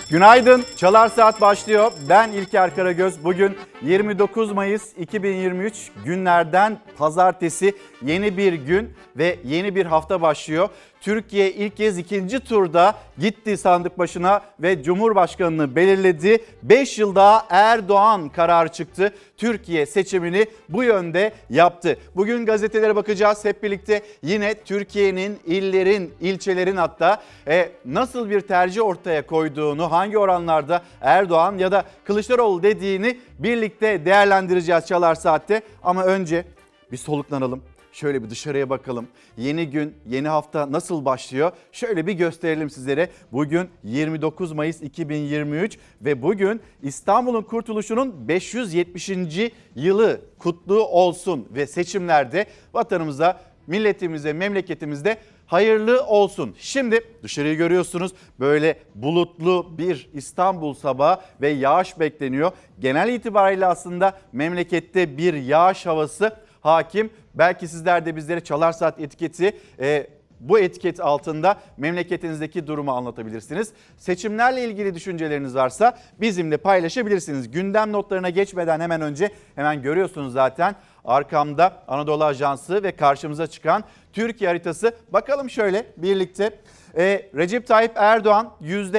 Günaydın. Çalar Saat başlıyor. Ben İlker Karagöz. Bugün 29 Mayıs 2023 günlerden pazartesi, yeni bir gün ve yeni bir hafta başlıyor. Türkiye ilk kez ikinci turda gitti sandık başına ve Cumhurbaşkanını belirledi. 5 yıl daha Erdoğan kararı çıktı. Türkiye seçimini bu yönde yaptı. Bugün gazetelere bakacağız hep birlikte. Yine Türkiye'nin, illerin, ilçelerin hatta nasıl bir tercih ortaya koyduğunu, hangi oranlarda Erdoğan ya da Kılıçdaroğlu dediğini birlikte değerlendireceğiz Çalar Saat'te. Ama önce bir soluklanalım. Şöyle bir dışarıya bakalım. Yeni gün, yeni hafta nasıl başlıyor? Şöyle bir gösterelim sizlere. Bugün 29 Mayıs 2023 ve bugün İstanbul'un kurtuluşunun 570. yılı kutlu olsun ve seçimlerde vatanımıza, milletimize, memleketimizde hayırlı olsun. Şimdi dışarıyı görüyorsunuz, böyle bulutlu bir İstanbul sabahı ve yağış bekleniyor. Genel itibariyle aslında memlekette bir yağış havası hakim. Belki sizler de bizlere Çalar Saat etiketi, bu etiket altında memleketinizdeki durumu anlatabilirsiniz. Seçimlerle ilgili düşünceleriniz varsa bizimle paylaşabilirsiniz. Gündem notlarına geçmeden hemen görüyorsunuz zaten arkamda Anadolu Ajansı ve karşımıza çıkan Türkiye haritası. Bakalım şöyle birlikte. Recep Tayyip Erdoğan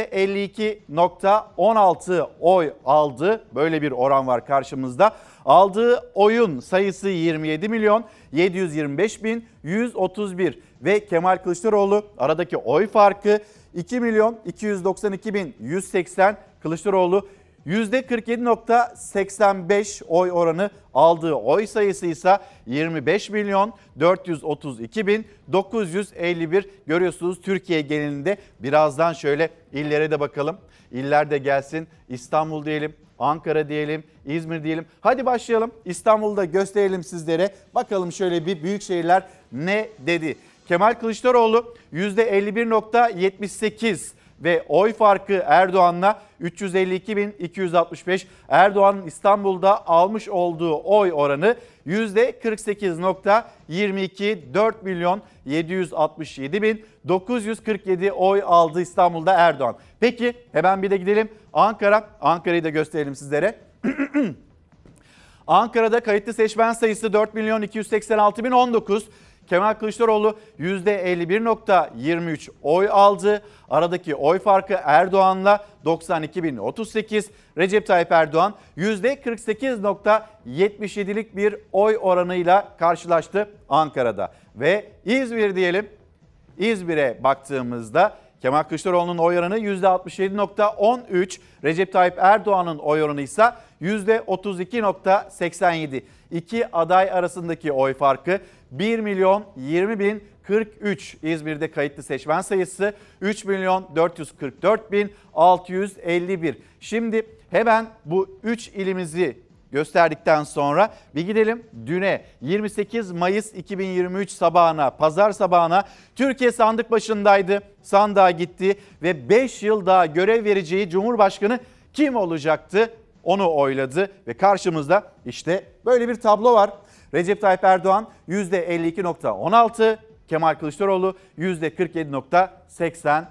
%52.16 oy aldı. Böyle bir oran var karşımızda. Aldığı oyun sayısı 27.725.131 ve Kemal Kılıçdaroğlu aradaki oy farkı 2.292.180. Kılıçdaroğlu %47.85 oy oranı, aldığı oy sayısı ise 25.432.951. Görüyorsunuz Türkiye genelinde. Birazdan şöyle illere de bakalım. İller de gelsin. İstanbul diyelim, Ankara diyelim, İzmir diyelim. Hadi başlayalım. İstanbul'da gösterelim sizlere. Bakalım şöyle bir büyük şehirler ne dedi. Kemal Kılıçdaroğlu %51.78 ve oy farkı Erdoğan'la 352.265. Erdoğan'ın İstanbul'da almış olduğu oy oranı %48.22, 4.767.947 oy aldı İstanbul'da Erdoğan. Peki hemen bir de gidelim Ankara. Ankara'yı da gösterelim sizlere. Ankara'da kayıtlı seçmen sayısı 4.286.019. Kemal Kılıçdaroğlu %51.23 oy aldı. Aradaki oy farkı Erdoğan'la 92.038. Recep Tayyip Erdoğan %48.77'lik bir oy oranıyla karşılaştı Ankara'da. Ve İzmir diyelim. İzmir'e baktığımızda Kemal Kılıçdaroğlu'nun oy oranı %67.13. Recep Tayyip Erdoğan'ın oy oranı ise %32.87. İki aday arasındaki oy farkı 1.020.043. İzmir'de kayıtlı seçmen sayısı 3.444.651. Şimdi hemen bu 3 ilimizi gösterdikten sonra bir gidelim düne, 28 Mayıs 2023 sabahına, pazar sabahına. Türkiye sandık başındaydı, sandığa gitti ve 5 yıl daha görev vereceği Cumhurbaşkanı kim olacaktı? Onu oyladı ve karşımızda işte böyle bir tablo var. Recep Tayyip Erdoğan %52.16, Kemal Kılıçdaroğlu %47.84.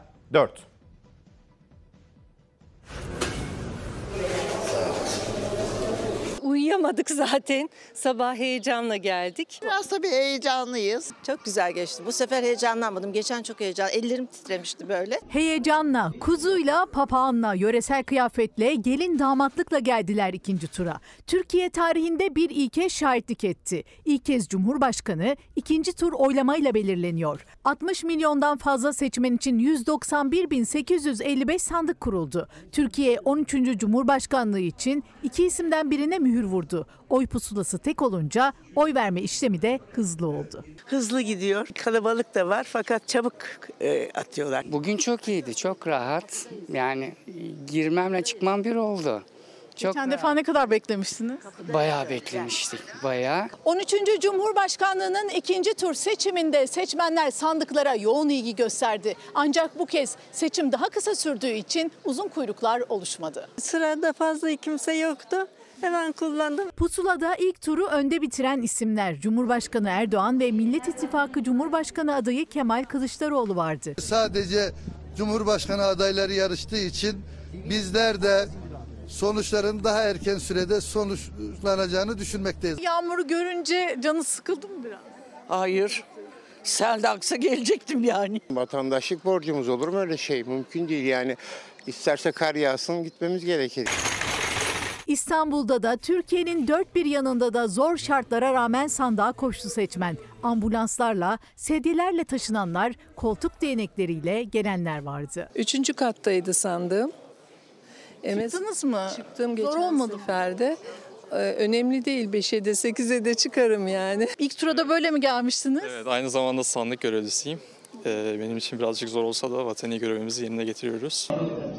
Uyuyamadık zaten. Sabah heyecanla geldik. Biraz tabii heyecanlıyız. Çok güzel geçti. Bu sefer heyecanlanmadım. Geçen çok heyecan. Ellerim titremişti böyle. Heyecanla, kuzuyla, papağanla, yöresel kıyafetle, gelin damatlıkla geldiler ikinci tura. Türkiye tarihinde bir ilke şahitlik etti. İlk kez Cumhurbaşkanı ikinci tur oylamayla belirleniyor. 60 milyondan fazla seçmen için 191.855 sandık kuruldu. Türkiye 13. Cumhurbaşkanlığı için iki isimden birine mühür vurdu. Oy pusulası tek olunca oy verme işlemi de hızlı oldu. Hızlı gidiyor. Kalabalık da var fakat çabuk atıyorlar. Bugün çok iyiydi, çok rahat. Yani girmemle çıkmam bir oldu. Geçen defa ne kadar beklemiştiniz? Bayağı beklemiştik, bayağı. 13. Cumhurbaşkanlığının ikinci tur seçiminde seçmenler sandıklara yoğun ilgi gösterdi. Ancak bu kez seçim daha kısa sürdüğü için uzun kuyruklar oluşmadı. Sırada fazla kimse yoktu. Hemen kullandım. Pusulada ilk turu önde bitiren isimler Cumhurbaşkanı Erdoğan ve Millet İttifakı Cumhurbaşkanı adayı Kemal Kılıçdaroğlu vardı. Sadece Cumhurbaşkanı adayları yarıştığı için bizler de sonuçların daha erken sürede sonuçlanacağını düşünmekteyiz. Yağmuru görünce canı sıkıldı mı biraz? Hayır. Sel de aksa gelecektim yani. Vatandaşlık borcumuz olur mu öyle şey? Mümkün değil yani. İsterse kar yağsın gitmemiz gerekir. İstanbul'da da Türkiye'nin dört bir yanında da zor şartlara rağmen sandığa koştu seçmen. Ambulanslarla, sedyelerle taşınanlar, koltuk değnekleriyle gelenler vardı. 3. kattaydı sandığım. Çıktınız mı? Çıktım Zor geçen olmadı. seferde. Önemli değil, 5'e de 8'e de çıkarım yani. İlk tura da böyle mi gelmiştiniz? Evet, aynı zamanda sandık görevlisiyim. Benim için birazcık zor olsa da vatani görevimizi yerine getiriyoruz.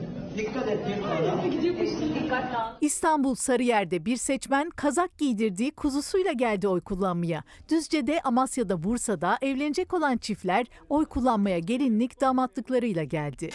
İstanbul Sarıyer'de bir seçmen kazak giydirdiği kuzusuyla geldi oy kullanmaya. Düzce'de, Amasya'da, Bursa'da evlenecek olan çiftler oy kullanmaya gelinlik damatlıklarıyla geldi.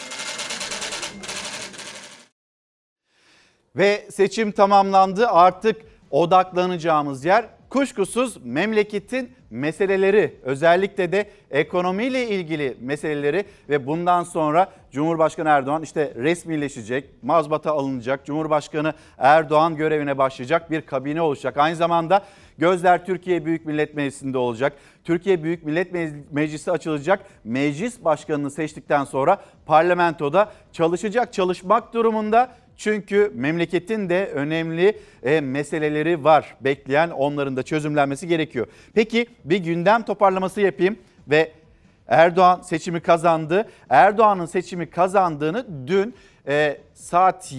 Ve seçim tamamlandı. Artık odaklanacağımız yer kuşkusuz memleketin meseleleri, özellikle de ekonomiyle ilgili meseleleri ve bundan sonra Cumhurbaşkanı Erdoğan işte resmileşecek, mazbata alınacak, Cumhurbaşkanı Erdoğan görevine başlayacak, bir kabine oluşacak. Aynı zamanda gözler Türkiye Büyük Millet Meclisi'nde olacak. Türkiye Büyük Millet Meclisi açılacak. Meclis başkanını seçtikten sonra parlamentoda çalışmak durumunda. Çünkü memleketin de önemli meseleleri var bekleyen, onların da çözümlenmesi gerekiyor. Peki bir gündem toparlaması yapayım ve Erdoğan seçimi kazandı. Erdoğan'ın seçimi kazandığını dün saat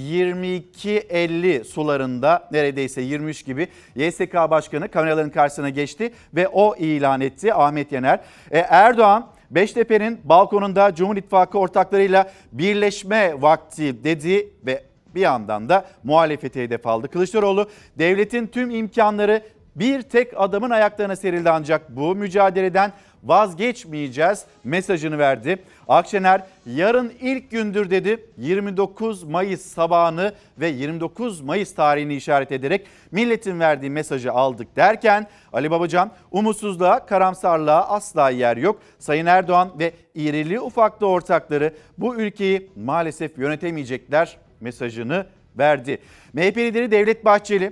22.50 sularında, neredeyse 23 gibi YSK Başkanı kameraların karşısına geçti ve o ilan etti, Ahmet Yener. Erdoğan Beştepe'nin balkonunda Cumhur İttifakı ortaklarıyla birleşme vakti dedi ve bir yandan da muhalefete hedef aldı. Kılıçdaroğlu, devletin tüm imkanları bir tek adamın ayaklarına serildi ancak bu mücadeleden vazgeçmeyeceğiz mesajını verdi. Akşener, yarın ilk gündür dedi. 29 Mayıs sabahını ve 29 Mayıs tarihini işaret ederek milletin verdiği mesajı aldık derken Ali Babacan, umutsuzluğa, karamsarlığa asla yer yok. Sayın Erdoğan ve irili ufaklı ortakları bu ülkeyi maalesef yönetemeyecekler mesajını verdi. MHP lideri Devlet Bahçeli,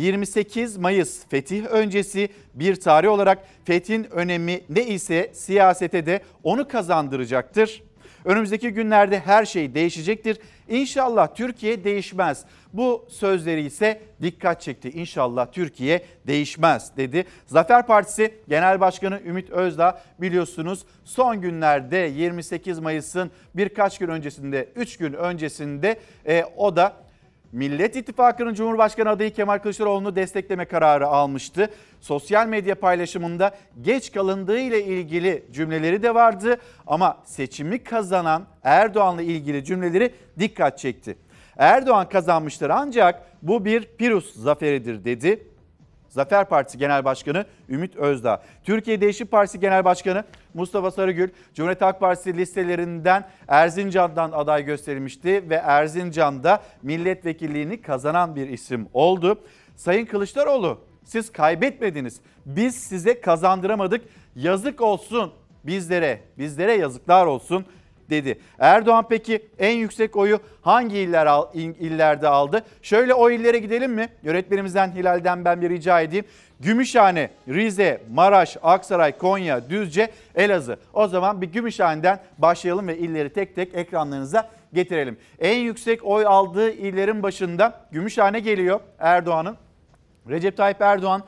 28 Mayıs fetih öncesi bir tarih olarak fethin önemi ne ise siyasete de onu kazandıracaktır. Önümüzdeki günlerde her şey değişecektir. İnşallah Türkiye değişmez. Bu sözleri ise dikkat çekti. İnşallah Türkiye değişmez dedi. Zafer Partisi Genel Başkanı Ümit Özdağ, biliyorsunuz son günlerde 28 Mayıs'ın birkaç gün öncesinde, 3 gün öncesinde o da Millet İttifakı'nın Cumhurbaşkanı adayı Kemal Kılıçdaroğlu'nu destekleme kararı almıştı. Sosyal medya paylaşımında geç kalındığı ile ilgili cümleleri de vardı ama seçimi kazanan Erdoğan'la ilgili cümleleri dikkat çekti. Erdoğan kazanmıştır ancak bu bir Pirus zaferidir dedi. Zafer Partisi Genel Başkanı Ümit Özdağ. Türkiye Değişim Partisi Genel Başkanı Mustafa Sarıgül, Cumhuriyet Halk Partisi listelerinden Erzincan'dan aday gösterilmişti ve Erzincan'da milletvekilliğini kazanan bir isim oldu. Sayın Kılıçdaroğlu, siz kaybetmediniz. Biz size kazandıramadık. Yazık olsun bizlere yazıklar olsun dedi. Erdoğan peki en yüksek oyu hangi illerde aldı? Şöyle o illere gidelim mi? Yönetmenimizden Hilal'den ben bir rica edeyim. Gümüşhane, Rize, Maraş, Aksaray, Konya, Düzce, Elazığ. O zaman bir Gümüşhane'den başlayalım ve illeri tek tek ekranlarınıza getirelim. En yüksek oy aldığı illerin başında Gümüşhane geliyor Erdoğan'ın. Recep Tayyip Erdoğan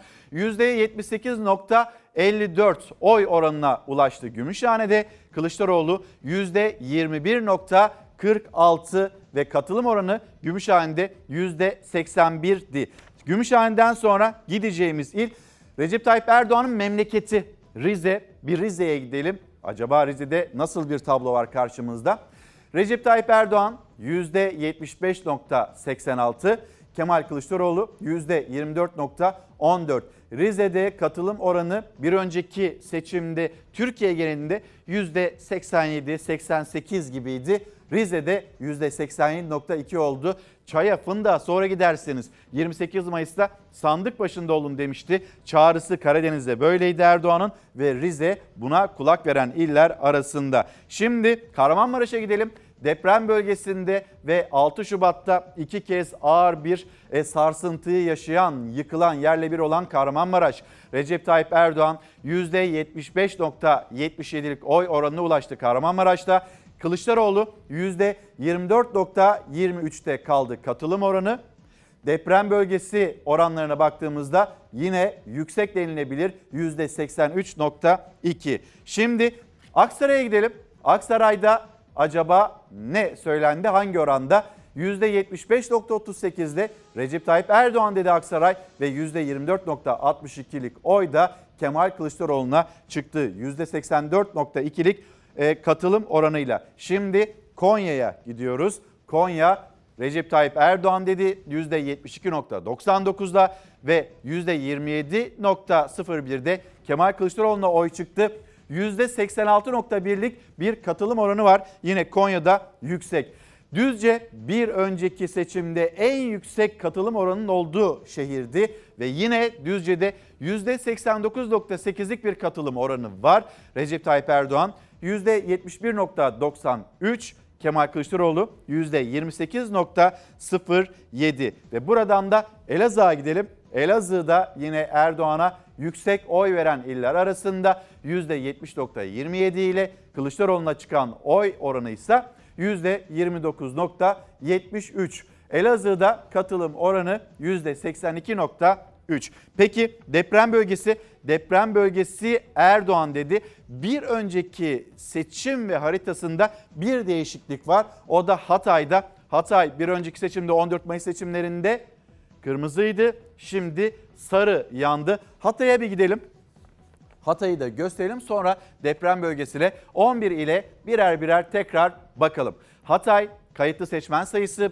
%78.54 oy oranına ulaştı Gümüşhane'de. Kılıçdaroğlu %21.46 ve katılım oranı Gümüşhane'de %81'di. Gümüşhane'den sonra gideceğimiz il Recep Tayyip Erdoğan'ın memleketi Rize. Bir Rize'ye gidelim. Acaba Rize'de nasıl bir tablo var karşımızda? Recep Tayyip Erdoğan %75.86, Kemal Kılıçdaroğlu %24.14. Rize'de katılım oranı bir önceki seçimde Türkiye genelinde %87-88 gibiydi. Rize'de %87.2 oldu. Çaya, fındığa sonra giderseniz 28 Mayıs'ta sandık başında olun demişti. Çağrısı Karadeniz'de böyleydi Erdoğan'ın ve Rize buna kulak veren iller arasında. Şimdi Kahramanmaraş'a gidelim. deprem bölgesinde ve 6 Şubat'ta 2 kez ağır bir sarsıntıyı yaşayan, yıkılan, yerle bir olan Kahramanmaraş. Recep Tayyip Erdoğan %75.77'lik oy oranına ulaştı Kahramanmaraş'ta. Kılıçdaroğlu %24.23'te kaldı katılım oranı. Deprem bölgesi oranlarına baktığımızda yine yüksek denilebilir, %83.2. Şimdi Aksaray'a gidelim. Aksaray'da acaba ne söylendi, hangi oranda? %75.38'de Recep Tayyip Erdoğan dedi Aksaray ve %24.62'lik oy da Kemal Kılıçdaroğlu'na çıktı. %84.2'lik katılım oranıyla. Şimdi Konya'ya gidiyoruz. Konya Recep Tayyip Erdoğan dedi %72.99'da ve %27.01'de Kemal Kılıçdaroğlu'na oy çıktı. %86.1'lik bir katılım oranı var. Yine Konya'da yüksek. Düzce bir önceki seçimde en yüksek katılım oranının olduğu şehirdi ve yine Düzce'de %89.8'lik bir katılım oranı var. Recep Tayyip Erdoğan %71.93, Kemal Kılıçdaroğlu %28.07 ve buradan da Elazığ'a gidelim. Elazığ'da yine Erdoğan'a yüksek oy veren iller arasında %70.27 ile Kılıçdaroğlu'na çıkan oy oranı ise %29.73. Elazığ'da katılım oranı %82.3. Peki deprem bölgesi Erdoğan dedi. Bir önceki seçim ve haritasında bir değişiklik var. O da Hatay'da. Hatay bir önceki seçimde 14 Mayıs seçimlerinde kırmızıydı. Şimdi sarı yandı. Hatay'a bir gidelim. Hatay'ı da gösterelim, sonra deprem bölgesine 11 ile birer birer tekrar bakalım. Hatay kayıtlı seçmen sayısı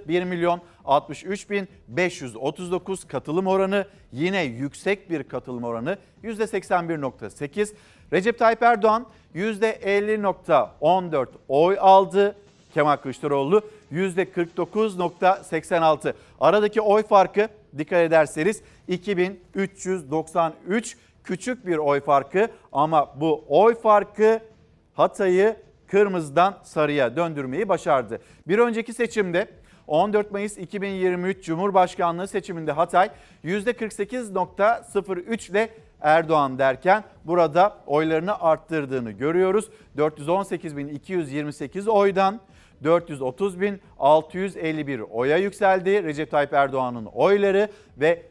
1.063.539, katılım oranı yine yüksek bir katılım oranı %81.8. Recep Tayyip Erdoğan %50.14 oy aldı. Kemal Kılıçdaroğlu %49.86. Aradaki oy farkı dikkat ederseniz 2393, küçük bir oy farkı ama bu oy farkı Hatay'ı kırmızıdan sarıya döndürmeyi başardı. Bir önceki seçimde 14 Mayıs 2023 Cumhurbaşkanlığı seçiminde Hatay %48.03 ile Erdoğan derken burada oylarını arttırdığını görüyoruz. 418.228 oydan 430.651 oya yükseldi Recep Tayyip Erdoğan'ın oyları ve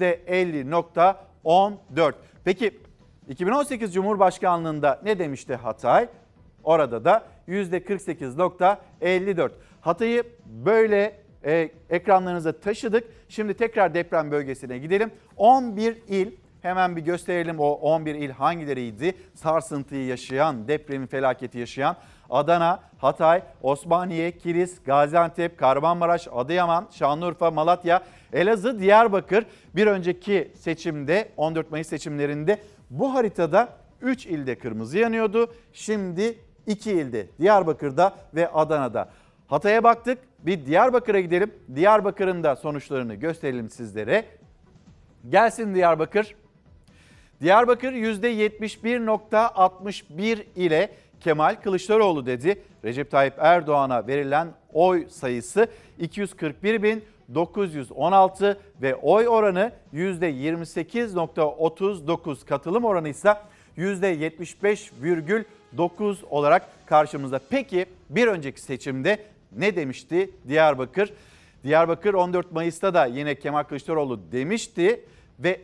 %50.14. Peki 2018 Cumhurbaşkanlığında ne demişti Hatay? Orada da %48.54. Hatay'ı böyle ekranlarınıza taşıdık. Şimdi tekrar deprem bölgesine gidelim. 11 il, hemen bir gösterelim o 11 il hangileriydi? Sarsıntıyı yaşayan, depremin felaketi yaşayan Adana, Hatay, Osmaniye, Kilis, Gaziantep, Kahramanmaraş, Adıyaman, Şanlıurfa, Malatya, Elazığ, Diyarbakır. Bir önceki seçimde 14 Mayıs seçimlerinde bu haritada 3 ilde kırmızı yanıyordu. Şimdi 2 ilde, Diyarbakır'da ve Adana'da. Hatay'a baktık, bir Diyarbakır'a gidelim. Diyarbakır'ın da sonuçlarını gösterelim sizlere. Gelsin Diyarbakır. Diyarbakır %71.61 ile Kemal Kılıçdaroğlu dedi. Recep Tayyip Erdoğan'a verilen oy sayısı 241.916 ve oy oranı %28.39, katılım oranı ise %75,9 olarak karşımızda. Peki bir önceki seçimde ne demişti Diyarbakır? Diyarbakır 14 Mayıs'ta da yine Kemal Kılıçdaroğlu demişti ve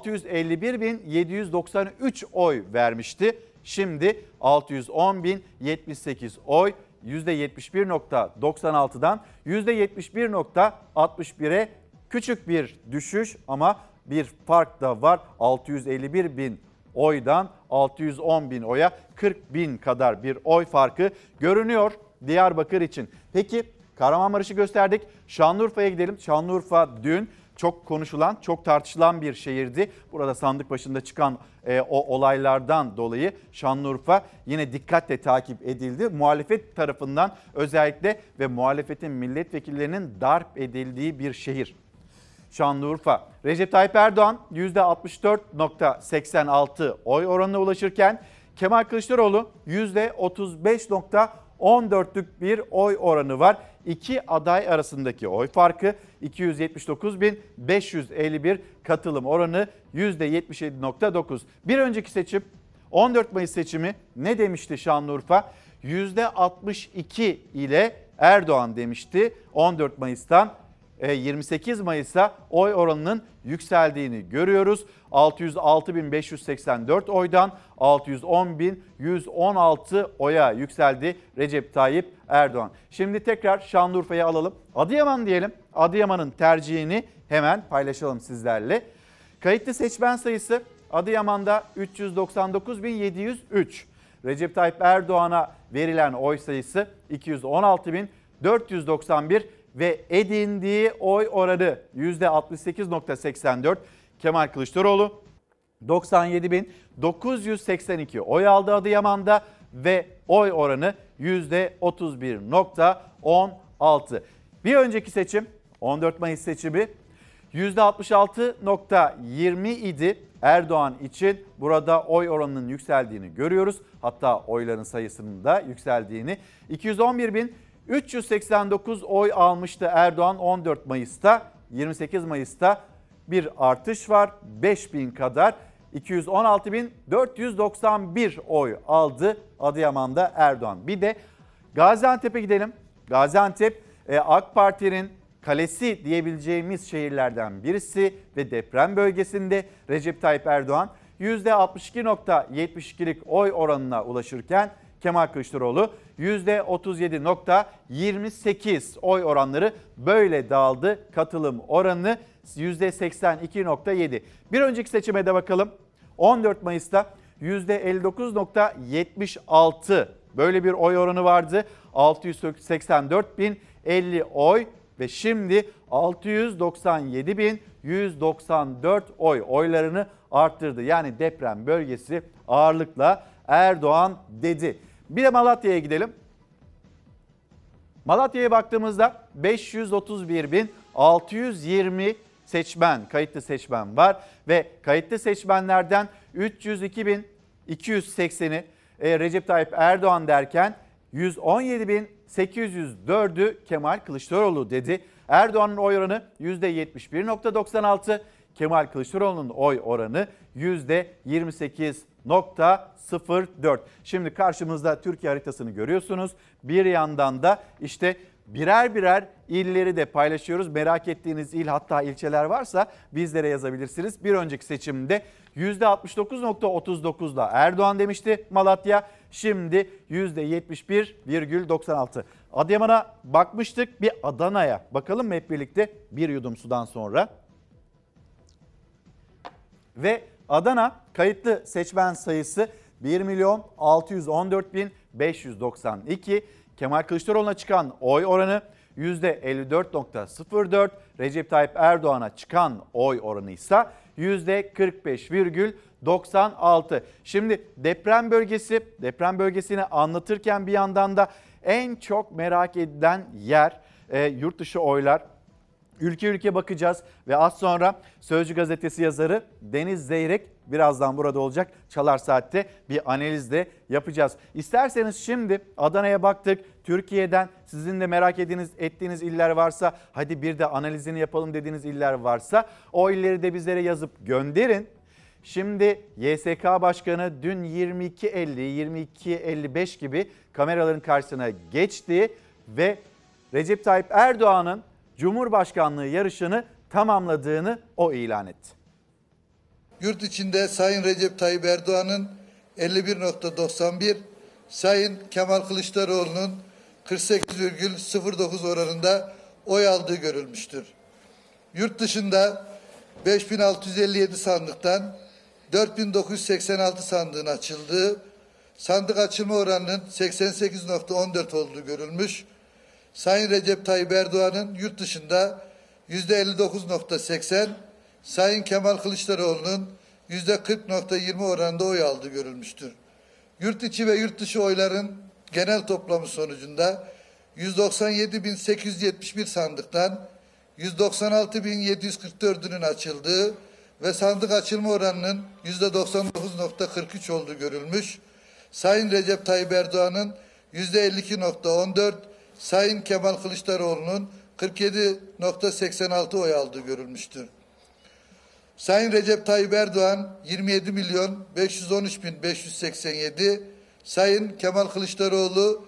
651.793 oy vermişti. Şimdi 610.078 oy, %71.96'dan %71.61'e küçük bir düşüş ama bir fark da var. 651.000 oydan 610.000 oya 40.000 kadar bir oy farkı görünüyor Diyarbakır için. Peki Kahramanmaraş'ı gösterdik. Şanlıurfa'ya gidelim. Şanlıurfa dün çok konuşulan, çok tartışılan bir şehirdi. Burada sandık başında çıkan o olaylardan dolayı Şanlıurfa yine dikkatle takip edildi. Muhalefet tarafından özellikle ve muhalefetin milletvekillerinin darp edildiği bir şehir. Şanlıurfa. Recep Tayyip Erdoğan %64.86 oy oranına ulaşırken Kemal Kılıçdaroğlu %35.13 %14'lük bir oy oranı var. İki aday arasındaki oy farkı 279.551, katılım oranı %77.9. Bir önceki seçim 14 Mayıs seçimi ne demişti Şanlıurfa? %62 ile Erdoğan demişti. 14 Mayıs'tan 28 Mayıs'a oy oranının yükseldiğini görüyoruz. 606.584 oydan 610.116 oya yükseldi Recep Tayyip Erdoğan. Şimdi tekrar Şanlıurfa'ya alalım. Adıyaman diyelim. Adıyaman'ın tercihini hemen paylaşalım sizlerle. Kayıtlı seçmen sayısı Adıyaman'da 399.703. Recep Tayyip Erdoğan'a verilen oy sayısı 216.491 ve edindiği oy oranı %68.84. Kemal Kılıçdaroğlu 97.982 oy aldı Adıyaman'da ve oy oranı %31.16. Bir önceki seçim 14 Mayıs seçimi %66.20 idi. Erdoğan için burada oy oranının yükseldiğini görüyoruz. Hatta oyların sayısının da yükseldiğini. 211.389 oy almıştı Erdoğan 14 Mayıs'ta. 28 Mayıs'ta bir artış var. 5.000 kadar. 216.491 oy aldı Adıyaman'da Erdoğan. Bir de Gaziantep'e gidelim. Gaziantep AK Parti'nin kalesi diyebileceğimiz şehirlerden birisi ve deprem bölgesinde Recep Tayyip Erdoğan %62.72'lik oy oranına ulaşırken Kemal Kılıçdaroğlu %37.28 oy oranları böyle dağıldı. Katılım oranı %82.7. Bir önceki seçime de bakalım. 14 Mayıs'ta %59.76 böyle bir oy oranı vardı. 684.050 oy ve şimdi 697.194 oylarını arttırdı. Yani deprem bölgesi ağırlıkla Erdoğan dedi. Bir de Malatya'ya gidelim. Malatya'ya baktığımızda 531.620 seçmen, kayıtlı seçmen var ve kayıtlı seçmenlerden 302.280'i Recep Tayyip Erdoğan derken 117.804'ü Kemal Kılıçdaroğlu dedi. Erdoğan'ın oy oranı %71.96, Kemal Kılıçdaroğlu'nun oy oranı %28.04. Şimdi karşımızda Türkiye haritasını görüyorsunuz. Bir yandan da işte birer birer illeri de paylaşıyoruz. Merak ettiğiniz il, hatta ilçeler varsa bizlere yazabilirsiniz. Bir önceki seçimde %69.39'da Erdoğan demişti Malatya. Şimdi %71,96. Adıyaman'a bakmıştık, bir Adana'ya bakalım mı hep birlikte bir yudum sudan sonra. Ve Adana kayıtlı seçmen sayısı 1.614.592. Kemal Kılıçdaroğlu'na çıkan oy oranı %54.04. Recep Tayyip Erdoğan'a çıkan oy oranı ise %45,96. Şimdi deprem bölgesini anlatırken bir yandan da en çok merak edilen yer yurt dışı oylar. Ülke ülke bakacağız ve az sonra Sözcü gazetesi yazarı Deniz Zeyrek birazdan burada olacak. Çalar Saat'te bir analiz de yapacağız. İsterseniz şimdi Adana'ya baktık. Türkiye'den sizin de merak ettiğiniz iller varsa, hadi bir de analizini yapalım dediğiniz iller varsa o illeri de bizlere yazıp gönderin. Şimdi YSK Başkanı dün 22.50-22.55 gibi kameraların karşısına geçti ve Recep Tayyip Erdoğan'ın Cumhurbaşkanlığı yarışını tamamladığını o ilan etti. Yurt içinde Sayın Recep Tayyip Erdoğan'ın 51.91, Sayın Kemal Kılıçdaroğlu'nun 48,09 oranında oy aldığı görülmüştür. Yurt dışında 5.657 sandıktan 4.986 sandığın açıldığı, sandık açılma oranının 88.14 olduğu görülmüş. Sayın Recep Tayyip Erdoğan'ın yurt dışında %59.80, Sayın Kemal Kılıçdaroğlu'nun %40.20 oranında oy aldığı görülmüştür. Yurt içi ve yurt dışı oyların genel toplamı sonucunda 197.871 sandıktan 196.744'ünün açıldığı ve sandık açılma oranının %99.43 olduğu görülmüş. Sayın Recep Tayyip Erdoğan'ın %52.14, Sayın Kemal Kılıçdaroğlu'nun 47.86 oy aldığı görülmüştür. Sayın Recep Tayyip Erdoğan 27.513.587, Sayın Kemal Kılıçdaroğlu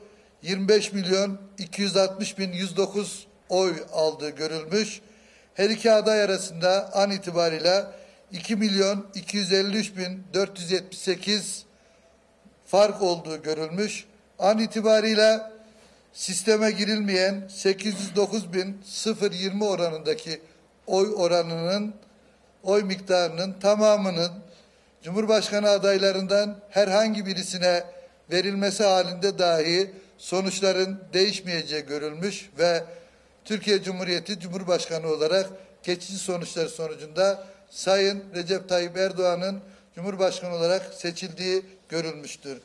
25.260.109 oy aldığı görülmüş. Her iki aday arasında an itibarıyla 2.253.478 fark olduğu görülmüş. An itibarıyla sisteme girilmeyen 809.020 oranındaki oy miktarının tamamının Cumhurbaşkanı adaylarından herhangi birisine verilmesi halinde dahi sonuçların değişmeyeceği görülmüş ve Türkiye Cumhuriyeti Cumhurbaşkanı olarak geçici sonuçlar sonucunda Sayın Recep Tayyip Erdoğan'ın Cumhurbaşkanı olarak seçildiği görülmüştür.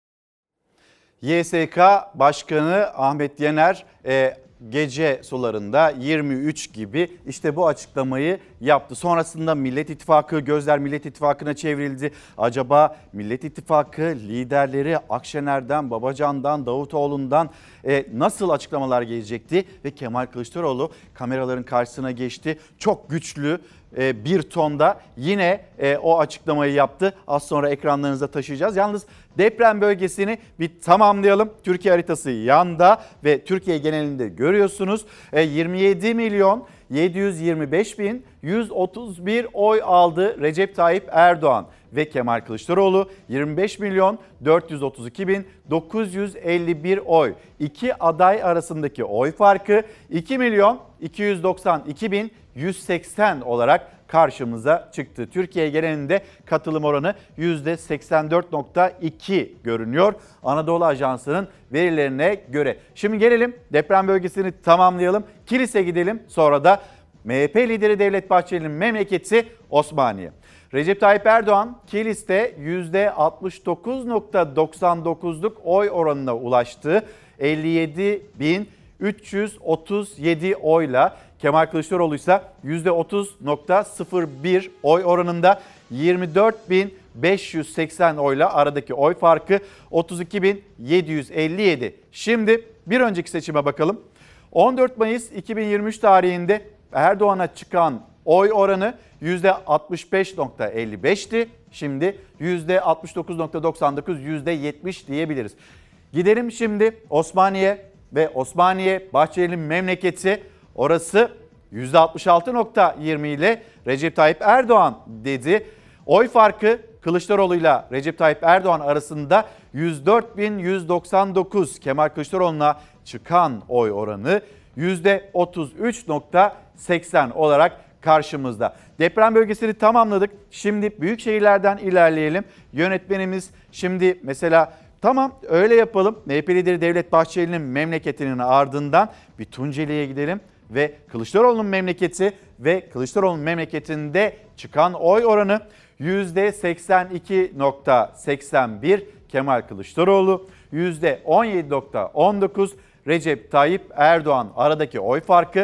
YSK Başkanı Ahmet Yener gece sularında 23 gibi işte bu açıklamayı yaptı. Sonrasında Millet İttifakı, gözler Millet İttifakı'na çevrildi. Acaba Millet İttifakı liderleri Akşener'den, Babacan'dan, Davutoğlu'ndan nasıl açıklamalar gelecekti? Ve Kemal Kılıçdaroğlu kameraların karşısına geçti. Çok güçlü bir tonda yine o açıklamayı yaptı. Az sonra ekranlarınıza taşıyacağız. Yalnız deprem bölgesini bir tamamlayalım. Türkiye haritası yanda ve Türkiye genelinde görüyorsunuz. 27.725.131 oy aldı Recep Tayyip Erdoğan ve Kemal Kılıçdaroğlu 25.432.951 oy. İki aday arasındaki oy farkı 2.292.180 olarak karşımıza çıktı. Türkiye genelinde katılım oranı %84.2 görünüyor Anadolu Ajansı'nın verilerine göre. Şimdi gelelim deprem bölgesini tamamlayalım. Kilis'e gidelim, sonra da MHP lideri Devlet Bahçeli'nin memleketi Osmaniye. Recep Tayyip Erdoğan Kilis'te %69.99'luk oy oranına ulaştı. 57.337 oyla. Kemal Kılıçdaroğlu ise %30.01 oy oranında 24.580 oyla aradaki oy farkı 32.757. Şimdi bir önceki seçime bakalım. 14 Mayıs 2023 tarihinde Erdoğan'a çıkan oy oranı %65.55'ti. Şimdi %69.99, %70 diyebiliriz. Gidelim şimdi Osmaniye ve Osmaniye Bahçeli'nin memleketi. Orası %66.20 ile Recep Tayyip Erdoğan dedi. Oy farkı Kılıçdaroğlu ile Recep Tayyip Erdoğan arasında 104.199. Kemal Kılıçdaroğlu'na çıkan oy oranı %33.80 olarak karşımızda. Deprem bölgesini tamamladık. Şimdi büyük şehirlerden ilerleyelim. Yönetmenimiz şimdi mesela tamam öyle yapalım. MHP lideri Devlet Bahçeli'nin memleketinin ardından bir Tunceli'ye gidelim. Ve Kılıçdaroğlu'nun memleketi ve Kılıçdaroğlu'nun memleketinde çıkan oy oranı %82.81 Kemal Kılıçdaroğlu, %17.19 Recep Tayyip Erdoğan. Aradaki oy farkı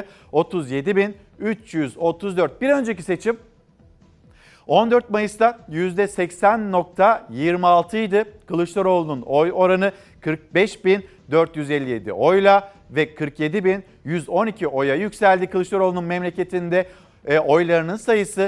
37.334. Bir önceki seçim 14 Mayıs'ta %80.26 idi. Kılıçdaroğlu'nun oy oranı 45.457 oyla ve 47.112 oya yükseldi. Kılıçdaroğlu'nun memleketinde oylarının sayısı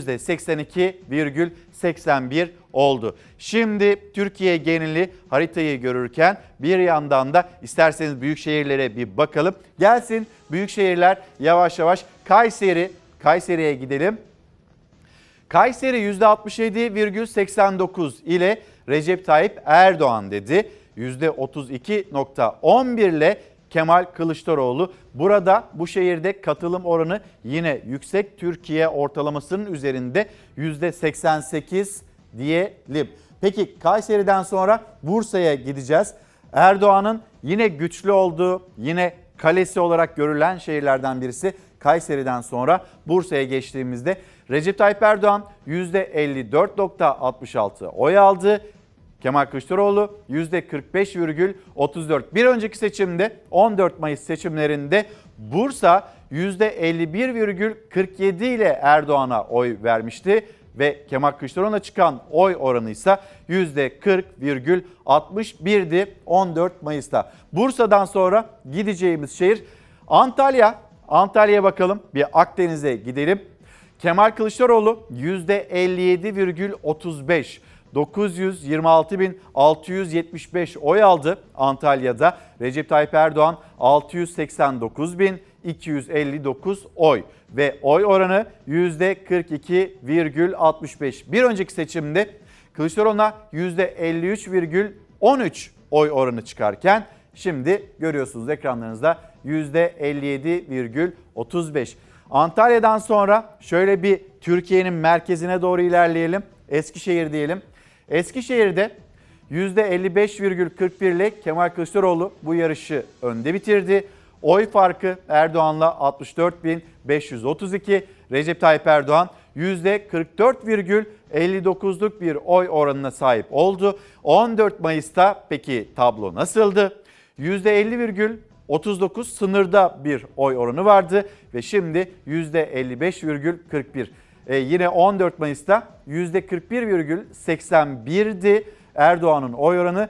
%82,81 oldu. Şimdi Türkiye geneli haritayı görürken bir yandan da isterseniz büyük şehirlere bir bakalım. Gelsin büyük şehirler yavaş yavaş. Kayseri'ye gidelim. Kayseri %67,89 ile Recep Tayyip Erdoğan dedi. %32.11 ile Kemal Kılıçdaroğlu. Burada bu şehirde katılım oranı yine yüksek. Türkiye ortalamasının üzerinde %88 diyelim. Peki Kayseri'den sonra Bursa'ya gideceğiz. Erdoğan'ın yine güçlü olduğu, yine kalesi olarak görülen şehirlerden birisi. Kayseri'den sonra Bursa'ya geçtiğimizde Recep Tayyip Erdoğan %54.66 oy aldı. Kemal Kılıçdaroğlu %45,34. Bir önceki seçimde 14 Mayıs seçimlerinde Bursa %51,47 ile Erdoğan'a oy vermişti. ve Kemal Kılıçdaroğlu'na çıkan oy oranı ise %40,61'di 14 Mayıs'ta. Bursa'dan sonra gideceğimiz şehir Antalya. Antalya'ya bakalım, bir Akdeniz'e gidelim. Kemal Kılıçdaroğlu %57,35, 926.675 oy aldı Antalya'da. Recep Tayyip Erdoğan 689.259 oy ve oy oranı %42,65. Bir önceki seçimde Kılıçdaroğlu'na %53,13 oy oranı çıkarken şimdi görüyorsunuz ekranlarınızda %57,35. Antalya'dan sonra şöyle bir Türkiye'nin merkezine doğru ilerleyelim. Eskişehir diyelim. Eskişehir'de %55,41 ile Kemal Kılıçdaroğlu bu yarışı önde bitirdi. Oy farkı Erdoğan'la 64.532. Recep Tayyip Erdoğan %44,59'luk bir oy oranına sahip oldu. 14 Mayıs'ta peki tablo nasıldı? %50,39 sınırda bir oy oranı vardı ve şimdi %55,41. Yine 14 Mayıs'ta %41,81'di Erdoğan'ın oy oranı,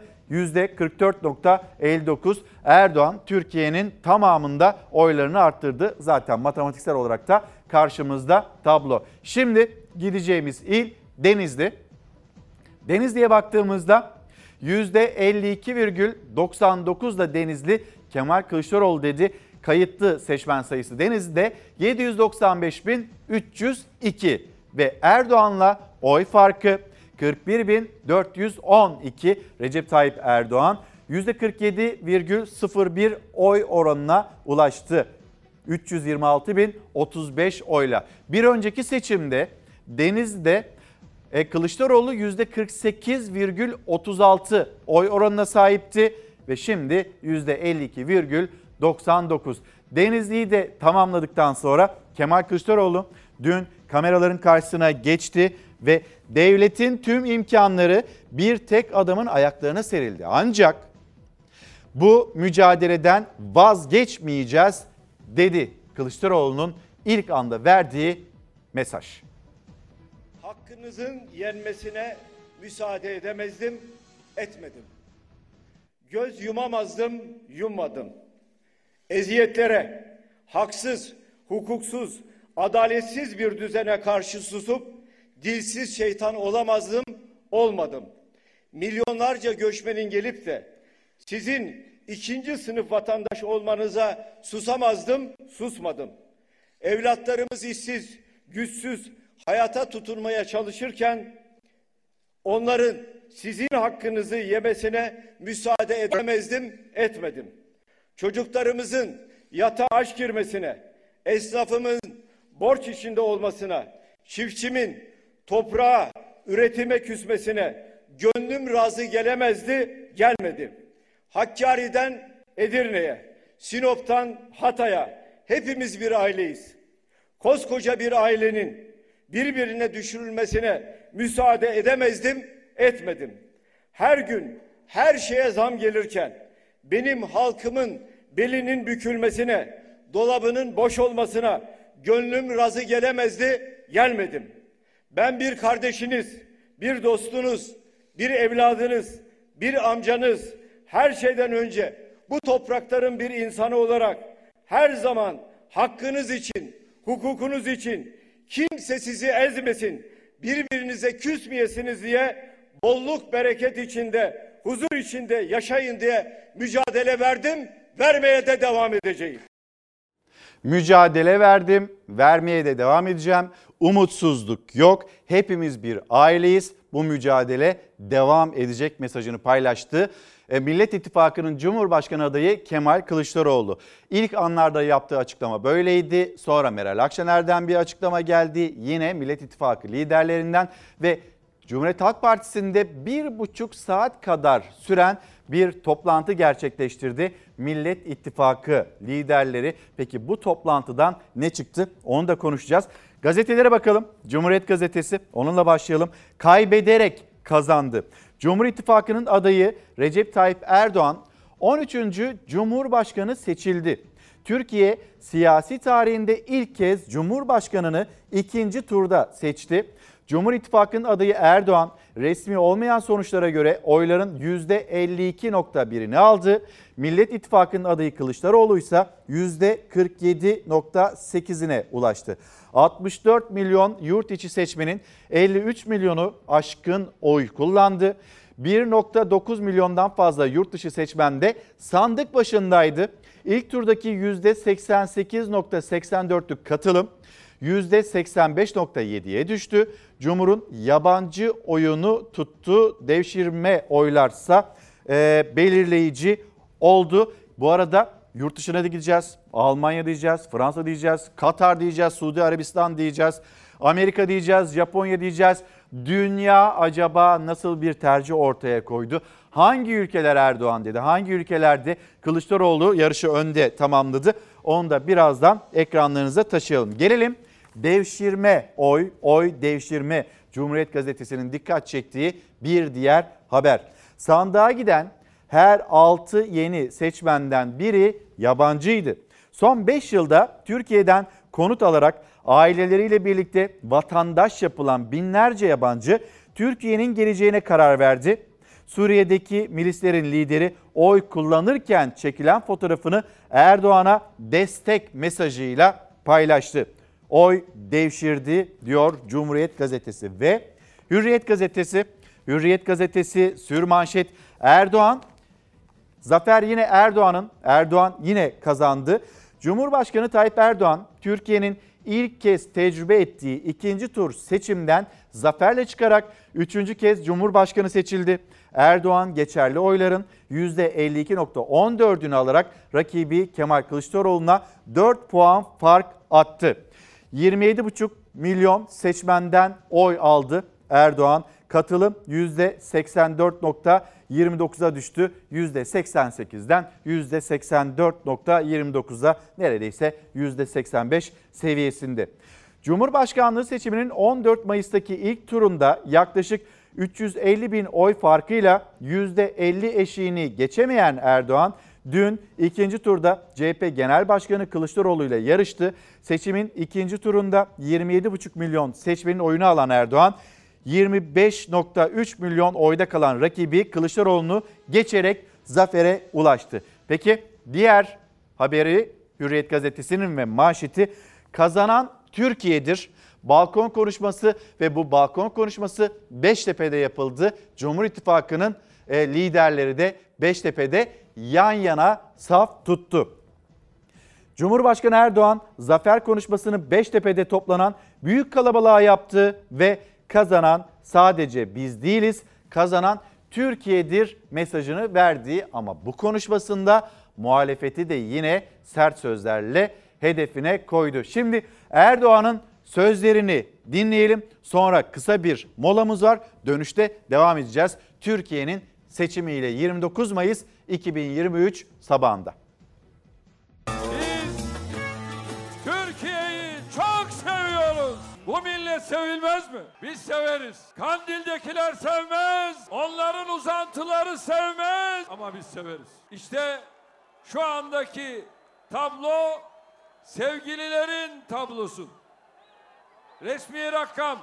%44,59. Erdoğan Türkiye'nin tamamında oylarını arttırdı. Zaten matematiksel olarak da karşımızda tablo. Şimdi gideceğimiz il Denizli. Denizli'ye baktığımızda %52,99'da Denizli Kemal Kılıçdaroğlu dedi. Kayıtlı seçmen sayısı Denizli'de 795.302 ve Erdoğan'la oy farkı 41.412. Recep Tayyip Erdoğan %47,01 oy oranına ulaştı. 326.035 oyla. Bir önceki seçimde Denizli'de Kılıçdaroğlu %48,36 oy oranına sahipti ve şimdi %52,99. Denizli'yi de tamamladıktan sonra Kemal Kılıçdaroğlu dün kameraların karşısına geçti ve devletin tüm imkanları bir tek adamın ayaklarına serildi. Ancak bu mücadeleden vazgeçmeyeceğiz dedi Kılıçdaroğlu'nun ilk anda verdiği mesaj. Hakkınızın yenmesine müsaade edemezdim, etmedim. Göz yumamazdım, yummadım. Eziyetlere, haksız, hukuksuz, adaletsiz bir düzene karşı susup dilsiz şeytan olamazdım, olmadım. Milyonlarca göçmenin gelip de sizin ikinci sınıf vatandaş olmanıza susamazdım, susmadım. Evlatlarımız işsiz, güçsüz, hayata tutunmaya çalışırken onların sizin hakkınızı yemesine müsaade edemezdim, etmedim. Çocuklarımızın yatağa aç girmesine, esnafımın borç içinde olmasına, çiftçimin toprağa, üretime küsmesine gönlüm razı gelemezdi, gelmedi. Hakkari'den Edirne'ye, Sinop'tan Hatay'a hepimiz bir aileyiz. Koskoca bir ailenin birbirine düşürülmesine müsaade edemezdim, etmedim. Her gün her şeye zam gelirken benim halkımın belinin bükülmesine, dolabının boş olmasına gönlüm razı gelemezdi, gelmedim. Ben bir kardeşiniz, bir dostunuz, bir evladınız, bir amcanız, her şeyden önce bu toprakların bir insanı olarak her zaman hakkınız için, hukukunuz için kimse sizi ezmesin, birbirinize küsmeyesiniz diye bolluk bereket içinde, huzur içinde yaşayın diye mücadele verdim, vermeye de devam edeceğim. Mücadele verdim, vermeye de devam edeceğim. Umutsuzluk yok. Hepimiz bir aileyiz. Bu mücadele devam edecek mesajını paylaştı. Millet İttifakı'nın Cumhurbaşkanı adayı Kemal Kılıçdaroğlu. İlk anlarda yaptığı açıklama böyleydi. Sonra Meral Akşener'den bir açıklama geldi. Yine Millet İttifakı liderlerinden ve Cumhuriyet Halk Partisi'nde 1,5 saat kadar süren bir toplantı gerçekleştirdi Millet İttifakı liderleri. Peki bu toplantıdan ne çıktı? Onu da konuşacağız. Gazetelere bakalım. Cumhuriyet Gazetesi, onunla başlayalım. Kaybederek kazandı. Cumhur İttifakı'nın adayı Recep Tayyip Erdoğan 13. Cumhurbaşkanı seçildi. Türkiye siyasi tarihinde ilk kez Cumhurbaşkanını ikinci turda seçti. Cumhur İttifakı'nın adayı Erdoğan resmi olmayan sonuçlara göre oyların %52.1'ini aldı. Millet İttifakı'nın adayı Kılıçdaroğlu ise %47.8'ine ulaştı. 64 milyon yurt içi seçmenin 53 milyonu aşkın oy kullandı. 1.9 milyondan fazla yurt dışı seçmen de sandık başındaydı. İlk turdaki %88.84'lük katılım %85.7'ye düştü. Cumhur'un yabancı oyunu tuttu. Devşirme oylarsa belirleyici oldu. Bu arada yurt dışına da gideceğiz. Almanya diyeceğiz, Fransa diyeceğiz, Katar diyeceğiz, Suudi Arabistan diyeceğiz, Amerika diyeceğiz, Japonya diyeceğiz. Dünya acaba nasıl bir tercih ortaya koydu? Hangi ülkeler Erdoğan dedi? Hangi ülkelerde Kılıçdaroğlu yarışı önde tamamladı? Onu da birazdan ekranlarınıza taşıyalım. Gelelim devşirme oy devşirme. Cumhuriyet Gazetesi'nin dikkat çektiği bir diğer haber. Sandığa giden her 6 yeni seçmenden biri yabancıydı. Son 5 yılda Türkiye'den konut alarak aileleriyle birlikte vatandaş yapılan binlerce yabancı Türkiye'nin geleceğine karar verdi. Suriye'deki milislerin lideri oy kullanırken çekilen fotoğrafını Erdoğan'a destek mesajıyla paylaştı. Oy devşirdi diyor Cumhuriyet Gazetesi ve Hürriyet Gazetesi sürmanşet Erdoğan, zafer yine Erdoğan'ın, Erdoğan yine kazandı. Cumhurbaşkanı Tayyip Erdoğan, Türkiye'nin ilk kez tecrübe ettiği ikinci tur seçimden zaferle çıkarak üçüncü kez Cumhurbaşkanı seçildi. Erdoğan geçerli oyların %52.14'ünü alarak rakibi Kemal Kılıçdaroğlu'na 4 puan fark attı. 27,5 milyon seçmenden oy aldı Erdoğan. Katılım %84.29'a düştü. %88'den %84.29'a neredeyse %85 seviyesinde. Cumhurbaşkanlığı seçiminin 14 Mayıs'taki ilk turunda yaklaşık 350 bin oy farkıyla %50 eşiğini geçemeyen Erdoğan, dün ikinci turda CHP Genel Başkanı Kılıçdaroğlu ile yarıştı. Seçimin ikinci turunda 27,5 milyon seçmenin oyunu alan Erdoğan, 25,3 milyon oyda kalan rakibi Kılıçdaroğlu'nu geçerek zafere ulaştı. Peki diğer haberi Hürriyet Gazetesi'nin ve manşeti kazanan Türkiye'dir. Balkon konuşması ve bu balkon konuşması Beştepe'de yapıldı. Cumhur İttifakı'nın liderleri de Beştepe'de yan yana saf tuttu. Cumhurbaşkanı Erdoğan zafer konuşmasını Beştepe'de toplanan büyük kalabalığa yaptı ve kazanan sadece biz değiliz, kazanan Türkiye'dir mesajını verdi. Ama bu konuşmasında muhalefeti de yine sert sözlerle hedefine koydu. Şimdi Erdoğan'ın sözlerini dinleyelim. Sonra kısa bir molamız var. Dönüşte devam edeceğiz. Türkiye'nin seçimiyle 29 Mayıs 2023 sabahında. Biz Türkiye'yi çok seviyoruz. Bu millet sevilmez mi? Biz severiz. Kandil'dekiler sevmez. Onların uzantıları sevmez. Ama biz severiz. İşte şu andaki tablo sevgililerin tablosu. Resmi rakam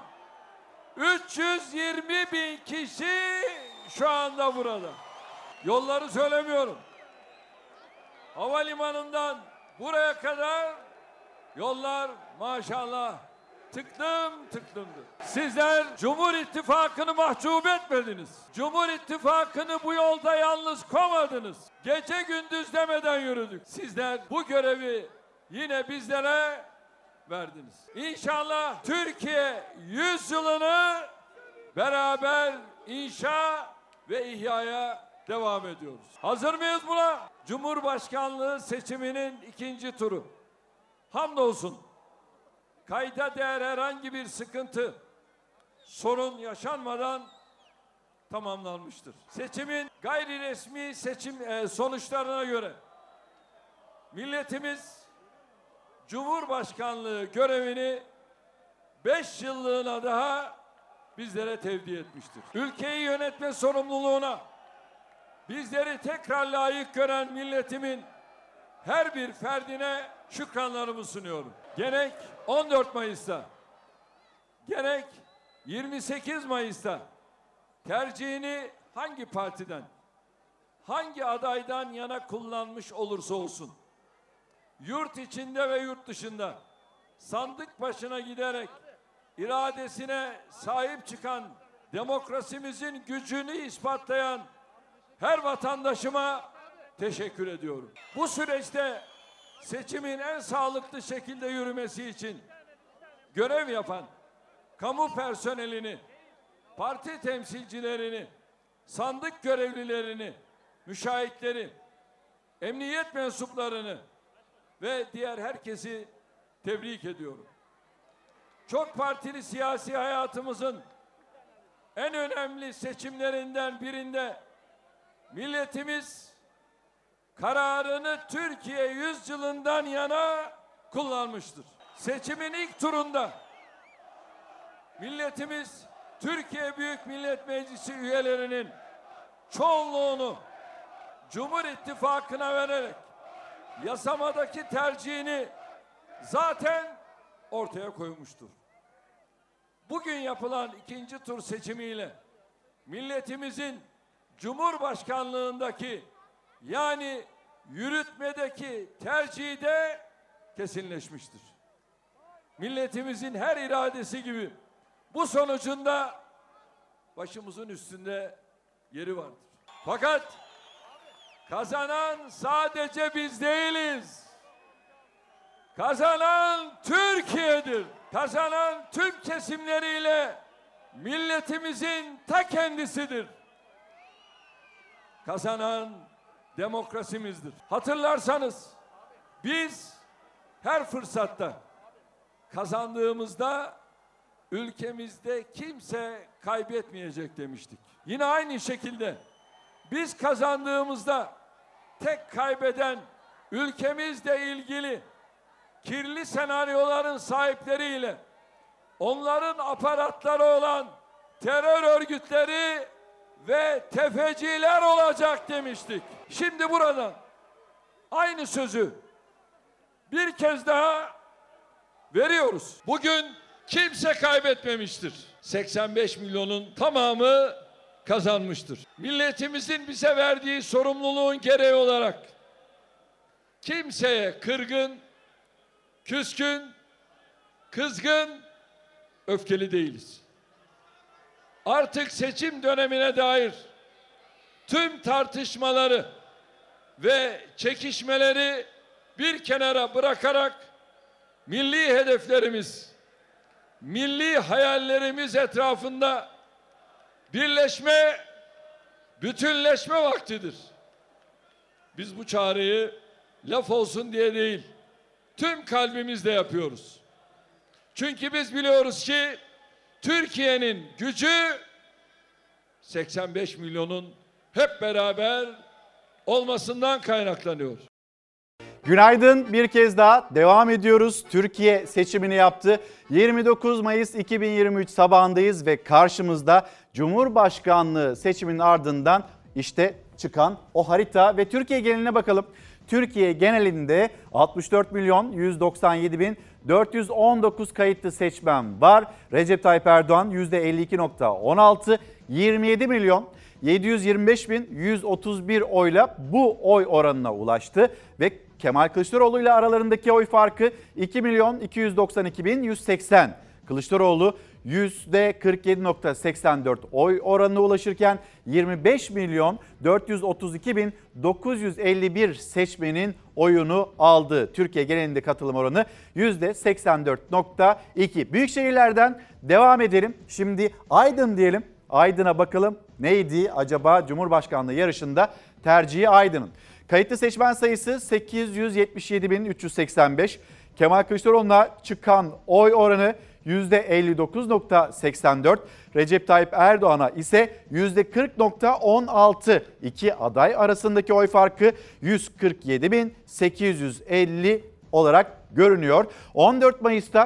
320 bin kişi şu anda burada. Yolları söylemiyorum. Havalimanından buraya kadar yollar maşallah tıklım tıklımdır. Sizler Cumhur İttifakı'nı mahcup etmediniz. Cumhur İttifakı'nı bu yolda yalnız koymadınız. Gece gündüz demeden yürüdük. Sizler bu görevi yine bizlere verdiniz. İnşallah Türkiye 100 yılını beraber inşa ve ihyaya devam ediyoruz. Hazır mıyız buna? Cumhurbaşkanlığı seçiminin ikinci turu. Hamdolsun kayda değer herhangi bir sıkıntı, sorun yaşanmadan tamamlanmıştır. Seçimin gayri resmi seçim sonuçlarına göre milletimiz Cumhurbaşkanlığı görevini 5 yıllığına daha bizlere tevdi etmiştir. Ülkeyi yönetme sorumluluğuna bizleri tekrar layık gören milletimin her bir ferdine şükranlarımı sunuyorum. Gerek 14 Mayıs'ta, gerek 28 Mayıs'ta tercihini hangi partiden, hangi adaydan yana kullanmış olursa olsun, yurt içinde ve yurt dışında sandık başına giderek iradesine sahip çıkan, demokrasimizin gücünü ispatlayan her vatandaşıma teşekkür ediyorum. Bu süreçte seçimin en sağlıklı şekilde yürümesi için görev yapan kamu personelini, parti temsilcilerini, sandık görevlilerini, müşahitleri, emniyet mensuplarını ve diğer herkesi tebrik ediyorum. Çok partili siyasi hayatımızın en önemli seçimlerinden birinde milletimiz kararını Türkiye yüzyılından yana kullanmıştır. Seçimin ilk turunda milletimiz Türkiye Büyük Millet Meclisi üyelerinin çoğunluğunu Cumhur İttifakı'na vererek yasamadaki tercihini zaten ortaya koymuştur. Bugün yapılan ikinci tur seçimiyle milletimizin Cumhurbaşkanlığındaki yani yürütmedeki tercihi de kesinleşmiştir. Milletimizin her iradesi gibi bu sonucunda başımızın üstünde yeri vardır. Fakat kazanan sadece biz değiliz. Kazanan Türkiye'dir. Kazanan tüm kesimleriyle milletimizin ta kendisidir. Kazanan demokrasimizdir. Hatırlarsanız biz her fırsatta kazandığımızda ülkemizde kimse kaybetmeyecek demiştik. Yine aynı şekilde biz kazandığımızda tek kaybeden ülkemizle ilgili kirli senaryoların sahipleriyle onların aparatları olan terör örgütleri ve tefeciler olacak demiştik. Şimdi buradan aynı sözü bir kez daha veriyoruz. Bugün kimse kaybetmemiştir. 85 milyonun tamamı kazanmıştır. Milletimizin bize verdiği sorumluluğun gereği olarak kimseye kırgın, küskün, kızgın, öfkeli değiliz. Artık seçim dönemine dair tüm tartışmaları ve çekişmeleri bir kenara bırakarak milli hedeflerimiz, milli hayallerimiz etrafında birleşme, bütünleşme vaktidir. Biz bu çağrıyı laf olsun diye değil, tüm kalbimizle yapıyoruz. Çünkü biz biliyoruz ki Türkiye'nin gücü 85 milyonun hep beraber olmasından kaynaklanıyor. Günaydın, bir kez daha devam ediyoruz. Türkiye seçimini yaptı. 29 Mayıs 2023 sabahındayız ve karşımızda Cumhurbaşkanlığı seçiminin ardından işte çıkan o harita ve Türkiye geneline bakalım. Türkiye genelinde 64.197.419 kayıtlı seçmen var. Recep Tayyip Erdoğan %52.16, 27.725.131 oyla bu oy oranına ulaştı ve Kemal Kılıçdaroğlu ile aralarındaki oy farkı 2.292.180. Kılıçdaroğlu %47.84 oy oranına ulaşırken 25.432.951 seçmenin oyunu aldı. Türkiye genelinde katılım oranı %84.2. Büyük şehirlerden devam edelim. Şimdi Aydın diyelim. Aydın'a bakalım neydi acaba Cumhurbaşkanlığı yarışında tercihi Aydın'ın. Kayıtlı seçmen sayısı 877.385. Kemal Kılıçdaroğlu'na çıkan oy oranı %59.84. Recep Tayyip Erdoğan'a ise %40.16. İki aday arasındaki oy farkı 147.850 olarak görünüyor. 14 Mayıs'ta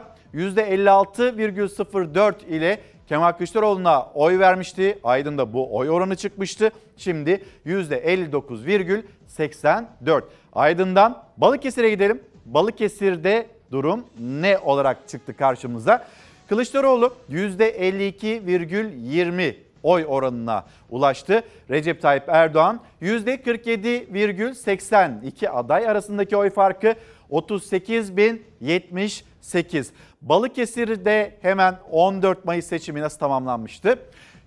%56,04 ile Kemal Kılıçdaroğlu'na oy vermişti. Aydın'da bu oy oranı çıkmıştı. Şimdi %59,84. Aydın'dan Balıkesir'e gidelim. Balıkesir'de durum ne olarak çıktı karşımıza? Kılıçdaroğlu %52,20 oy oranına ulaştı. Recep Tayyip Erdoğan %47,82, aday arasındaki oy farkı 38.078. Balıkesir'de hemen 14 Mayıs seçimi nasıl tamamlanmıştı?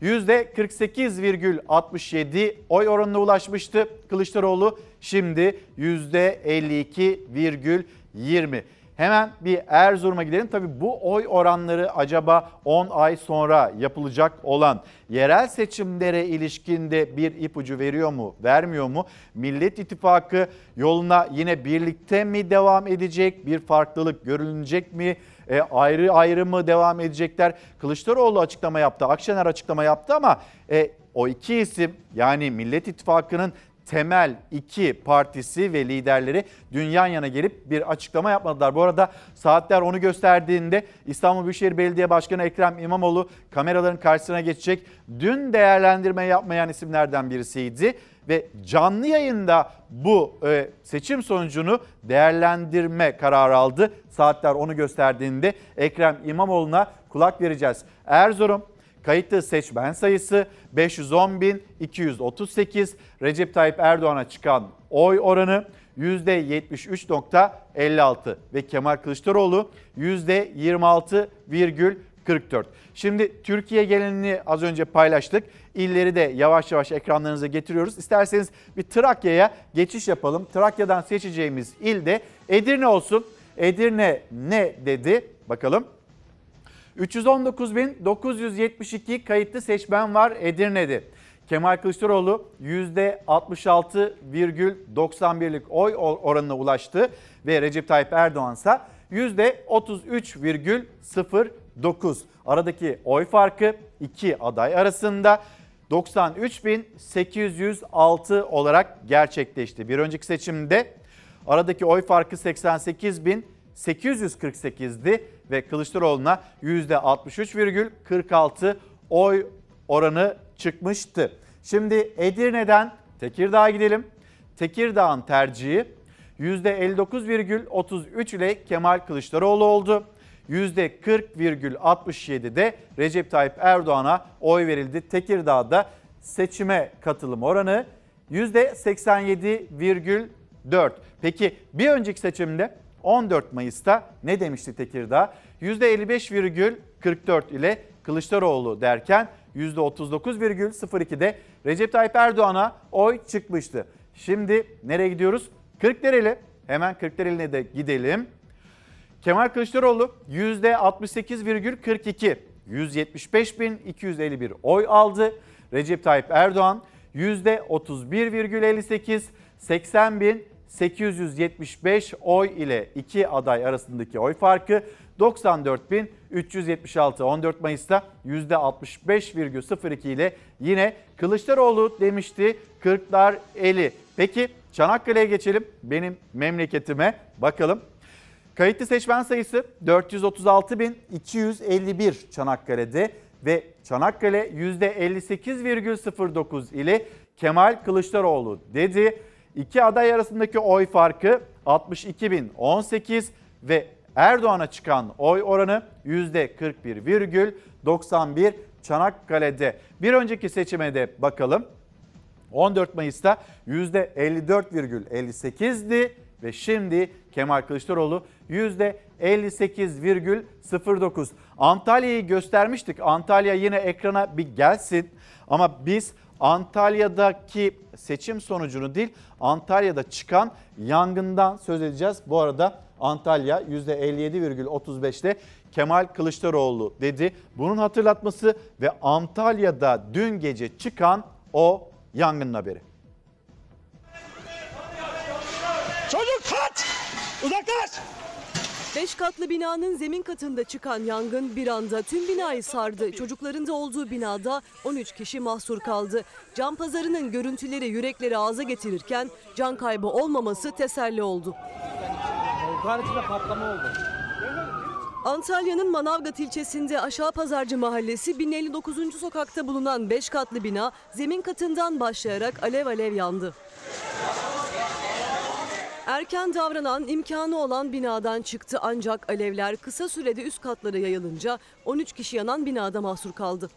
%48,67 oy oranına ulaşmıştı Kılıçdaroğlu. Şimdi %52,20. Hemen bir Erzurum'a gidelim. Tabii bu oy oranları acaba 10 ay sonra yapılacak olan yerel seçimlere ilişkinde bir ipucu veriyor mu, vermiyor mu? Millet İttifakı yoluna yine birlikte mi devam edecek? Bir farklılık görülecek mi? Ayrı ayrı mı devam edecekler? Kılıçdaroğlu açıklama yaptı, Akşener açıklama yaptı ama o iki isim, yani Millet İttifakı'nın temel iki partisi ve liderleri dün yan yana gelip bir açıklama yapmadılar. Bu arada saatler onu gösterdiğinde İstanbul Büyükşehir Belediye Başkanı Ekrem İmamoğlu kameraların karşısına geçecek. Dün değerlendirme yapmayan isimlerden birisiydi ve canlı yayında bu seçim sonucunu değerlendirme kararı aldı. Saatler onu gösterdiğinde Ekrem İmamoğlu'na kulak vereceğiz. Erzurum kayıtlı seçmen sayısı 510.238. Recep Tayyip Erdoğan'a çıkan oy oranı %73.56 ve Kemal Kılıçdaroğlu %26,44. Şimdi Türkiye genelini az önce paylaştık. İlleri de yavaş yavaş ekranlarınıza getiriyoruz. İsterseniz bir Trakya'ya geçiş yapalım. Trakya'dan seçeceğimiz il de Edirne olsun. Edirne ne dedi? Bakalım. 319.972 kayıtlı seçmen var Edirne'de. Kemal Kılıçdaroğlu %66,91'lik oy oranına ulaştı ve Recep Tayyip Erdoğan ise %33,09. Aradaki oy farkı iki aday arasında 93.806 olarak gerçekleşti. Bir önceki seçimde aradaki oy farkı 88.848'di ve Kılıçdaroğlu'na %63,46 oy oranı çıkmıştı. Şimdi Edirne'den Tekirdağ'a gidelim. Tekirdağ'ın tercihi %59,33 ile Kemal Kılıçdaroğlu oldu. %40,67'de Recep Tayyip Erdoğan'a oy verildi. Tekirdağ'da seçime katılım oranı %87,4. Peki bir önceki seçimde 14 Mayıs'ta ne demişti Tekirdağ? %55,44 ile Kılıçdaroğlu derken %39,02'de Recep Tayyip Erdoğan'a oy çıkmıştı. Şimdi nereye gidiyoruz? Kırklareli. Hemen Kırklareli'ne de gidelim. Kemal Kılıçdaroğlu %68,42, 175.251 oy aldı. Recep Tayyip Erdoğan %31,58, 80.875 oy ile iki aday arasındaki oy farkı 94.376. 14 Mayıs'ta %65,02 ile yine Kılıçdaroğlu demişti Kırklareli. Peki Çanakkale'ye geçelim, benim memleketime bakalım. Kayıtlı seçmen sayısı 436.251 Çanakkale'de ve Çanakkale %58,09 ile Kemal Kılıçdaroğlu dedi. İki aday arasındaki oy farkı 62.018 ve Erdoğan'a çıkan oy oranı %41,91 Çanakkale'de. Bir önceki seçime de bakalım. 14 Mayıs'ta %54,58'di ve şimdi Kemal Kılıçdaroğlu %58,09. Antalya'yı göstermiştik. Antalya yine ekrana bir gelsin ama biz Antalya'daki seçim sonucunu değil, Antalya'da çıkan yangından söz edeceğiz. Bu arada Antalya %57,35'te Kemal Kılıçdaroğlu dedi. Bunun hatırlatması ve Antalya'da dün gece çıkan o yangının haberi. Çocuk kaç! Uzaklaş! 5 katlı binanın zemin katında çıkan yangın bir anda tüm binayı sardı. Çocukların da olduğu binada 13 kişi mahsur kaldı. Can pazarının görüntüleri yürekleri ağza getirirken can kaybı olmaması teselli oldu. Yukarıda patlama oldu. Antalya'nın Manavgat ilçesinde Aşağı Pazarcı Mahallesi 1059. sokakta bulunan 5 katlı bina zemin katından başlayarak alev alev yandı. Erken davranan, imkanı olan binadan çıktı ancak alevler kısa sürede üst katlara yayılınca 13 kişi yanan binada mahsur kaldı.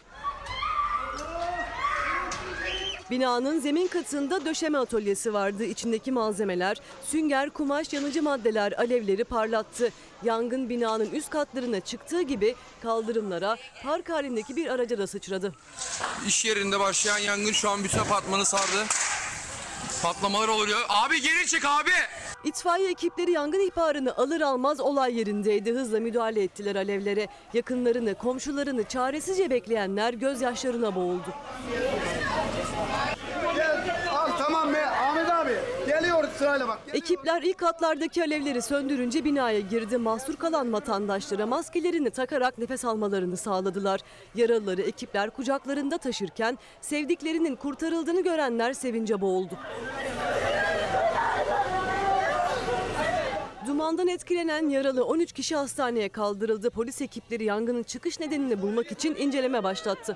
Binanın zemin katında döşeme atölyesi vardı. İçindeki malzemeler, sünger, kumaş, yanıcı maddeler alevleri parlattı. Yangın binanın üst katlarına çıktığı gibi kaldırımlara, park halindeki bir araca da sıçradı. İş yerinde başlayan yangın şu an bütün apartmanı sardı. Patlamalar oluyor. Abi geri çık abi! İtfaiye ekipleri yangın ihbarını alır almaz olay yerindeydi. Hızla müdahale ettiler alevlere. Yakınlarını, komşularını çaresizce bekleyenler gözyaşlarına boğuldu. Tamam be Ahmet abi. Geliyoruz sırayla bak. Ekipler ilk katlardaki alevleri söndürünce binaya girdi. Mahsur kalan vatandaşlara maskelerini takarak nefes almalarını sağladılar. Yaralıları ekipler kucaklarında taşırken sevdiklerinin kurtarıldığını görenler sevince boğuldu. Dumandan etkilenen yaralı 13 kişi hastaneye kaldırıldı. Polis ekipleri yangının çıkış nedenini bulmak için inceleme başlattı.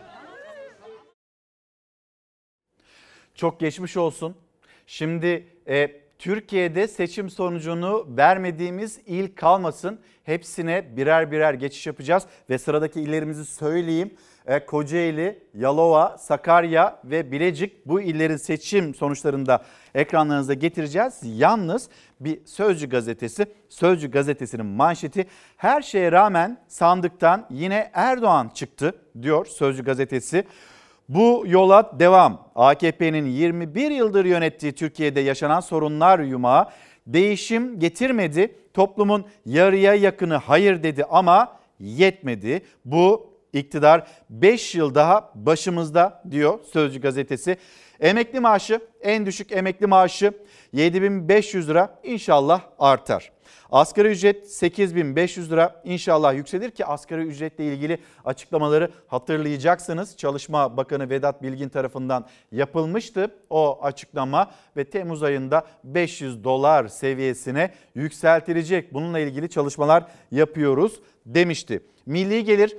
Çok geçmiş olsun. Şimdi Türkiye'de seçim sonucunu vermediğimiz il kalmasın. Hepsine birer birer geçiş yapacağız ve sıradaki illerimizi söyleyeyim. Kocaeli, Yalova, Sakarya ve Bilecik, bu illerin seçim sonuçlarını da ekranlarınıza getireceğiz. Yalnız bir Sözcü gazetesinin manşeti, her şeye rağmen sandıktan yine Erdoğan çıktı diyor Sözcü gazetesi. Bu yola devam. AKP'nin 21 yıldır yönettiği Türkiye'de yaşanan sorunlar yumağı değişim getirmedi. Toplumun yarıya yakını hayır dedi ama yetmedi. Bu iktidar 5 yıl daha başımızda diyor Sözcü gazetesi. Emekli maaşı, en düşük emekli maaşı 7.500 lira inşallah artar. Asgari ücret 8.500 lira inşallah yükselir ki asgari ücretle ilgili açıklamaları hatırlayacaksınız. Çalışma Bakanı Vedat Bilgin tarafından yapılmıştı o açıklama ve Temmuz ayında $500 seviyesine yükseltilecek. Bununla ilgili çalışmalar yapıyoruz demişti. Milli gelir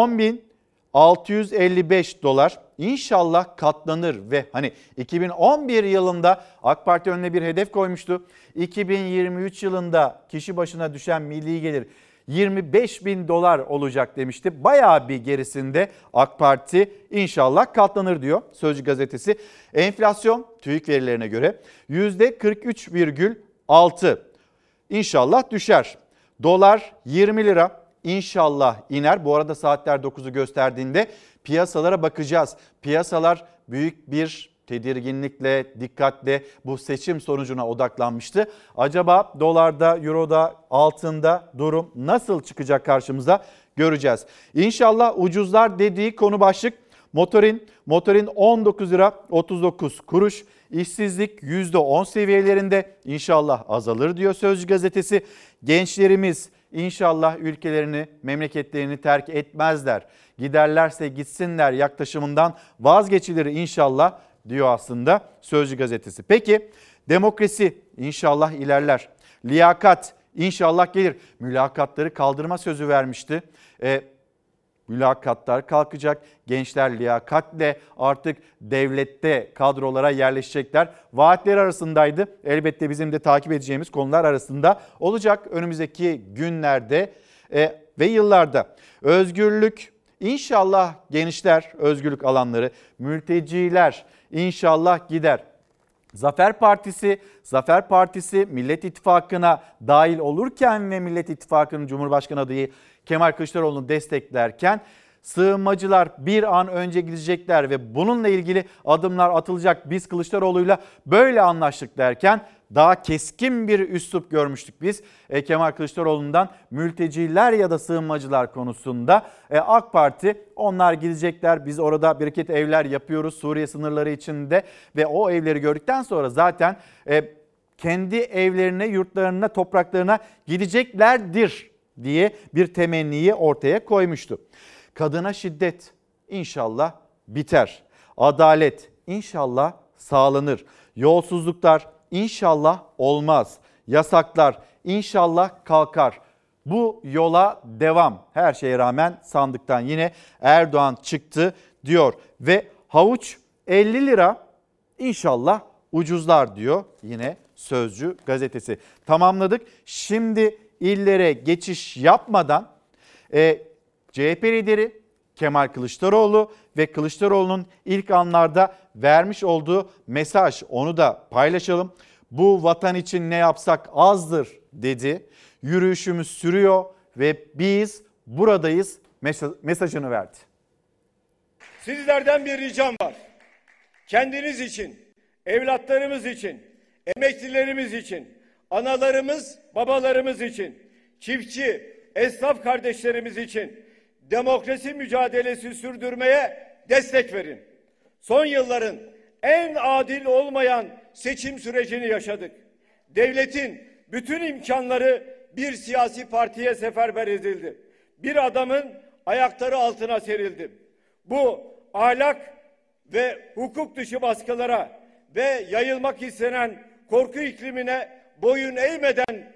10.655 inşallah katlanır ve 2011 yılında AK Parti önüne bir hedef koymuştu. 2023 yılında kişi başına düşen milli gelir $25.000 olacak demişti. Bayağı bir gerisinde AK Parti inşallah katlanır diyor Sözcü gazetesi. Enflasyon TÜİK verilerine göre %43,6 inşallah düşer. Dolar 20 lira. İnşallah iner. Bu arada saatler 9'u gösterdiğinde piyasalara bakacağız. Piyasalar büyük bir tedirginlikle, dikkatle bu seçim sonucuna odaklanmıştı. Acaba dolarda, euroda, altında durum nasıl çıkacak karşımıza göreceğiz. İnşallah ucuzlar dediği konu başlık motorin 19 lira 39 kuruş. İşsizlik %10 seviyelerinde inşallah azalır diyor Sözcü gazetesi. Gençlerimiz İnşallah ülkelerini, memleketlerini terk etmezler. Giderlerse gitsinler yaklaşımından vazgeçilir inşallah diyor aslında Sözcü gazetesi. Peki demokrasi inşallah ilerler. Liyakat inşallah gelir. Mülakatları kaldırma sözü vermişti. Mülakatlar kalkacak. Gençler liyakatle artık devlette kadrolara yerleşecekler. Vaatler arasındaydı. Elbette bizim de takip edeceğimiz konular arasında olacak önümüzdeki günlerde ve yıllarda. Özgürlük inşallah genişler, özgürlük alanları. Mülteciler inşallah gider. Zafer Partisi Millet İttifakı'na dahil olurken ve Millet İttifakı'nın Cumhurbaşkanı adayı Kemal Kılıçdaroğlu'nu desteklerken sığınmacılar bir an önce gidecekler ve bununla ilgili adımlar atılacak. Biz Kılıçdaroğlu'yla böyle anlaştık derken daha keskin bir üslup görmüştük biz Kemal Kılıçdaroğlu'ndan mülteciler ya da sığınmacılar konusunda. AK Parti onlar gidecekler, biz orada biriket evler yapıyoruz Suriye sınırları içinde ve o evleri gördükten sonra zaten kendi evlerine, yurtlarına, topraklarına gideceklerdir diye bir temenniyi ortaya koymuştu. Kadına şiddet inşallah biter. Adalet inşallah sağlanır. Yolsuzluklar inşallah olmaz. Yasaklar inşallah kalkar. Bu yola devam. Her şeye rağmen sandıktan yine Erdoğan çıktı diyor. Ve havuç 50 lira inşallah ucuzlar diyor yine Sözcü gazetesi. Tamamladık. Şimdi illere geçiş yapmadan CHP lideri Kemal Kılıçdaroğlu ve Kılıçdaroğlu'nun ilk anlarda vermiş olduğu mesaj, onu da paylaşalım. Bu vatan için ne yapsak azdır dedi. Yürüyüşümüz sürüyor ve biz buradayız mesajını verdi. Sizlerden bir ricam var. Kendiniz için, evlatlarımız için, emeklilerimiz için, analarımız, babalarımız için, çiftçi, esnaf kardeşlerimiz için demokrasi mücadelesi sürdürmeye destek verin. Son yılların en adil olmayan seçim sürecini yaşadık. Devletin bütün imkanları bir siyasi partiye seferber edildi. Bir adamın ayakları altına serildi. Bu ahlak ve hukuk dışı baskılara ve yayılmak istenen korku iklimine boyun eğmeden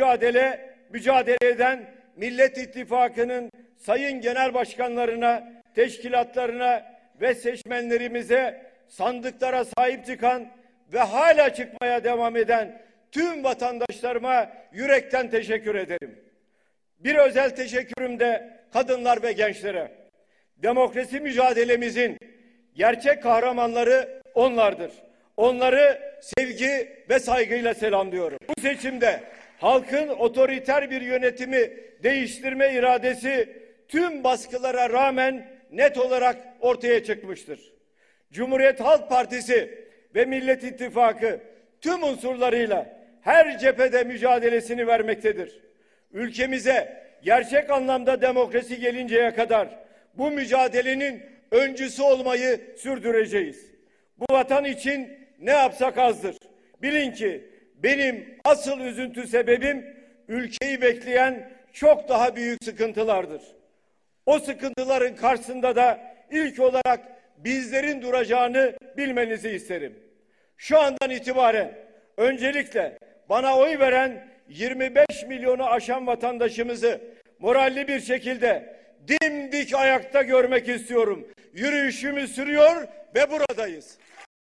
mücadele eden Millet İttifakı'nın sayın genel başkanlarına, teşkilatlarına ve seçmenlerimize, sandıklara sahip çıkan ve hala çıkmaya devam eden tüm vatandaşlarıma yürekten teşekkür ederim. Bir özel teşekkürüm de kadınlar ve gençlere. Demokrasi mücadelemizin gerçek kahramanları onlardır. Onları sevgi ve saygıyla selamlıyorum. Bu seçimde halkın otoriter bir yönetimi değiştirme iradesi tüm baskılara rağmen net olarak ortaya çıkmıştır. Cumhuriyet Halk Partisi ve Millet İttifakı tüm unsurlarıyla her cephede mücadelesini vermektedir. Ülkemize gerçek anlamda demokrasi gelinceye kadar bu mücadelenin öncüsü olmayı sürdüreceğiz. Bu vatan için ne yapsak azdır. Bilin ki benim asıl üzüntü sebebim ülkeyi bekleyen çok daha büyük sıkıntılardır. O sıkıntıların karşısında da ilk olarak bizlerin duracağını bilmenizi isterim. Şu andan itibaren öncelikle bana oy veren 25 milyonu aşan vatandaşımızı moralli bir şekilde dimdik ayakta görmek istiyorum. Yürüyüşümüz sürüyor ve buradayız.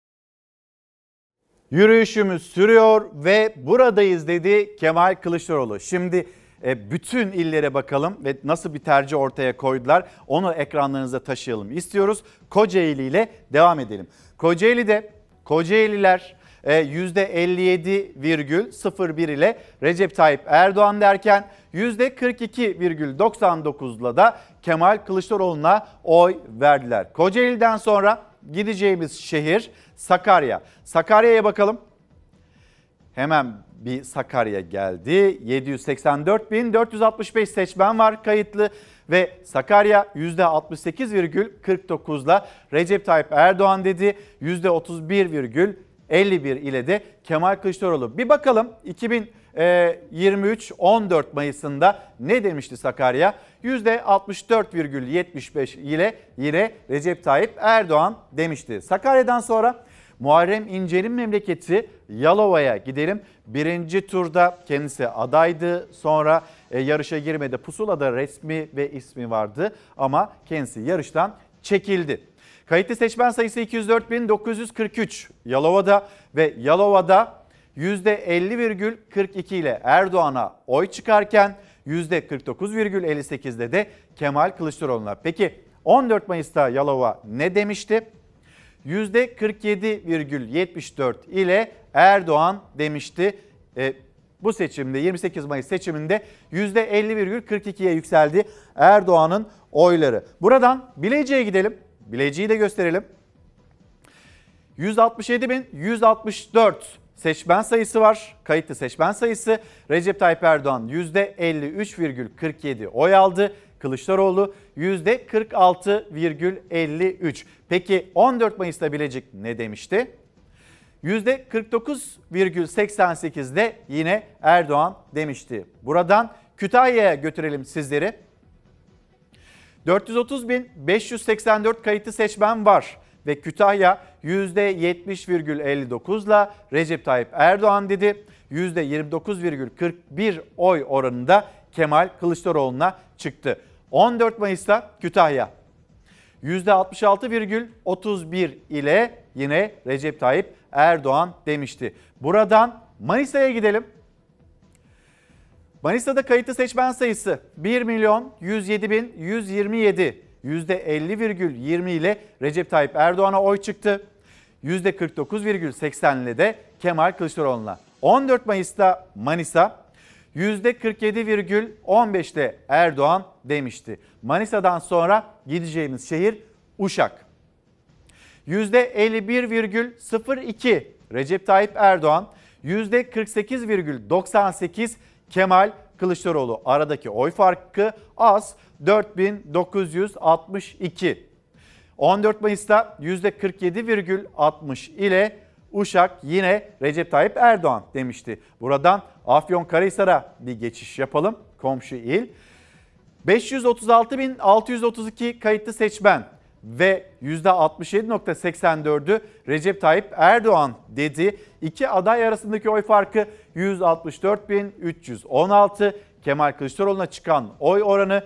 Yürüyüşümüz sürüyor ve buradayız dedi Kemal Kılıçdaroğlu. Şimdi bütün illere bakalım ve nasıl bir tercih ortaya koydular onu ekranlarınıza taşıyalım istiyoruz. Kocaeli ile devam edelim. Kocaeliler %57,01 ile Recep Tayyip Erdoğan derken %42,99'la da Kemal Kılıçdaroğlu'na oy verdiler. Kocaeli'den sonra gideceğimiz şehir Sakarya. Sakarya'ya bakalım. Hemen bir Sakarya geldi. 784.465 seçmen var kayıtlı ve Sakarya %68,49'la Recep Tayyip Erdoğan dedi. %31,51 ile de Kemal Kılıçdaroğlu. Bir bakalım 2023 14 Mayıs'ında ne demişti Sakarya? %64,75 ile yine Recep Tayyip Erdoğan demişti. Sakarya'dan sonra Muharrem İnce'nin memleketi Yalova'ya gidelim. Birinci turda kendisi adaydı. Sonra yarışa girmedi. Pusula'da resmi ve ismi vardı ama kendisi yarıştan çekildi. Kayıtlı seçmen sayısı 204.943 Yalova'da ve Yalova'da %50,42 ile Erdoğan'a oy çıkarken %49,58'de de Kemal Kılıçdaroğlu'na. Peki 14 Mayıs'ta Yalova ne demişti? %47,74 ile Erdoğan demişti. Bu seçimde 28 Mayıs seçiminde %50,42'ye yükseldi Erdoğan'ın oyları. Buradan Bilecik'e gidelim. Bilecik'i de gösterelim. 167.164 seçmen sayısı var. Kayıtlı seçmen sayısı. Recep Tayyip Erdoğan %53,47 oy aldı. Kılıçdaroğlu %46,53. Peki 14 Mayıs'ta Bilecik ne demişti? %49,88'de yine Erdoğan demişti. Buradan Kütahya'ya götürelim sizleri. 430.584 kayıtlı seçmen var ve Kütahya %70,59'la Recep Tayyip Erdoğan dedi. %29,41 oy oranında Kemal Kılıçdaroğlu'na çıktı. 14 Mayıs'ta Kütahya %66,31 ile yine Recep Tayyip Erdoğan demişti. Buradan Manisa'ya gidelim. Manisa'da kayıtlı seçmen sayısı 1.107.127, %50,20 ile Recep Tayyip Erdoğan'a oy çıktı. %49,80 ile de Kemal Kılıçdaroğlu'na. 14 Mayıs'ta Manisa %47,15'te Erdoğan demişti. Manisa'dan sonra gideceğimiz şehir Uşak. %51,02 Recep Tayyip Erdoğan, %48,98 Kemal Kılıçdaroğlu. Aradaki oy farkı az, 4.962. 14 Mayıs'ta %47,60 ile Uşak yine Recep Tayyip Erdoğan demişti. Buradan Afyonkarahisar'a bir geçiş yapalım, komşu il. 536.632 kayıtlı seçmen ve %67,84'ü Recep Tayyip Erdoğan dedi. İki aday arasındaki oy farkı 164.316. Kemal Kılıçdaroğlu'na çıkan oy oranı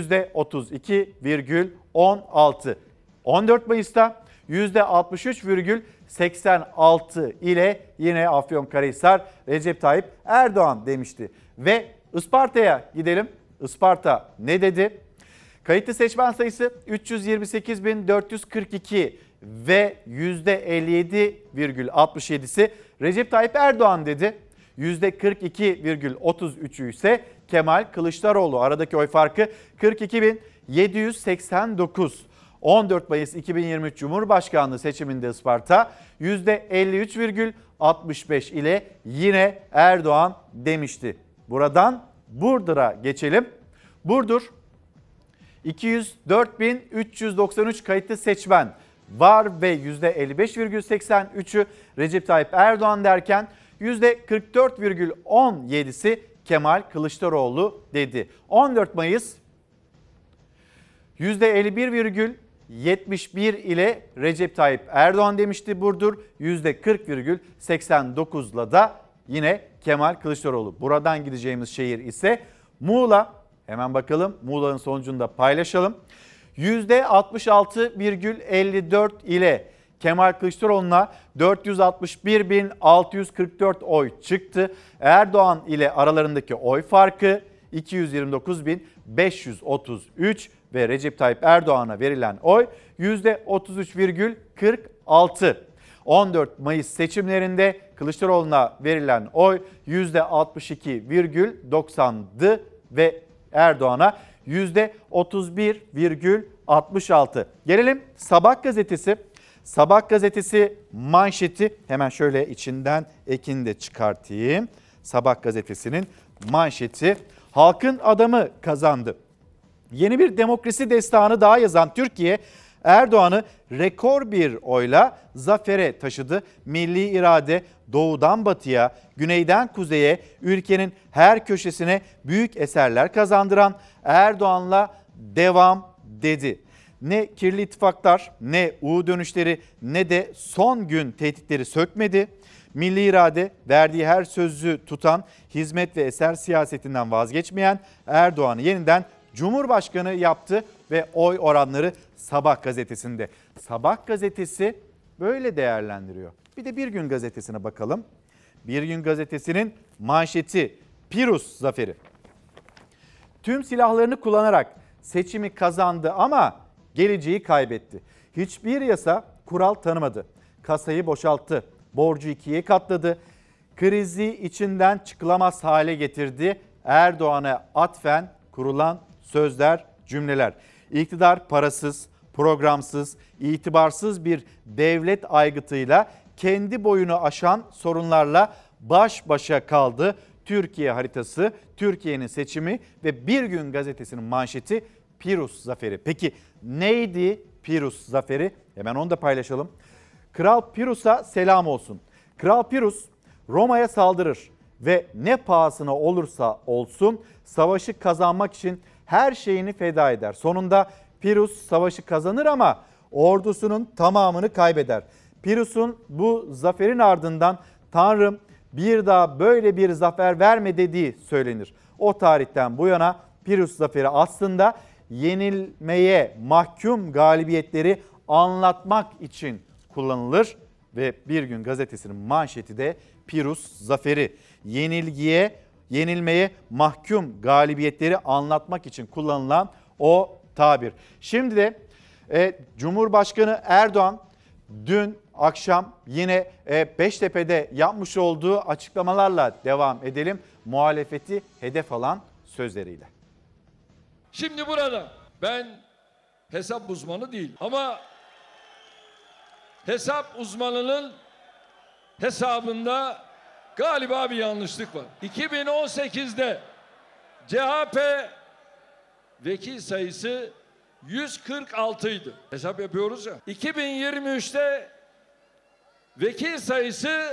%32,16. 14 Mayıs'ta %63,86 ile yine Afyonkarahisar Recep Tayyip Erdoğan demişti. Ve Isparta'ya gidelim. Isparta ne dedi? Kayıtlı seçmen sayısı 328.442 ve %57,67'si Recep Tayyip Erdoğan dedi. %42,33'ü ise Kemal Kılıçdaroğlu. Aradaki oy farkı 42.789. 14 Mayıs 2023 Cumhurbaşkanlığı seçiminde Isparta %53,65 ile yine Erdoğan demişti. Buradan Burdur'a geçelim. Burdur 204.393 kayıtlı seçmen var ve %55,83'ü Recep Tayyip Erdoğan derken %44,17'si Kemal Kılıçdaroğlu dedi. 14 Mayıs %51,71 ile Recep Tayyip Erdoğan demişti Burdur. %40,89'la da yine Kemal Kılıçdaroğlu. Buradan gideceğimiz şehir ise Muğla. Hemen bakalım Muğla'nın sonucunu da paylaşalım. %66,54 ile Kemal Kılıçdaroğlu'na 461.644 oy çıktı. Erdoğan ile aralarındaki oy farkı 229.533 ve Recep Tayyip Erdoğan'a verilen oy %33,46. 14 Mayıs seçimlerinde Kılıçdaroğlu'na verilen oy %62,90'dı ve Erdoğan'a %31,66. Gelelim Sabah gazetesi. Sabah gazetesi manşeti hemen şöyle içinden ekini de çıkartayım. Sabah gazetesinin manşeti halkın adamı kazandı. Yeni bir demokrasi destanı daha yazan Türkiye Erdoğan'ı rekor bir oyla zafere taşıdı. Milli irade doğudan batıya, güneyden kuzeye, ülkenin her köşesine büyük eserler kazandıran Erdoğan'la devam dedi. Ne kirli ittifaklar, ne U dönüşleri, ne de son gün tehditleri sökmedi. Milli irade verdiği her sözü tutan, hizmet ve eser siyasetinden vazgeçmeyen Erdoğan'ı yeniden Cumhurbaşkanı yaptı ve oy oranları Sabah gazetesinde. Sabah gazetesi böyle değerlendiriyor. Bir de Bir Gün gazetesine bakalım. Bir Gün gazetesinin manşeti Pirus zaferi. Tüm silahlarını kullanarak seçimi kazandı ama geleceği kaybetti. Hiçbir yasa kural tanımadı. Kasayı boşalttı. Borcu ikiye katladı. Krizi içinden çıkılamaz hale getirdi. Erdoğan'a atfen kurulan sözler, cümleler. İktidar parasız, programsız, itibarsız bir devlet aygıtıyla kendi boyunu aşan sorunlarla baş başa kaldı. Türkiye haritası, Türkiye'nin seçimi ve Bir Gün gazetesinin manşeti Pirus zaferi. Peki neydi Pirus zaferi? Hemen onu da paylaşalım. Kral Pirus'a selam olsun. Kral Pirus Roma'ya saldırır ve ne pahasına olursa olsun savaşı kazanmak için her şeyini feda eder. Sonunda Pirus savaşı kazanır ama ordusunun tamamını kaybeder. Pirus'un bu zaferin ardından Tanrım bir daha böyle bir zafer verme dediği söylenir. O tarihten bu yana Pirus zaferi aslında yenilmeye mahkum galibiyetleri anlatmak için kullanılır Ve Bir Gün gazetesinin manşeti de Pirus zaferi. Yenilmeye mahkum galibiyetleri anlatmak için kullanılan o tabir. Şimdi de Cumhurbaşkanı Erdoğan dün akşam yine Beştepe'de yapmış olduğu açıklamalarla devam edelim. Muhalefeti hedef alan sözleriyle. Şimdi burada ben hesap uzmanı değilim ama hesap uzmanının hesabında galiba bir yanlışlık var. 2018'de CHP vekil sayısı 146 idi. Hesap yapıyoruz ya. 2023'te vekil sayısı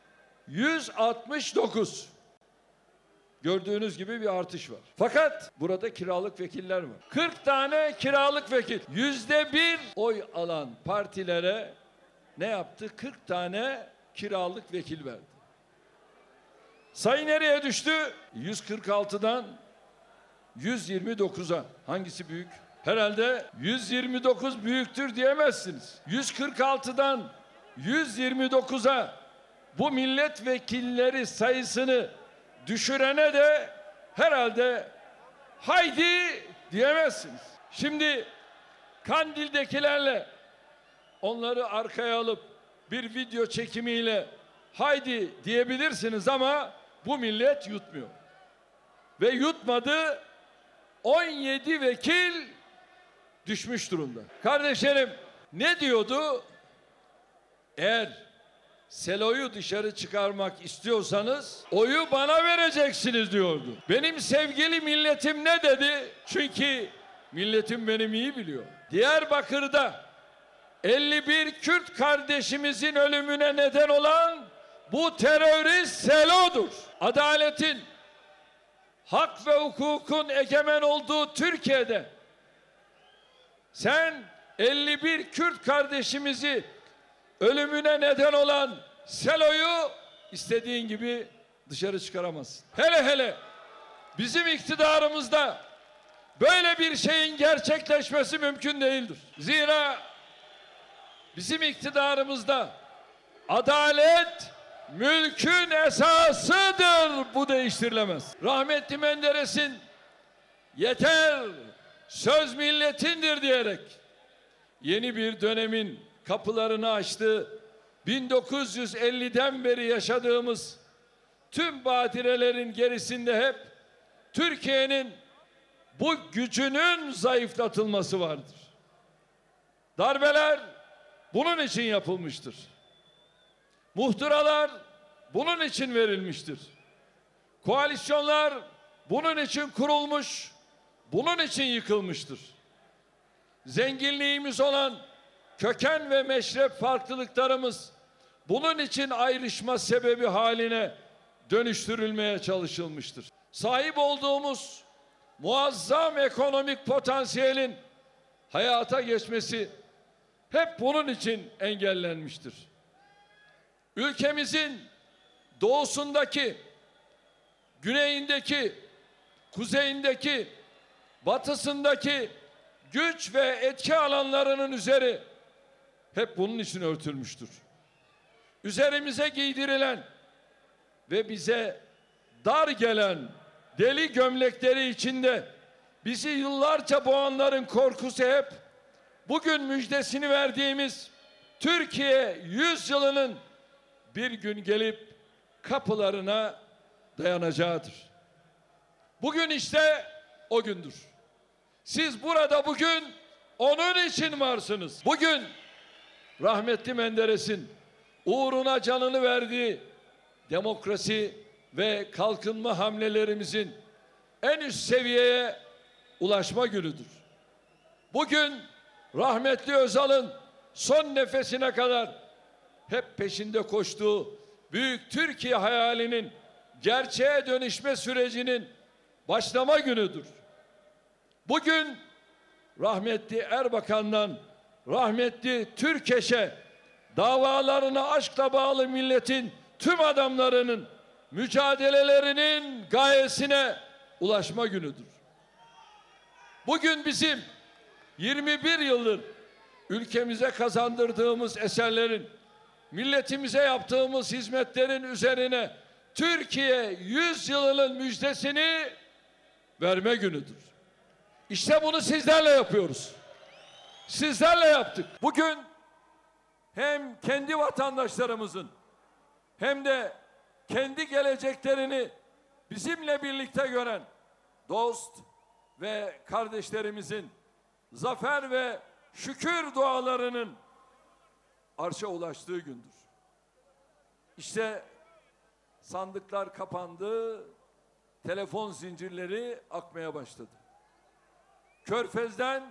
169. Gördüğünüz gibi bir artış var. Fakat burada kiralık vekiller var. 40 tane kiralık vekil. %1 oy alan partilere ne yaptı? 40 tane kiralık vekil verdi. Sayı nereye düştü? 146'dan 129'a. Hangisi büyük? Herhalde 129 büyüktür diyemezsiniz. 146'dan 129'a bu milletvekilleri sayısını düşürene de herhalde haydi diyemezsiniz. Şimdi Kandil'dekilerle onları arkaya alıp bir video çekimiyle haydi diyebilirsiniz ama bu millet yutmuyor. Ve yutmadı, 17 vekil düşmüş durumda. Kardeşlerim ne diyordu? Eğer Selo'yu dışarı çıkarmak istiyorsanız oyu bana vereceksiniz diyordu. Benim sevgili milletim ne dedi? Çünkü milletim benim iyi biliyor. Diyarbakır'da 51 Kürt kardeşimizin ölümüne neden olan bu terörist Selo'dur. Adaletin, hak ve hukukun egemen olduğu Türkiye'de sen 51 Kürt kardeşimizi ölümüne neden olan Selo'yu istediğin gibi dışarı çıkaramazsın. Hele hele bizim iktidarımızda böyle bir şeyin gerçekleşmesi mümkün değildir. Zira bizim iktidarımızda adalet mülkün esasıdır. Bu değiştirilemez. Rahmetli Menderes'in yeter söz milletindir diyerek yeni bir dönemin kapılarını açtı. 1950'den beri yaşadığımız tüm badirelerin gerisinde hep Türkiye'nin bu gücünün zayıflatılması vardır. Darbeler bunun için yapılmıştır. Muhtıralar bunun için verilmiştir. Koalisyonlar bunun için kurulmuş, bunun için yıkılmıştır. Zenginliğimiz olan köken ve meşrep farklılıklarımız bunun için ayrışma sebebi haline dönüştürülmeye çalışılmıştır. Sahip olduğumuz muazzam ekonomik potansiyelin hayata geçmesi hep bunun için engellenmiştir. Ülkemizin doğusundaki, güneyindeki, kuzeyindeki, batısındaki güç ve etki alanlarının üzeri hep bunun için örtülmüştür. Üzerimize giydirilen ve bize dar gelen deli gömlekleri içinde bizi yıllarca boğanların korkusu hep bugün müjdesini verdiğimiz Türkiye 100 yılının bir gün gelip kapılarına dayanacağıdır. Bugün işte o gündür. Siz burada bugün onun için varsınız. Bugün rahmetli Menderes'in uğruna canını verdiği demokrasi ve kalkınma hamlelerimizin en üst seviyeye ulaşma günüdür. Bugün rahmetli Özal'ın son nefesine kadar hep peşinde koştuğu büyük Türkiye hayalinin gerçeğe dönüşme sürecinin başlama günüdür. Bugün rahmetli Erbakan'dan rahmetli Türkeş'e davalarına aşkla bağlı milletin tüm adamlarının mücadelelerinin gayesine ulaşma günüdür. Bugün bizim 21 yıldır ülkemize kazandırdığımız eserlerin milletimize yaptığımız hizmetlerin üzerine Türkiye 100 yılının müjdesini verme günüdür. İşte bunu sizlerle yapıyoruz. Sizlerle yaptık. Bugün hem kendi vatandaşlarımızın hem de kendi geleceklerini bizimle birlikte gören dost ve kardeşlerimizin zafer ve şükür dualarının arşa ulaştığı gündür. İşte sandıklar kapandı, telefon zincirleri akmaya başladı. Körfez'den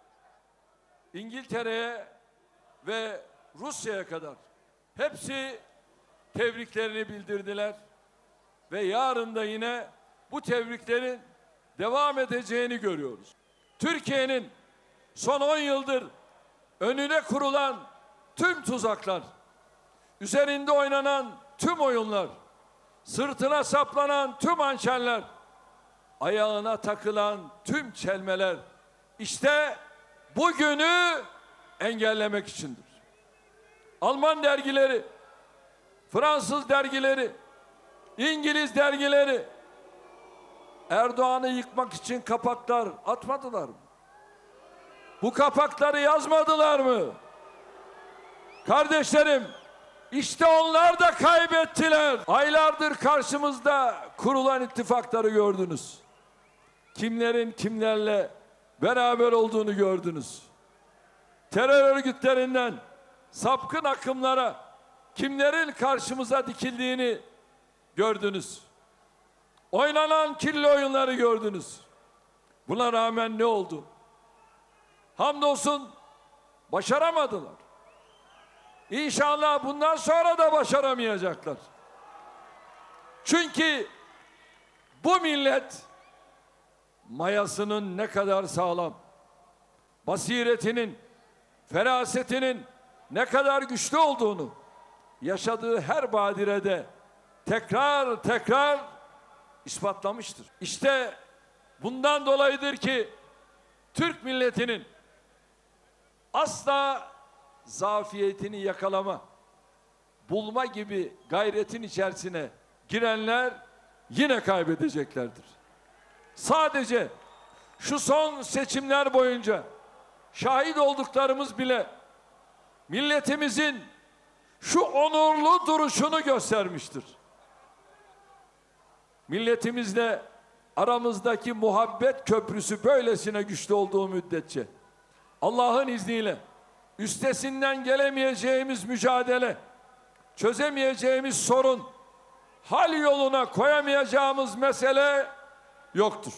İngiltere'ye ve Rusya'ya kadar hepsi tebriklerini bildirdiler ve yarın da yine bu tebriklerin devam edeceğini görüyoruz. Türkiye'nin son 10 yıldır önüne kurulan tüm tuzaklar, üzerinde oynanan tüm oyunlar, sırtına saplanan tüm hançerler, ayağına takılan tüm çelmeler işte bugünü engellemek içindir. Alman dergileri, Fransız dergileri, İngiliz dergileri Erdoğan'ı yıkmak için kapaklar atmadılar mı? Bu kapakları yazmadılar mı? Kardeşlerim, işte onlar da kaybettiler. Aylardır karşımızda kurulan ittifakları gördünüz. Kimlerin kimlerle beraber olduğunu gördünüz. Terör örgütlerinden sapkın akımlara kimlerin karşımıza dikildiğini gördünüz. Oynanan kirli oyunları gördünüz. Buna rağmen ne oldu? Hamdolsun başaramadılar. İnşallah bundan sonra da başaramayacaklar. Çünkü bu millet mayasının ne kadar sağlam, basiretinin, ferasetinin ne kadar güçlü olduğunu yaşadığı her badirede tekrar tekrar ispatlamıştır. İşte bundan dolayıdır ki Türk milletinin asla zafiyetini yakalama, bulma gibi gayretin içerisine girenler yine kaybedeceklerdir. Sadece şu son seçimler boyunca şahit olduklarımız bile milletimizin şu onurlu duruşunu göstermiştir. Milletimizle aramızdaki muhabbet köprüsü böylesine güçlü olduğu müddetçe Allah'ın izniyle üstesinden gelemeyeceğimiz mücadele, çözemeyeceğimiz sorun, hal yoluna koyamayacağımız mesele yoktur.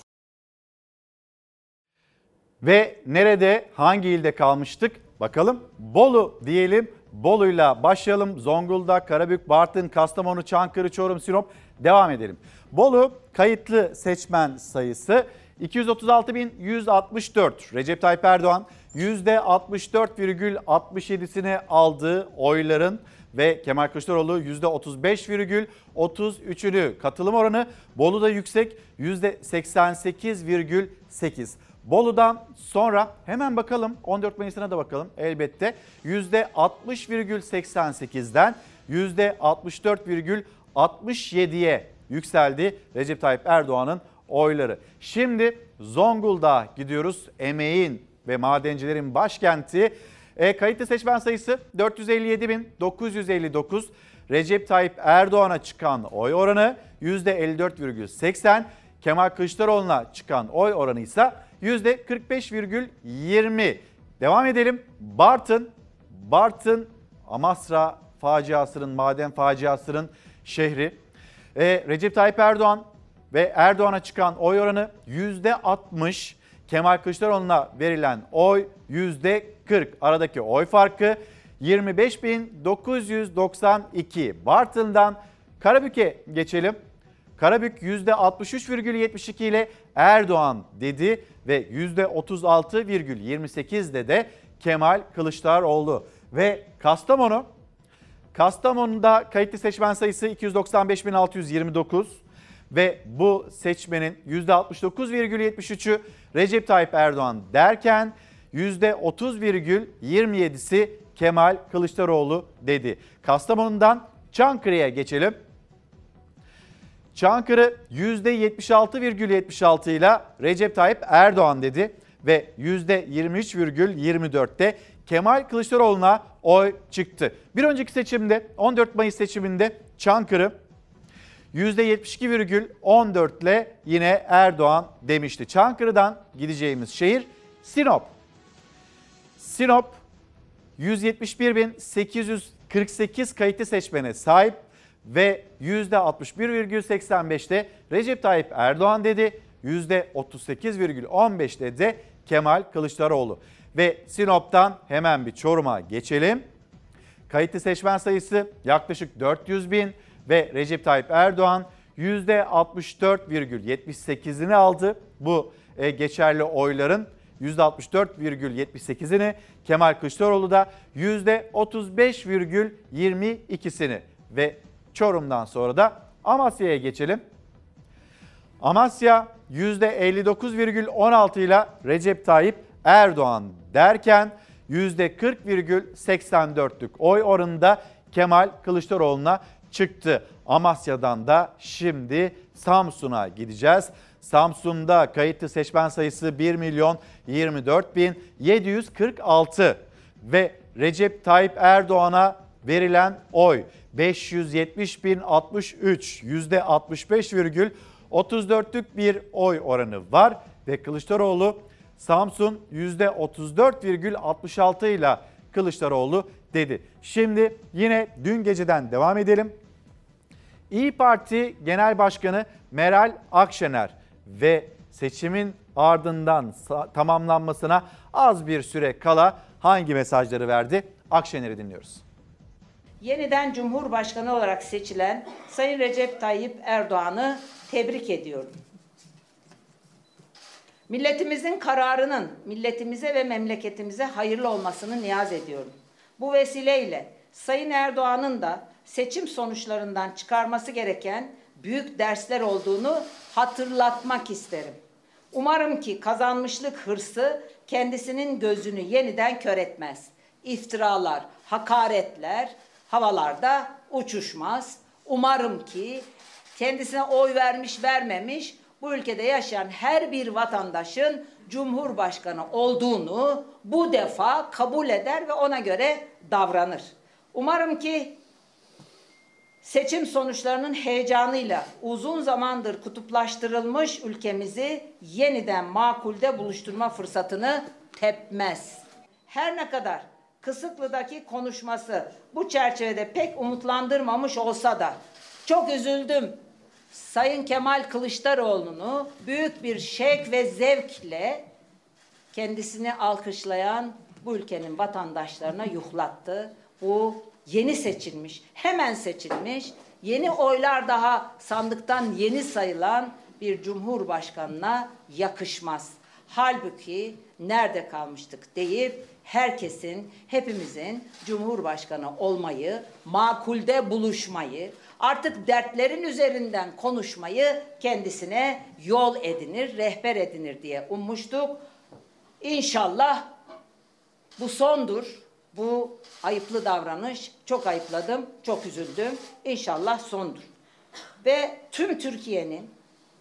Ve nerede, hangi ilde kalmıştık? Bakalım Bolu diyelim. Bolu'yla başlayalım. Zonguldak, Karabük, Bartın, Kastamonu, Çankırı, Çorum, Sinop devam edelim. Bolu kayıtlı seçmen sayısı 236.164. Recep Tayyip Erdoğan %64,67'sini aldığı oyların ve Kemal Kılıçdaroğlu %35,33'ünü. Katılım oranı Bolu'da yüksek %88,8. Bolu'dan sonra hemen bakalım 14 Mayıs'ına da bakalım elbette. %60,88'den %64,67'ye yükseldi Recep Tayyip Erdoğan'ın oyları. Şimdi Zonguldak'a gidiyoruz. Emeğin ve madencilerin başkenti. Kayıtlı seçmen sayısı 457.959. Recep Tayyip Erdoğan'a çıkan oy oranı %54,80. Kemal Kılıçdaroğlu'na çıkan oy oranı ise %45,20. Devam edelim. Bartın Amasra faciasının, maden faciasının şehri. Recep Tayyip Erdoğan ve Erdoğan'a çıkan oy oranı %60. Kemal Kılıçdaroğlu'na verilen oy %40. Aradaki oy farkı 25.992. Bartın'dan Karabük'e geçelim. Karabük %63,72 ile Erdoğan dedi ve %36,28'de de Kemal Kılıçdaroğlu. Ve Kastamonu'da kayıtlı seçmen sayısı 295.629 ve bu seçmenin %69,73'ü Recep Tayyip Erdoğan derken %30,27'si Kemal Kılıçdaroğlu dedi. Kastamonu'dan Çankırı'ya geçelim. Çankırı %76,76 ile Recep Tayyip Erdoğan dedi ve %23,24'te Kemal Kılıçdaroğlu'na oy çıktı. Bir önceki seçimde 14 Mayıs seçiminde Çankırı %72,14 ile yine Erdoğan demişti. Çankırı'dan gideceğimiz şehir Sinop. Sinop 171.848 kayıtlı seçmene sahip ve %61,85'te Recep Tayyip Erdoğan dedi. %38,15'te de Kemal Kılıçdaroğlu. Ve Sinop'tan hemen bir Çorum'a geçelim. Kayıtlı seçmen sayısı yaklaşık 400 bin ve Recep Tayyip Erdoğan %64,78'ini aldı. Bu geçerli oyların %64,78'ini, Kemal Kılıçdaroğlu da %35,22'sini ve Çorum'dan sonra da Amasya'ya geçelim. Amasya %59,16 ile Recep Tayyip Erdoğan derken %40,84'lük oy oranında Kemal Kılıçdaroğlu'na çıktı. Amasya'dan da şimdi Samsun'a gideceğiz. Samsun'da kayıtlı seçmen sayısı 1.024.746 ve Recep Tayyip Erdoğan'a verilen oy 570.063, %65,34'lük bir oy oranı var ve Kılıçdaroğlu Samsun %34,66 ile Kılıçdaroğlu dedi. Şimdi yine dün geceden devam edelim. İYİ Parti Genel Başkanı Meral Akşener ve seçimin ardından tamamlanmasına az bir süre kala hangi mesajları verdi? Akşener'i dinliyoruz. Yeniden Cumhurbaşkanı olarak seçilen Sayın Recep Tayyip Erdoğan'ı tebrik ediyorum. Milletimizin kararının milletimize ve memleketimize hayırlı olmasını niyaz ediyorum. Bu vesileyle Sayın Erdoğan'ın da seçim sonuçlarından çıkarması gereken büyük dersler olduğunu hatırlatmak isterim. Umarım ki kazanmışlık hırsı kendisinin gözünü yeniden kör etmez. İftiralar, hakaretler havalarda uçuşmaz. Umarım ki kendisine oy vermiş vermemiş bu ülkede yaşayan her bir vatandaşın Cumhurbaşkanı olduğunu bu defa kabul eder ve ona göre davranır. Umarım ki seçim sonuçlarının heyecanıyla uzun zamandır kutuplaştırılmış ülkemizi yeniden makulde buluşturma fırsatını tepmez. Her ne kadar Kısıklı'daki konuşması bu çerçevede pek umutlandırmamış olsa da çok üzüldüm. Sayın Kemal Kılıçdaroğlu'nu büyük bir şevk ve zevkle kendisini alkışlayan bu ülkenin vatandaşlarına yuhlattı. Bu yeni seçilmiş, hemen seçilmiş, yeni oylar daha sandıktan yeni sayılan bir cumhurbaşkanına yakışmaz. Halbuki nerede kalmıştık deyip herkesin, hepimizin cumhurbaşkanı olmayı, makulde buluşmayı, artık dertlerin üzerinden konuşmayı kendisine yol edinir, rehber edinir diye ummuştuk. İnşallah bu sondur. Bu ayıplı davranış, çok ayıpladım, çok üzüldüm. İnşallah sondur. Ve tüm Türkiye'nin,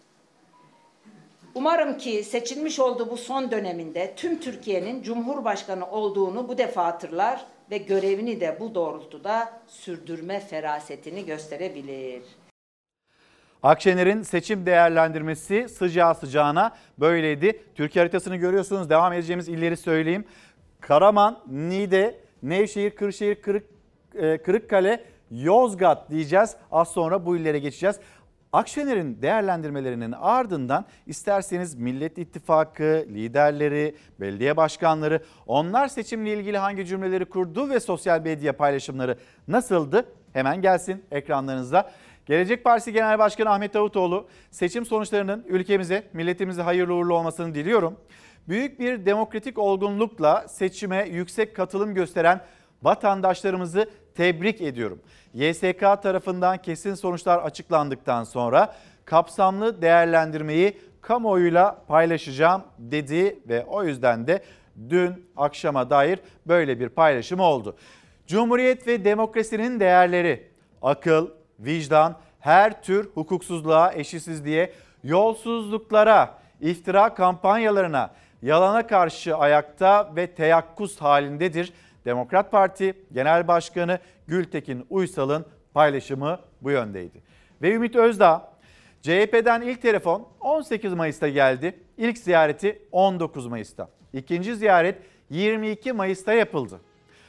umarım ki seçilmiş olduğu bu son döneminde tüm Türkiye'nin Cumhurbaşkanı olduğunu bu defa hatırlar ve görevini de bu doğrultuda sürdürme ferasetini gösterebilir. Akşener'in seçim değerlendirmesi sıcağı sıcağına böyleydi. Türkiye haritasını görüyorsunuz. Devam edeceğimiz illeri söyleyeyim. Karaman, Niğde, Nevşehir, Kırşehir, Kırıkkale, Yozgat diyeceğiz. Az sonra bu illere geçeceğiz. Akşener'in değerlendirmelerinin ardından isterseniz Millet İttifakı, liderleri, belediye başkanları, onlar seçimle ilgili hangi cümleleri kurdu ve sosyal medya paylaşımları nasıldı? Hemen gelsin ekranlarınızda. Gelecek Partisi Genel Başkanı Ahmet Davutoğlu, seçim sonuçlarının ülkemize, milletimize hayırlı uğurlu olmasını diliyorum. Büyük bir demokratik olgunlukla seçime yüksek katılım gösteren vatandaşlarımızı tebrik ediyorum. YSK tarafından kesin sonuçlar açıklandıktan sonra kapsamlı değerlendirmeyi kamuoyuyla paylaşacağım dedi ve o yüzden de dün akşama dair böyle bir paylaşım oldu. Cumhuriyet ve demokrasinin değerleri, akıl, vicdan, her tür hukuksuzluğa, eşitsizliğe, yolsuzluklara, iftira kampanyalarına, yalana karşı ayakta ve teyakkuz halindedir. Demokrat Parti Genel Başkanı Gültekin Uysal'ın paylaşımı bu yöndeydi. Ve Ümit Özdağ, CHP'den ilk telefon 18 Mayıs'ta geldi. İlk ziyareti 19 Mayıs'ta. İkinci ziyaret 22 Mayıs'ta yapıldı.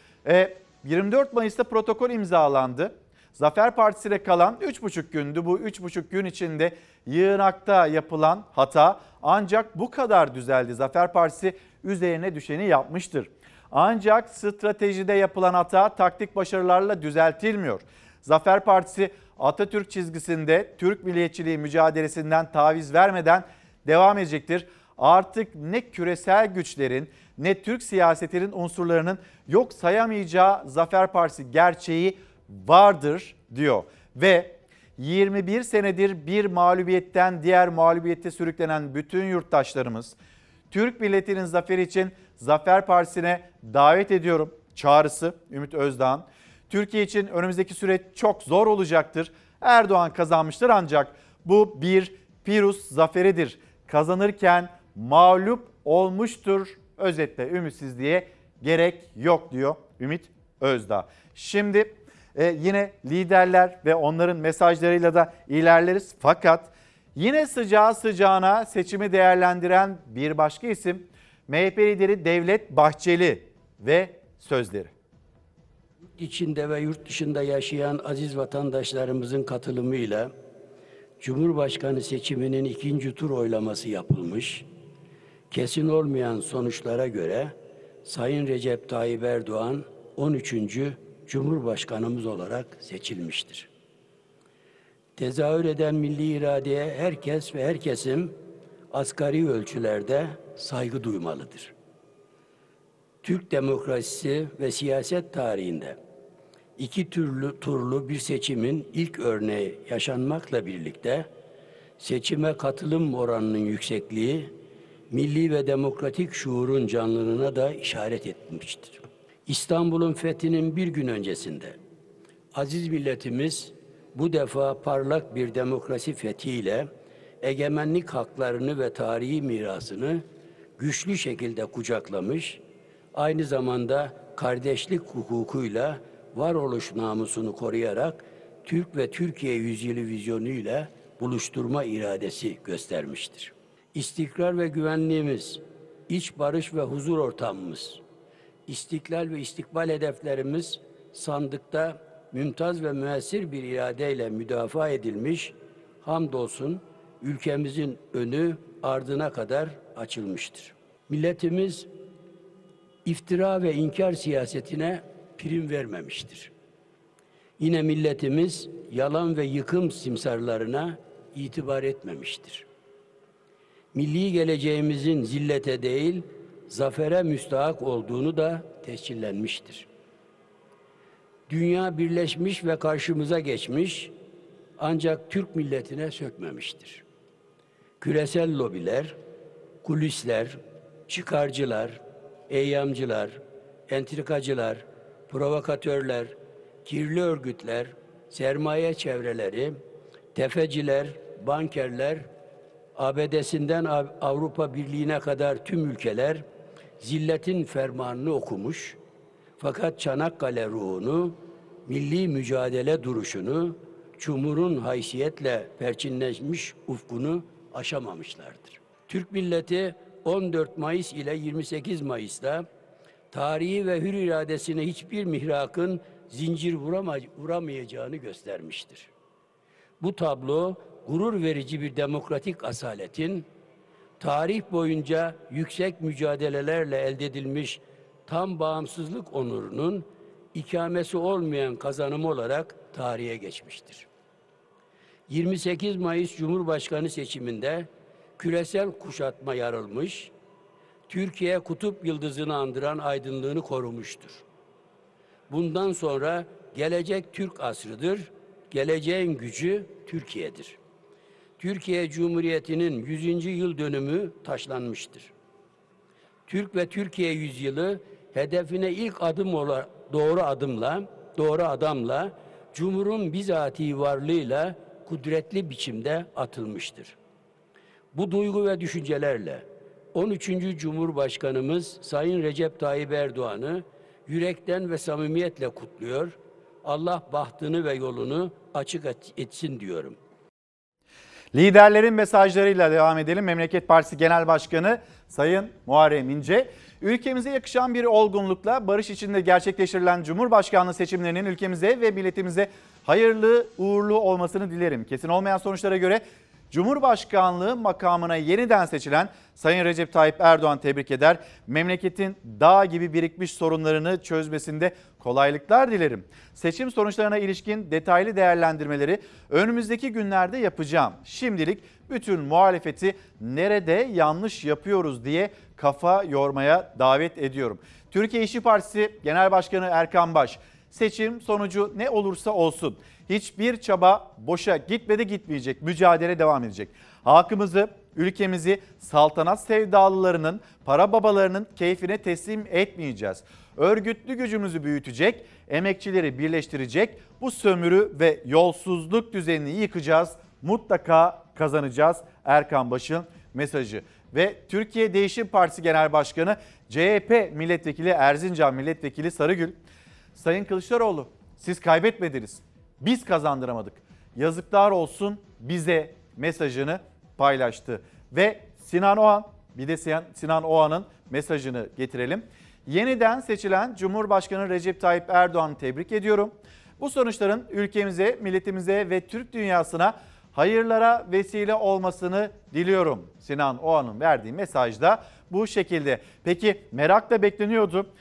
24 Mayıs'ta protokol imzalandı. Zafer Partisi'ne kalan 3,5 gündü. Bu 3,5 gün içinde yığınakta yapılan hata ancak bu kadar düzeldi. Zafer Partisi üzerine düşeni yapmıştır. Ancak stratejide yapılan hata taktik başarılarla düzeltilmiyor. Zafer Partisi Atatürk çizgisinde Türk milliyetçiliği mücadelesinden taviz vermeden devam edecektir. Artık ne küresel güçlerin ne Türk siyasetinin unsurlarının yok sayamayacağı Zafer Partisi gerçeği vardır diyor. Ve 21 senedir bir mağlubiyetten diğer mağlubiyete sürüklenen bütün yurttaşlarımız Türk milletinin zaferi için Zafer Partisi'ne davet ediyorum çağrısı Ümit Özdağ'ın. Türkiye için önümüzdeki süreç çok zor olacaktır. Erdoğan kazanmıştır ancak bu bir Pirus zaferidir. Kazanırken mağlup olmuştur. Özetle ümitsizliğe gerek yok diyor Ümit Özdağ. Şimdi yine liderler ve onların mesajlarıyla da ilerleriz. Fakat yine sıcağı sıcağına seçimi değerlendiren bir başka isim MHP lideri Devlet Bahçeli ve sözleri. İçinde ve yurt dışında yaşayan aziz vatandaşlarımızın katılımıyla Cumhurbaşkanı seçiminin ikinci tur oylaması yapılmış. Kesin olmayan sonuçlara göre Sayın Recep Tayyip Erdoğan 13. Cumhurbaşkanımız olarak seçilmiştir. Tezahür eden milli iradeye herkes ve her kesim asgari ölçülerde saygı duymalıdır. Türk demokrasisi ve siyaset tarihinde iki turlu bir seçimin ilk örneği yaşanmakla birlikte seçime katılım oranının yüksekliği milli ve demokratik şuurun canlılığına da işaret etmiştir. İstanbul'un fethinin bir gün öncesinde aziz milletimiz bu defa parlak bir demokrasi fethiyle egemenlik haklarını ve tarihi mirasını güçlü şekilde kucaklamış, aynı zamanda kardeşlik hukukuyla varoluş namusunu koruyarak Türk ve Türkiye yüzyılı vizyonuyla buluşturma iradesi göstermiştir. İstikrar ve güvenliğimiz, iç barış ve huzur ortamımız, istiklal ve istikbal hedeflerimiz sandıkta mümtaz ve müessir bir iradeyle müdafaa edilmiş, hamdolsun ülkemizin önü ardına kadar açılmıştır. Milletimiz iftira ve inkar siyasetine prim vermemiştir. Yine milletimiz yalan ve yıkım simsarlarına itibar etmemiştir. Milli geleceğimizin zillete değil, zafere müstahak olduğunu da tescillenmiştir. Dünya birleşmiş ve karşımıza geçmiş, ancak Türk milletine sökmemiştir. Küresel lobiler, kulisler, çıkarcılar, eyyamcılar, entrikacılar, provokatörler, kirli örgütler, sermaye çevreleri, tefeciler, bankerler, ABD'sinden Avrupa Birliği'ne kadar tüm ülkeler zilletin fermanını okumuş, fakat Çanakkale ruhunu, milli mücadele duruşunu, Cumhur'un haysiyetle perçinleşmiş ufkunu aşamamışlardır. Türk milleti 14 Mayıs ile 28 Mayıs'ta tarihi ve hür iradesine hiçbir mihrakın zincir vuramayacağını göstermiştir. Bu tablo gurur verici bir demokratik asaletin, tarih boyunca yüksek mücadelelerle elde edilmiş tam bağımsızlık onurunun ikamesi olmayan kazanımı olarak tarihe geçmiştir. 28 Mayıs Cumhurbaşkanı seçiminde küresel kuşatma yarılmış, Türkiye kutup yıldızını andıran aydınlığını korumuştur. Bundan sonra gelecek Türk asrıdır, geleceğin gücü Türkiye'dir. Türkiye Cumhuriyeti'nin 100. yıl dönümü taşlanmıştır. Türk ve Türkiye yüzyılı hedefine ilk adım olan doğru adamla, Cumhur'un bizatihi varlığıyla kudretli biçimde atılmıştır. Bu duygu ve düşüncelerle 13. Cumhurbaşkanımız Sayın Recep Tayyip Erdoğan'ı yürekten ve samimiyetle kutluyor. Allah bahtını ve yolunu açık etsin diyorum. Liderlerin mesajlarıyla devam edelim. Memleket Partisi Genel Başkanı Sayın Muharrem İnce, ülkemize yakışan bir olgunlukla barış içinde gerçekleştirilen Cumhurbaşkanlığı seçimlerinin ülkemize ve milletimize hayırlı, uğurlu olmasını dilerim. Kesin olmayan sonuçlara göre Cumhurbaşkanlığı makamına yeniden seçilen Sayın Recep Tayyip Erdoğan tebrik eder. Memleketin dağ gibi birikmiş sorunlarını çözmesinde kolaylıklar dilerim. Seçim sonuçlarına ilişkin detaylı değerlendirmeleri önümüzdeki günlerde yapacağım. Şimdilik bütün muhalefeti nerede yanlış yapıyoruz diye kafa yormaya davet ediyorum. Türkiye İşçi Partisi Genel Başkanı Erkan Baş, seçim sonucu ne olursa olsun hiçbir çaba boşa gitmedi, gitmeyecek. Mücadele devam edecek. Halkımızı, ülkemizi saltanat sevdalılarının, para babalarının keyfine teslim etmeyeceğiz. Örgütlü gücümüzü büyütecek, emekçileri birleştirecek, bu sömürü ve yolsuzluk düzenini yıkacağız. Mutlaka kazanacağız. Erkan Baş'ın mesajı. Ve Türkiye Değişim Partisi Genel Başkanı CHP Milletvekili Erzincan Milletvekili Sarıgül, Sayın Kılıçdaroğlu siz kaybetmediniz, biz kazandıramadık. Yazıklar olsun bize mesajını paylaştı. Ve Sinan Oğan, bir de Sinan Oğan'ın mesajını getirelim. Yeniden seçilen Cumhurbaşkanı Recep Tayyip Erdoğan'ı tebrik ediyorum. Bu sonuçların ülkemize, milletimize ve Türk dünyasına hayırlara vesile olmasını diliyorum. Sinan Oğan'ın verdiği mesajda bu şekilde. Peki merakla bekleniyordu.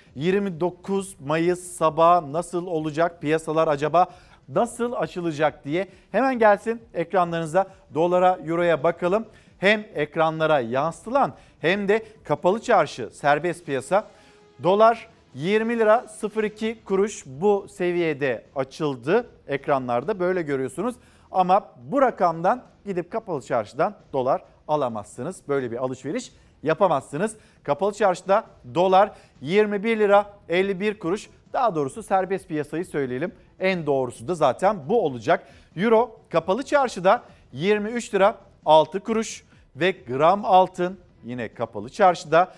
29 Mayıs sabahı nasıl olacak? Piyasalar acaba nasıl açılacak diye. Hemen gelsin ekranlarınıza, dolara, euroya bakalım. Hem ekranlara yansıtılan hem de kapalı çarşı, serbest piyasa. Dolar 20 lira 02 kuruş bu seviyede açıldı. Ekranlarda böyle görüyorsunuz. Ama bu rakamdan gidip kapalı çarşıdan dolar alamazsınız. Böyle bir alışveriş yapamazsınız. Kapalı çarşıda dolar 21 lira 51 kuruş. Daha doğrusu serbest piyasayı söyleyelim. En doğrusu da zaten bu olacak. Euro kapalı çarşıda 23 lira 6 kuruş ve gram altın yine kapalı çarşıda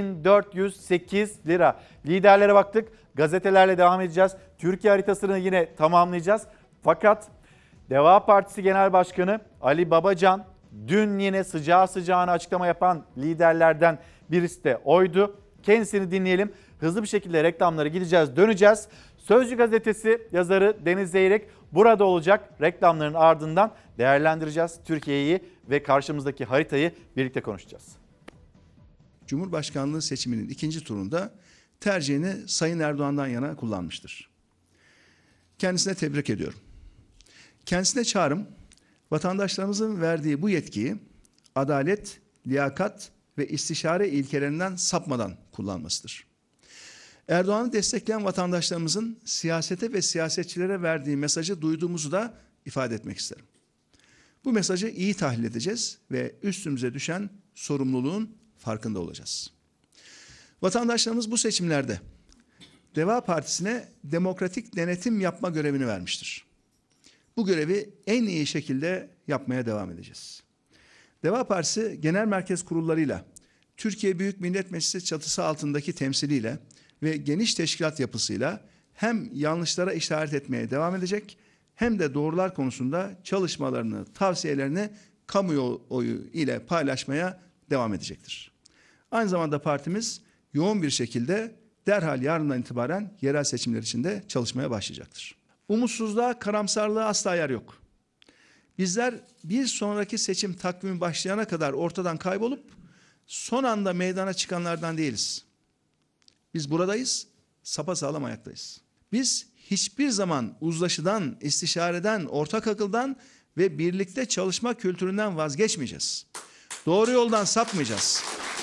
1408 lira. Liderlere baktık. Gazetelerle devam edeceğiz. Türkiye haritasını yine tamamlayacağız. Fakat Deva Partisi Genel Başkanı Ali Babacan dün yine sıcağı sıcağına açıklama yapan liderlerden birisi de oydu. Kendisini dinleyelim. Hızlı bir şekilde reklamlara gideceğiz, döneceğiz. Sözcü gazetesi yazarı Deniz Zeyrek burada olacak. Reklamların ardından değerlendireceğiz Türkiye'yi ve karşımızdaki haritayı birlikte konuşacağız. Cumhurbaşkanlığı seçiminin ikinci turunda tercihini Sayın Erdoğan'dan yana kullanmıştır. Kendisine tebrik ediyorum. Kendisine çağrım, vatandaşlarımızın verdiği bu yetkiyi adalet, liyakat ve istişare ilkelerinden sapmadan kullanmasıdır. Erdoğan'ı destekleyen vatandaşlarımızın siyasete ve siyasetçilere verdiği mesajı duyduğumuzu da ifade etmek isterim. Bu mesajı iyi tahlil edeceğiz ve üstümüze düşen sorumluluğun farkında olacağız. Vatandaşlarımız bu seçimlerde Deva Partisi'ne demokratik denetim yapma görevini vermiştir. Bu görevi en iyi şekilde yapmaya devam edeceğiz. Deva Partisi genel merkez kurullarıyla, Türkiye Büyük Millet Meclisi çatısı altındaki temsiliyle ve geniş teşkilat yapısıyla hem yanlışlara işaret etmeye devam edecek hem de doğrular konusunda çalışmalarını, tavsiyelerini kamuoyu ile paylaşmaya devam edecektir. Aynı zamanda partimiz yoğun bir şekilde derhal yarından itibaren yerel seçimler için de çalışmaya başlayacaktır. Umutsuzluğa, karamsarlığa asla yer yok. Bizler bir sonraki seçim takvimi başlayana kadar ortadan kaybolup son anda meydana çıkanlardan değiliz. Biz buradayız, sapasağlam ayaktayız. Biz hiçbir zaman uzlaşıdan, istişareden, ortak akıldan ve birlikte çalışma kültüründen vazgeçmeyeceğiz. Doğru yoldan sapmayacağız.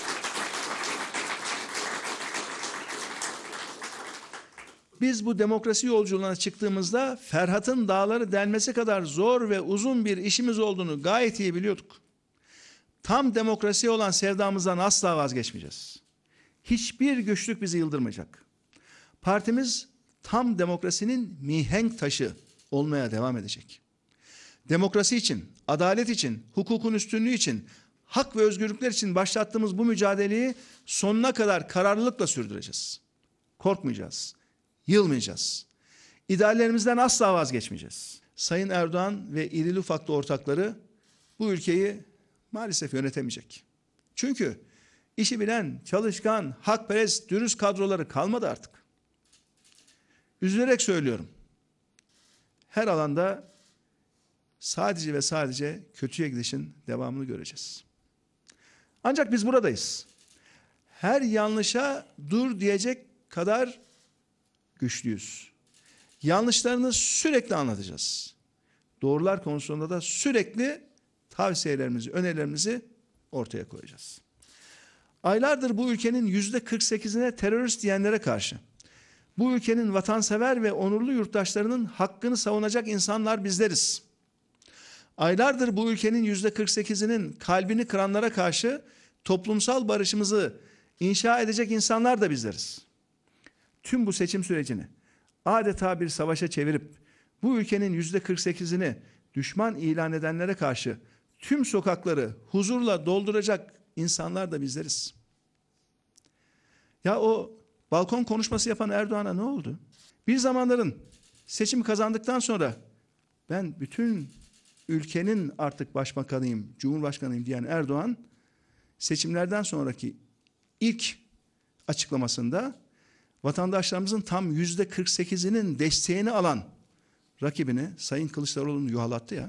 Biz bu demokrasi yolculuğuna çıktığımızda Ferhat'ın dağları delmesi kadar zor ve uzun bir işimiz olduğunu gayet iyi biliyorduk. Tam demokrasiye olan sevdamızdan asla vazgeçmeyeceğiz. hiçbir güçlük bizi yıldırmayacak. Partimiz tam demokrasinin mihenk taşı olmaya devam edecek. Demokrasi için, adalet için, hukukun üstünlüğü için, hak ve özgürlükler için başlattığımız bu mücadeleyi sonuna kadar kararlılıkla sürdüreceğiz. Korkmayacağız, yılmayacağız. İdeallerimizden asla vazgeçmeyeceğiz. Sayın Erdoğan ve irili ufaklı ortakları bu ülkeyi maalesef yönetemeyecek. Çünkü işi bilen, çalışkan, hakperest, dürüst kadroları kalmadı artık. Üzülerek söylüyorum. Her alanda sadece ve sadece kötüye gidişin devamını göreceğiz. Ancak biz buradayız. Her yanlışa dur diyecek kadar güçlüyüz. Yanlışlarını sürekli anlatacağız. Doğrular konusunda da sürekli tavsiyelerimizi, önerilerimizi ortaya koyacağız. Aylardır bu ülkenin %48'ine terörist diyenlere karşı, bu ülkenin vatansever ve onurlu yurttaşlarının hakkını savunacak insanlar bizleriz. Aylardır bu ülkenin %48'inin kalbini kıranlara karşı toplumsal barışımızı inşa edecek insanlar da bizleriz. Tüm bu seçim sürecini adeta bir savaşa çevirip bu ülkenin %48'ini düşman ilan edenlere karşı tüm sokakları huzurla dolduracak insanlar da bizleriz. Ya o balkon konuşması yapan Erdoğan'a ne oldu? Bir zamanların seçimi kazandıktan sonra ben bütün ülkenin artık başbakanıyım, cumhurbaşkanıyım diyen Erdoğan seçimlerden sonraki ilk açıklamasında vatandaşlarımızın tam %48'inin desteğini alan rakibini Sayın Kılıçdaroğlu'nu yuhalattı ya.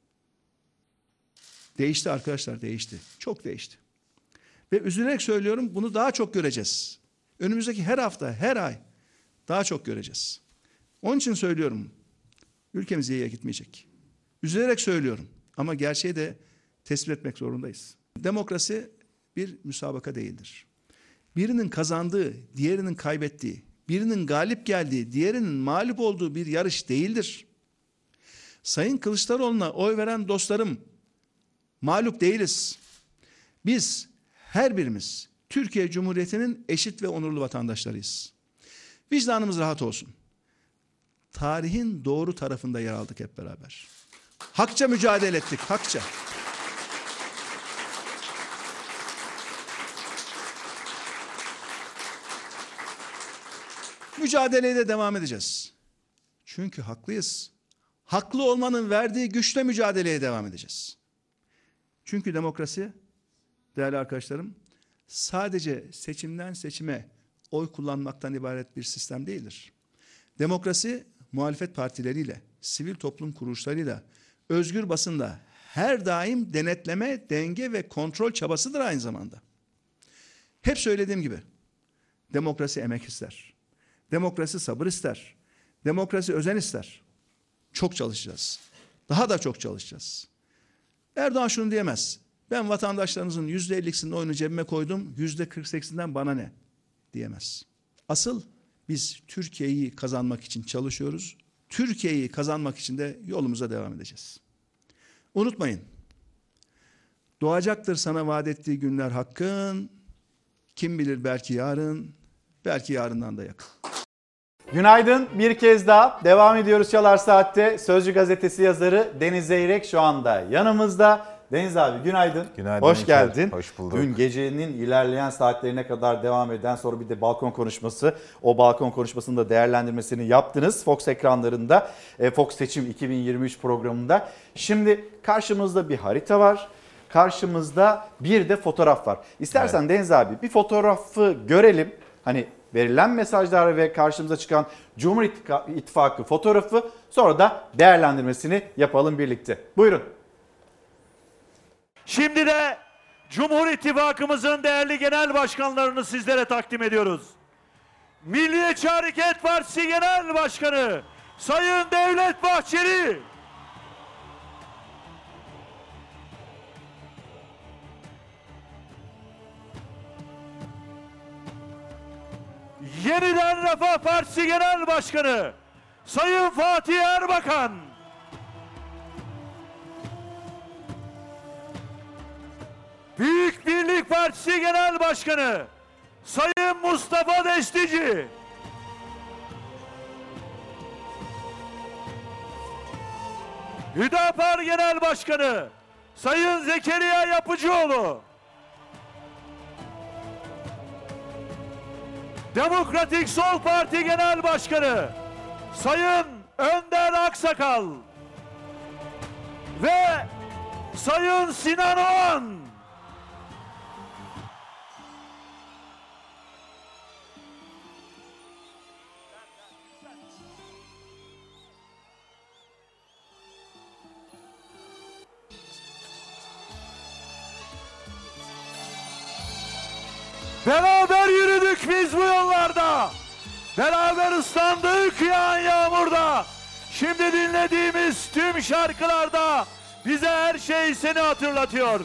Değişti arkadaşlar, değişti. Çok değişti. Ve üzülerek söylüyorum, bunu daha çok göreceğiz. Önümüzdeki her hafta, her ay daha çok göreceğiz. Onun için söylüyorum, ülkemiz iyiye gitmeyecek. Üzülerek söylüyorum ama gerçeği de tespit etmek zorundayız. Demokrasi bir müsabaka değildir. Birinin kazandığı, diğerinin kaybettiği, birinin galip geldiği, diğerinin mağlup olduğu bir yarış değildir. Sayın Kılıçdaroğlu'na oy veren dostlarım, mağlup değiliz. Biz her birimiz Türkiye Cumhuriyeti'nin eşit ve onurlu vatandaşlarıyız. Vicdanımız rahat olsun. Tarihin doğru tarafında yer aldık hep beraber. Hakça mücadele ettik, hakça. Mücadeleye de devam edeceğiz. Çünkü haklıyız. Haklı olmanın verdiği güçle mücadeleye devam edeceğiz. Çünkü demokrasi, değerli arkadaşlarım, sadece seçimden seçime oy kullanmaktan ibaret bir sistem değildir. Demokrasi, muhalefet partileriyle, sivil toplum kuruluşlarıyla, özgür basınla her daim denetleme, denge ve kontrol çabasıdır aynı zamanda. Hep söylediğim gibi, demokrasi emek ister. Demokrasi sabır ister. Demokrasi özen ister. Çok çalışacağız. Daha da çok çalışacağız. Erdoğan şunu diyemez. Ben vatandaşlarımızın %50'sinin oyunu cebime koydum, %48'inden bana ne diyemez. Asıl biz Türkiye'yi kazanmak için çalışıyoruz. Türkiye'yi kazanmak için de yolumuza devam edeceğiz. Unutmayın. Doğacaktır sana vaat ettiği günler hakkın. Kim bilir belki yarın, belki yarından da yakın. Günaydın, bir kez daha devam ediyoruz Çalar Saat'te. Sözcü gazetesi yazarı Deniz Zeyrek şu anda yanımızda. Deniz abi günaydın. Günaydın. Hoş geldin. Hoş bulduk. Dün gecenin ilerleyen saatlerine kadar devam eden sonra bir de balkon konuşması. O balkon konuşmasının da değerlendirmesini yaptınız Fox ekranlarında. Fox Seçim 2023 programında. Şimdi karşımızda bir harita var. Karşımızda bir de fotoğraf var. İstersen evet. Deniz abi bir fotoğrafı görelim. Hani verilen mesajlar ve karşımıza çıkan Cumhur İttifakı fotoğrafı, sonra da değerlendirmesini yapalım birlikte. Buyurun. Şimdi de Cumhur İttifakımızın değerli genel başkanlarını sizlere takdim ediyoruz. Milliyetçi Hareket Partisi Genel Başkanı Sayın Devlet Bahçeli. Yeniden Refah Partisi Genel Başkanı Sayın Fatih Erbakan. Büyük Birlik Partisi Genel Başkanı Sayın Mustafa Destici. Hüdapar Genel Başkanı Sayın Zekeriya Yapıcıoğlu. Demokratik Sol Parti Genel Başkanı Sayın Önder Aksakal ve Sayın Sinan Oğan. Beraber yürüdük biz bu yollarda. Beraber ıslandık yağan yağmurda. Şimdi dinlediğimiz tüm şarkılarda bize her şey seni hatırlatıyor.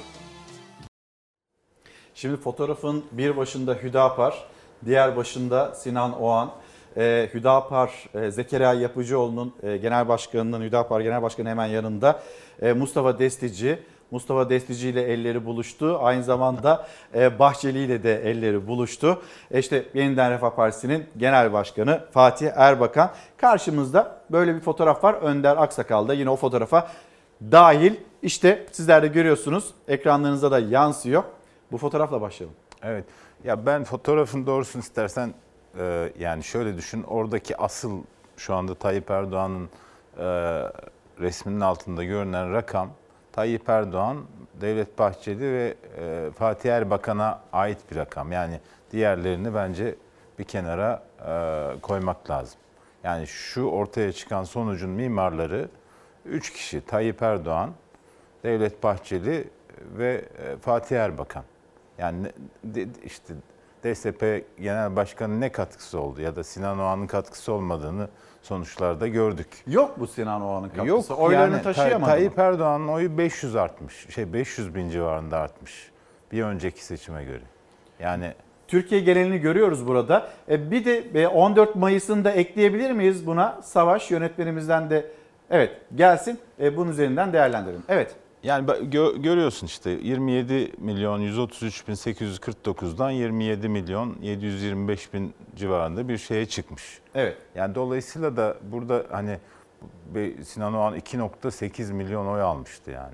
Şimdi fotoğrafın bir başında Hüdapar, diğer başında Sinan Oğan. Hüdapar, Zekeriya Yapıcıoğlu'nun genel başkanının, Hüdapar genel başkanı hemen yanında Mustafa Destici. Mustafa Destici ile elleri buluştu. Aynı zamanda Bahçeli ile de elleri buluştu. İşte Yeniden Refah Partisi'nin genel başkanı Fatih Erbakan. Karşımızda böyle bir fotoğraf var. Önder Aksakal da yine o fotoğrafa dahil. İşte sizler de görüyorsunuz. Ekranlarınıza da yansıyor. Bu fotoğrafla başlayalım. Evet. Ya ben fotoğrafın doğrusunu istersen yani şöyle düşün. Oradaki asıl şu anda Tayyip Erdoğan'ın resminin altında görünen rakam Tayyip Erdoğan, Devlet Bahçeli ve Fatih Erbakan'a ait bir rakam. Yani diğerlerini bence bir kenara koymak lazım. Yani şu ortaya çıkan sonucun mimarları 3 kişi. Tayyip Erdoğan, Devlet Bahçeli ve Fatih Erbakan. Yani işte DSP Genel Başkanı'nın ne katkısı oldu ya da Sinan Oğan'ın katkısı olmadığını sonuçlarda gördük. Yok bu Sinan Oğan'ın katkısı. Yok, Oylarını yani taşıyamadı. Tayyip Erdoğan'ın oyu 500 artmış. 500 bin civarında artmış. Bir önceki seçime göre. Yani Türkiye genelini görüyoruz burada. Bir de 14 Mayıs'ını da ekleyebilir miyiz buna? Savaş yönetmenimizden de evet gelsin. Bunun üzerinden değerlendirelim. Evet. Yani görüyorsun işte 27 milyon 133 bin 849'dan 27 milyon 725 bin civarında bir şeye çıkmış. Evet. Yani dolayısıyla da burada hani Sinan Oğan 2.8 milyon oy almıştı yani.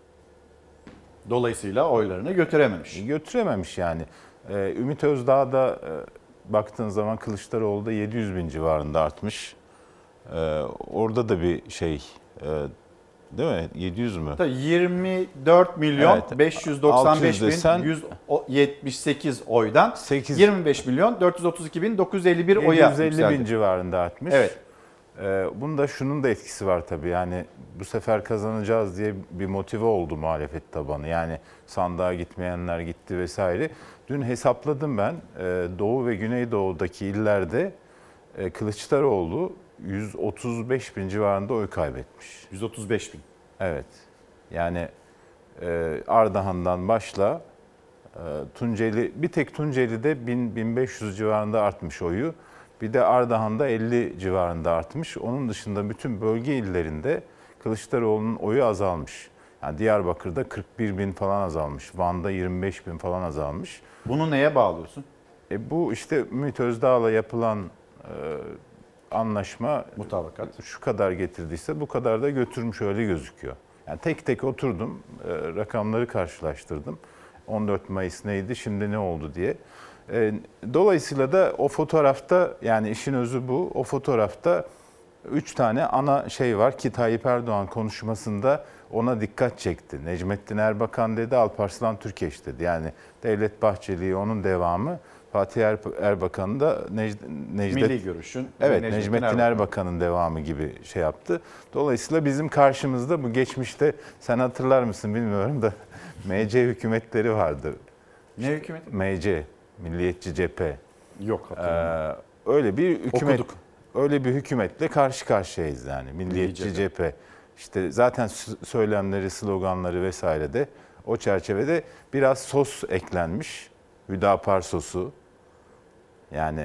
Dolayısıyla oylarını götürememiş. Götürememiş yani. Ümit Özdağ da baktığın zaman Kılıçdaroğlu da 700 bin civarında artmış. Orada da bir şey... Değil mi? 700 mü? 24 milyon evet, 595 bin 178 oydan 25 milyon 432 bin 951 oya 750 bin civarında artmış. Evet. Bunda şunun da etkisi var tabii. Yani bu sefer kazanacağız diye bir motive oldu muhalefet tabanı. Yani sandığa gitmeyenler gitti vesaire. Dün hesapladım ben. Doğu ve Güneydoğu'daki illerde Kılıçdaroğlu 135 bin civarında oy kaybetmiş. 135 bin. Evet. Yani Ardahan'dan başla Tunceli, bir tek Tunceli'de 1000-1500 civarında artmış oyu. Bir de Ardahan'da 50 civarında artmış. Onun dışında bütün bölge illerinde Kılıçdaroğlu'nun oyu azalmış. Yani Diyarbakır'da 41 bin falan azalmış. Van'da 25 bin falan azalmış. Bunu neye bağlıyorsun? Bu işte Ümit Özdağ'la yapılan anlaşma mutabakat şu kadar getirdiyse bu kadar da götürmüş öyle gözüküyor. Yani tek tek oturdum, rakamları karşılaştırdım. 14 Mayıs neydi, şimdi ne oldu diye. Dolayısıyla da o fotoğrafta yani işin özü bu. O fotoğrafta 3 tane ana şey var ki Tayyip Erdoğan konuşmasında ona dikkat çekti. Necmettin Erbakan dedi, Alparslan Türkeş dedi. Yani Devlet Bahçeli onun devamı. Fatih Erbakan'ın da Milli Görüş'ün. Evet, Necmettin Erbakan'ın devamı gibi şey yaptı. Dolayısıyla bizim karşımızda bu geçmişte sen hatırlar mısın bilmiyorum da MC hükümetleri vardı. Ne hükümet? MC, Milliyetçi Cephe. Yok hatırlamıyorum. Öyle bir hükümet. Okuduk. Öyle bir hükümetle karşı karşıyayız yani. Milliyetçi Cephe. İşte zaten söylemleri, sloganları vesaire de o çerçevede biraz sos eklenmiş. Hüdapar sosu. Yani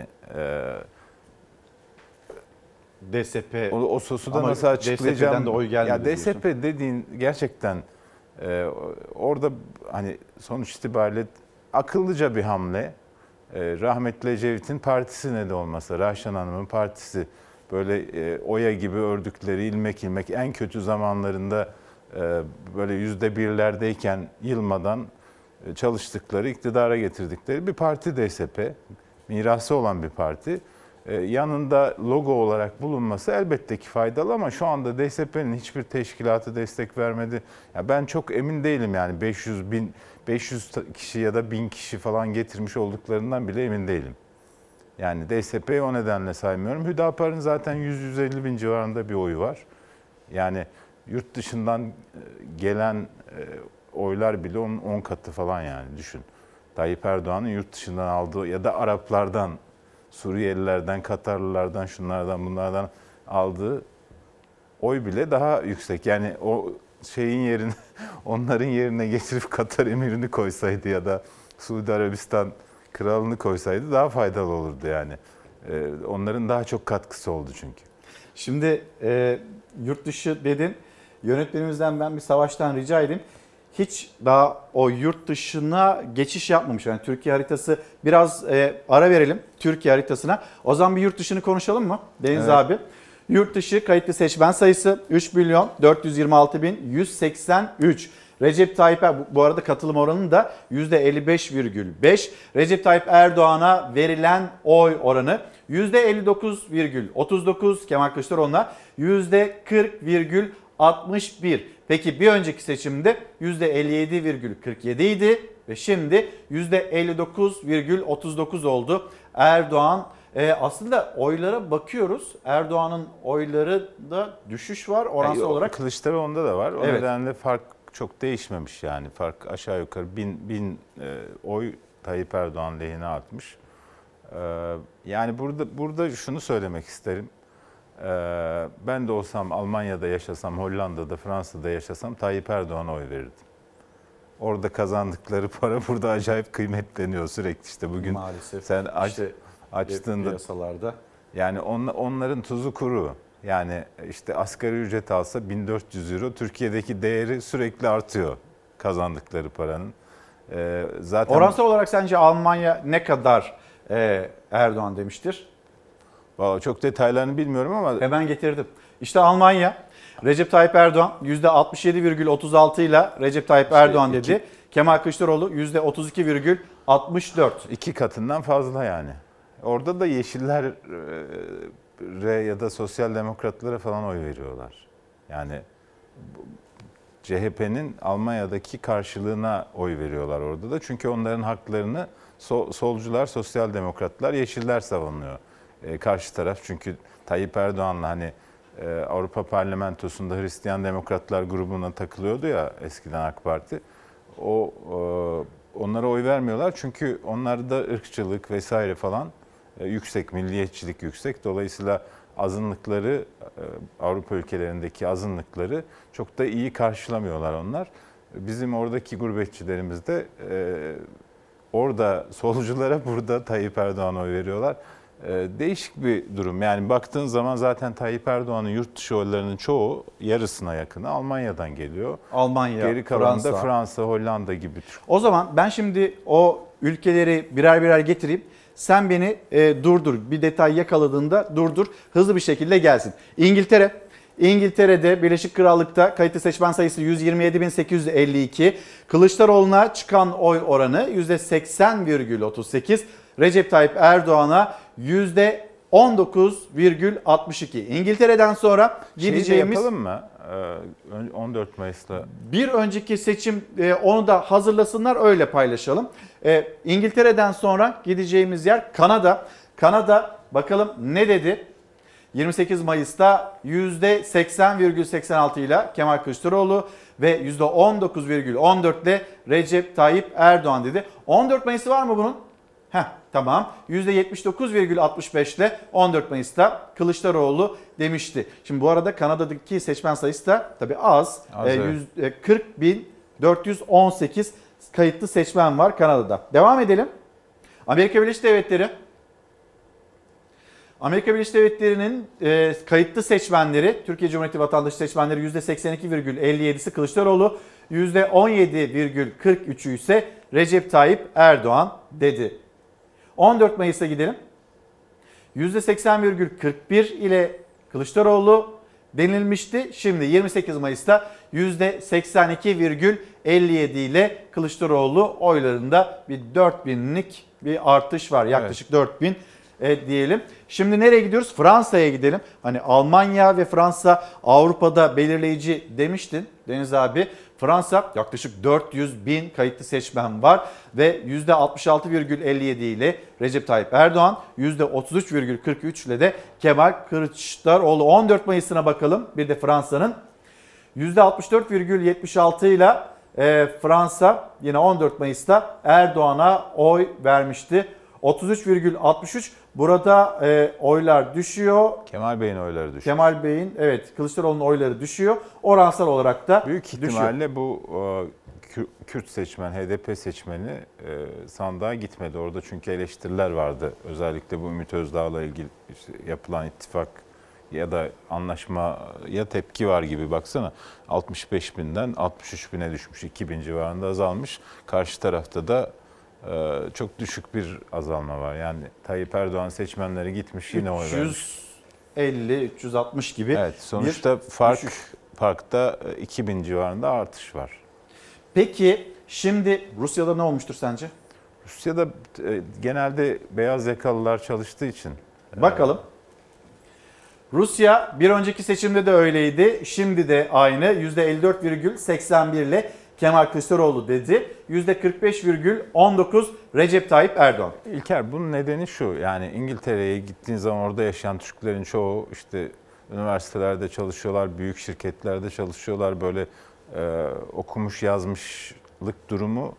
DSP o sosu da nasıl açıklayacağım? DSP'den de oy gelmedi ya DSP diyorsun. dediğin gerçekten orada hani sonuç itibariyle akıllıca bir hamle. Rahmetli Ecevit'in partisi ne de olmasa, Rahşan Hanım'ın partisi böyle Oya gibi ördükleri ilmek ilmek en kötü zamanlarında böyle %1'lerdeyken yılmadan çalıştıkları, iktidara getirdikleri bir parti DSP. Mirası olan bir parti. Yanında logo olarak bulunması elbette ki faydalı ama şu anda DSP'nin hiçbir teşkilatı destek vermedi. Ya ben çok emin değilim yani 500 kişi ya da 1000 kişi falan getirmiş olduklarından bile emin değilim. Yani DSP'yi o nedenle saymıyorum. Hüdapar'ın zaten 100-150 bin civarında bir oyu var. Yani yurt dışından gelen oylar bile onun 10 katı falan yani düşün. Tayyip Erdoğan'ın yurt dışından aldığı ya da Araplardan, Suriyelilerden, Katarlılardan, şunlardan bunlardan aldığı oy bile daha yüksek. Yani o şeyin yerine, onların yerine getirip Katar emirini koysaydı ya da Suudi Arabistan kralını koysaydı daha faydalı olurdu yani. Onların daha çok katkısı oldu çünkü. Şimdi yurt dışı dedin. Yönetmenimizden ben bir Savaş'tan rica edeyim. Hiç daha o yurt dışına geçiş yapmamış. Yani Türkiye haritası biraz ara verelim Türkiye haritasına. O zaman bir yurt dışını konuşalım mı Deniz Evet. abi? Yurt dışı kayıtlı seçmen sayısı 3.426.183. Recep Tayyip bu arada katılım oranı da %55,5. Recep Tayyip Erdoğan'a verilen oy oranı %59,39. Kemal Kılıçdaroğlu'na %40,61. Peki bir önceki seçimde %57,47 idi ve şimdi %59,39 oldu. Erdoğan aslında oylara bakıyoruz. Erdoğan'ın oyları da düşüş var oransal olarak. Kılıçdaroğlu'nda da var. O Evet. nedenle fark çok değişmemiş yani. Fark aşağı yukarı bin oy Tayyip Erdoğan lehine artmış. Yani burada şunu söylemek isterim. Ben de olsam Almanya'da yaşasam, Hollanda'da, Fransa'da yaşasam Tayyip Erdoğan'a oy verirdim. Orada kazandıkları para burada acayip kıymetleniyor sürekli işte bugün. Maalesef. Sen İşte açtığında piyasalarda. yani onların tuzu kuru. Yani işte asgari ücret alsa 1400 euro, Türkiye'deki değeri sürekli artıyor kazandıkları paranın. Zaten Oransal olarak sence Almanya ne kadar Erdoğan demiştir? Vallahi çok detaylarını bilmiyorum ama hemen getirdim. İşte Almanya Recep Tayyip Erdoğan %67,36 ile Recep Tayyip Erdoğan dedi. Kemal Kılıçdaroğlu %32,64. 2 katından fazla yani. Orada da Yeşiller ya da Sosyal Demokratlara falan oy veriyorlar. Yani CHP'nin Almanya'daki karşılığına oy veriyorlar orada da. Çünkü onların haklarını solcular, Sosyal Demokratlar, Yeşiller savunuyor. Karşı taraf çünkü Tayyip Erdoğan'la hani Avrupa Parlamentosu'nda Hristiyan Demokratlar grubuna takılıyordu ya eskiden AK Parti. Onlara oy vermiyorlar çünkü onlarda ırkçılık vesaire falan yüksek, milliyetçilik yüksek. Dolayısıyla azınlıkları, Avrupa ülkelerindeki azınlıkları çok da iyi karşılamıyorlar onlar. Bizim oradaki gurbetçilerimiz de orada solculara, burada Tayyip Erdoğan'a oy veriyorlar. Değişik bir durum. Yani baktığın zaman zaten Tayyip Erdoğan'ın yurt dışı oylarının çoğu yarısına yakını Almanya'dan geliyor. Almanya, geri kalanı da Fransa, Hollanda gibi. O zaman ben şimdi o ülkeleri birer birer getireyim. Sen beni durdur. Bir detay yakaladığında durdur. Hızlı bir şekilde gelsin. İngiltere'de Birleşik Krallık'ta kayıtlı seçmen sayısı 127.852. Kılıçdaroğlu'na çıkan oy oranı %80,38. Recep Tayyip Erdoğan'a %19,62. İngiltere'den sonra gideceğimiz... yapalım mı? 14 Mayıs'ta. Bir önceki seçim onu da hazırlasınlar öyle paylaşalım. İngiltere'den sonra gideceğimiz yer Kanada. Kanada bakalım ne dedi? 28 Mayıs'ta %80,86 ile Kemal Kılıçdaroğlu ve %19,14 ile Recep Tayyip Erdoğan dedi. 14 Mayıs'ı var mı bunun? Tamam. %79,65 ile 14 Mayıs'ta Kılıçdaroğlu demişti. Şimdi bu arada Kanada'daki seçmen sayısı da tabii az. 40.418 kayıtlı seçmen var Kanada'da. Devam edelim. Amerika Birleşik Devletleri. Amerika Birleşik Devletleri'nin kayıtlı seçmenleri, Türkiye Cumhuriyeti vatandaşı seçmenleri %82,57'si Kılıçdaroğlu, %17,43'ü ise Recep Tayyip Erdoğan dedi. 14 Mayıs'a gidelim. %80,41 ile Kılıçdaroğlu denilmişti. Şimdi 28 Mayıs'ta %82,57 ile Kılıçdaroğlu oylarında bir 4000'lik bir artış var. Yaklaşık 4000 diyelim. Şimdi nereye gidiyoruz? Fransa'ya gidelim. Hani Almanya ve Fransa Avrupa'da belirleyici demiştin Deniz abi. Fransa yaklaşık 400 bin kayıtlı seçmen var ve %66,57 ile Recep Tayyip Erdoğan, %33,43 ile de Kemal Kılıçdaroğlu. 14 Mayıs'ına bakalım bir de Fransa'nın. %64,76 ile Fransa yine 14 Mayıs'ta Erdoğan'a oy vermişti. 33,63 burada oylar düşüyor. Kemal Bey'in oyları düşüyor. Kemal Bey'in evet Kılıçdaroğlu'nun oyları düşüyor. Oransal olarak da büyük ihtimalle düşüyor. Bu Kürt seçmen, HDP seçmeni sandığa gitmedi. Orada çünkü eleştiriler vardı. Özellikle bu Ümit Özdağ'la ilgili yapılan ittifak ya da anlaşmaya tepki var gibi baksana. 65 binden 63 bine düşmüş, 2000 civarında azalmış. Karşı tarafta da çok düşük bir azalma var. Yani Tayyip Erdoğan seçmenleri gitmiş yine oy vermiş. 350-360 gibi. Evet, sonuçta farkta 2000 civarında artış var. Peki şimdi Rusya'da ne olmuştur sence? Rusya'da genelde beyaz yakalılar çalıştığı için. Bakalım. Rusya bir önceki seçimde de öyleydi. Şimdi de aynı. %54,81 ile Kemal Kılıçdaroğlu dedi. %45,19 Recep Tayyip Erdoğan. İlker, bunun nedeni şu. Yani İngiltere'ye gittiğin zaman orada yaşayan Türklerin çoğu işte üniversitelerde çalışıyorlar, büyük şirketlerde çalışıyorlar. Böyle okumuş yazmışlık durumu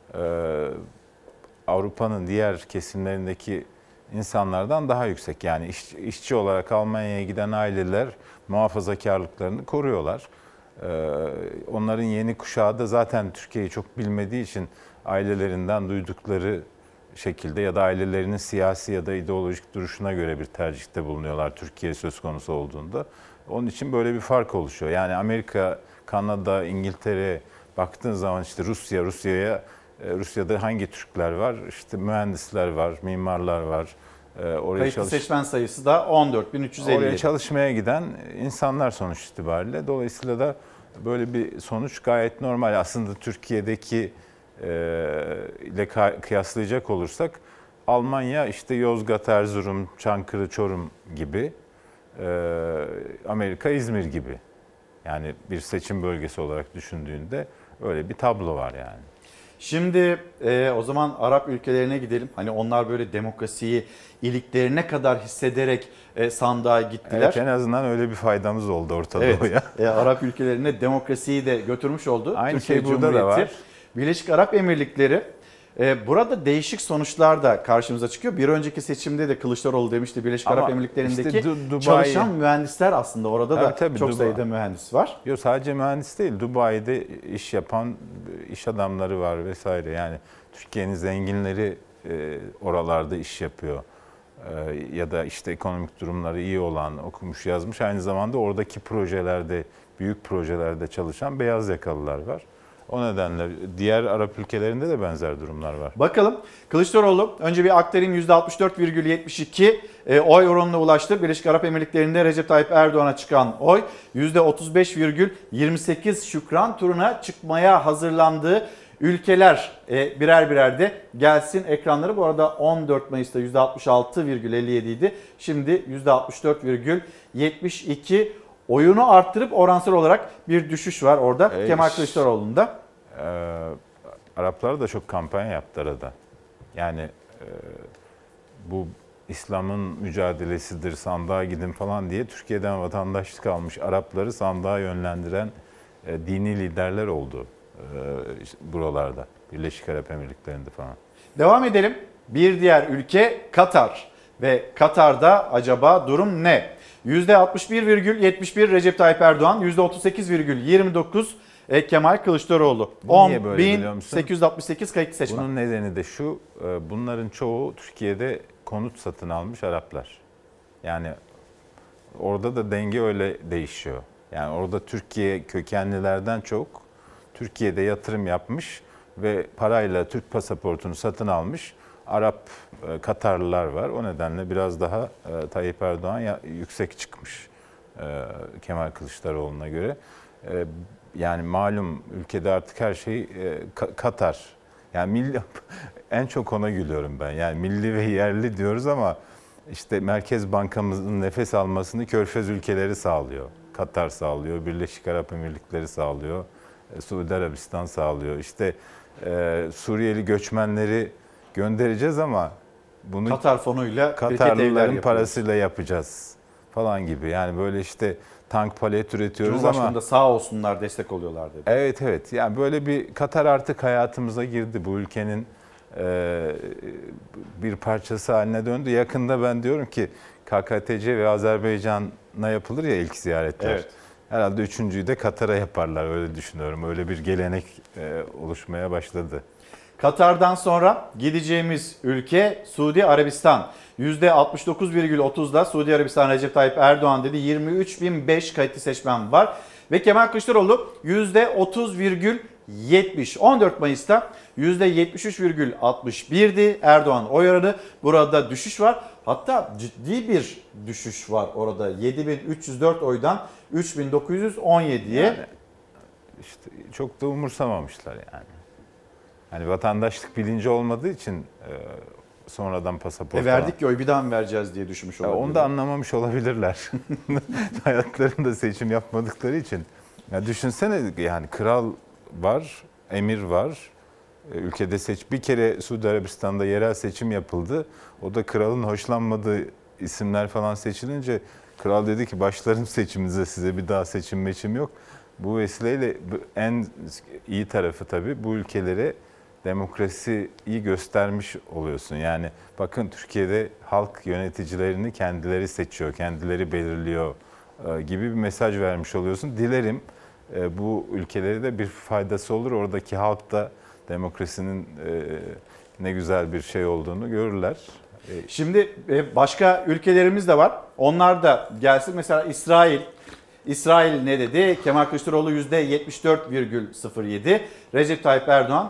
Avrupa'nın diğer kesimlerindeki insanlardan daha yüksek. Yani işçi olarak Almanya'ya giden aileler muhafazakarlıklarını koruyorlar. Onların yeni kuşağı da zaten Türkiye'yi çok bilmediği için ailelerinden duydukları şekilde ya da ailelerinin siyasi ya da ideolojik duruşuna göre bir tercihte bulunuyorlar Türkiye söz konusu olduğunda. Onun için böyle bir fark oluşuyor. Yani Amerika, Kanada, İngiltere baktığın zaman işte Rusya'da hangi Türkler var? İşte mühendisler var, mimarlar var. Kayıtlı seçmen sayısı da 14.357. Oraya çalışmaya giden insanlar sonuç itibariyle. Dolayısıyla da böyle bir sonuç gayet normal. Aslında Türkiye'deki ile kıyaslayacak olursak Almanya işte Yozgat, Erzurum, Çankırı, Çorum gibi, Amerika, İzmir gibi. Yani bir seçim bölgesi olarak düşündüğünde öyle bir tablo var yani. Şimdi o zaman Arap ülkelerine gidelim. Hani onlar böyle demokrasiyi iliklerine kadar hissederek sandığa gittiler. Evet, en azından öyle bir faydamız oldu Orta Doğu'ya. Arap ülkelerine demokrasiyi de götürmüş oldu. Aynı Türkiye şey burada da var. Birleşik Arap Emirlikleri. Burada değişik sonuçlar da karşımıza çıkıyor. Bir önceki seçimde de Kılıçdaroğlu demişti Birleşik Arap Emirlikleri'ndeki işte çalışan mühendisler aslında orada da çok sayıda mühendis var. Yok, sadece mühendis değil, Dubai'de iş yapan iş adamları var vesaire. Yani Türkiye'nin zenginleri oralarda iş yapıyor. Ya da işte ekonomik durumları iyi olan, okumuş yazmış, aynı zamanda oradaki projelerde, büyük projelerde çalışan beyaz yakalılar var. O nedenle diğer Arap ülkelerinde de benzer durumlar var. Bakalım Kılıçdaroğlu önce bir aktarayım, %64,72 oy oranına ulaştı. Birleşik Arap Emirlikleri'nde Recep Tayyip Erdoğan'a çıkan oy %35,28 şükran turuna çıkmaya hazırlandığı ülkeler birer birer de gelsin ekranları. Bu arada 14 Mayıs'ta %66,57 idi. Şimdi %64,72 oyunu arttırıp oransal olarak bir düşüş var orada Kemal Kılıçdaroğlu'nda. Araplar da çok kampanya yaptı arada. Yani bu İslam'ın mücadelesidir, sandığa gidin falan diye Türkiye'den vatandaşlık almış Arapları sandığa yönlendiren dini liderler oldu buralarda. Birleşik Arap Emirlikleri'nde falan. Devam edelim. Bir diğer ülke Katar ve Katar'da acaba durum ne? %61,71 Recep Tayyip Erdoğan, %38,29 Kemal Kılıçdaroğlu. 10.868 kayıtlı seçmen. Bunun nedeni de şu, bunların çoğu Türkiye'de konut satın almış Araplar. Yani orada da denge öyle değişiyor. Yani orada Türkiye kökenlilerden çok Türkiye'de yatırım yapmış ve parayla Türk pasaportunu satın almış. Arap Katarlılar var. O nedenle biraz daha Tayyip Erdoğan yüksek çıkmış Kemal Kılıçdaroğlu'na göre. Yani malum ülkede artık her şey Katar. Yani milli, en çok ona gülüyorum ben. Yani milli ve yerli diyoruz ama işte Merkez Bankamızın nefes almasını Körfez ülkeleri sağlıyor. Katar sağlıyor, Birleşik Arap Emirlikleri sağlıyor, Suudi Arabistan sağlıyor. İşte Suriyeli göçmenleri göndereceğiz ama bunu Katar fonuyla Katarlıların parasıyla yapacağız falan gibi. Yani böyle işte tank palet üretiyoruz ama Cumhurbaşkanı da sağ olsunlar destek oluyorlar dedi. Evet. Yani böyle bir Katar artık hayatımıza girdi. Bu ülkenin bir parçası haline döndü. Yakında ben diyorum ki KKTC ve Azerbaycan'a yapılır ya ilk ziyaretler. Evet. Herhalde üçüncüyü de Katar'a yaparlar, öyle düşünüyorum. Öyle bir gelenek oluşmaya başladı. Katar'dan sonra gideceğimiz ülke Suudi Arabistan. %69,30'da Suudi Arabistan Recep Tayyip Erdoğan dedi. 23.005 kayıtlı seçmen var. Ve Kemal Kılıçdaroğlu %30,70. 14 Mayıs'ta %73,61'di Erdoğan oy oranı. Burada düşüş var. Hatta ciddi bir düşüş var orada. 7.304 oydan 3.917'ye. Yani işte çok da umursamamışlar yani. Hani vatandaşlık bilinci olmadığı için sonradan pasaport verdik ki oy bir daha mı vereceğiz diye düşünmüş olabilirler. Onu da anlamamış olabilirler. Hayatlarında seçim yapmadıkları için. Ya düşünsene, yani kral var, emir var. Ülkede bir kere Suudi Arabistan'da yerel seçim yapıldı. O da kralın hoşlanmadığı isimler falan seçilince kral dedi ki başlarım seçiminize, size bir daha seçim yok. Bu vesileyle en iyi tarafı tabii bu ülkelere demokrasiyi göstermiş oluyorsun. Yani bakın Türkiye'de halk yöneticilerini kendileri seçiyor, kendileri belirliyor gibi bir mesaj vermiş oluyorsun. Dilerim bu ülkelere de bir faydası olur. Oradaki halk da demokrasinin ne güzel bir şey olduğunu görürler. Şimdi başka ülkelerimiz de var. Onlar da gelsin. Mesela İsrail. İsrail ne dedi? Kemal Kılıçdaroğlu %74,07, Recep Tayyip Erdoğan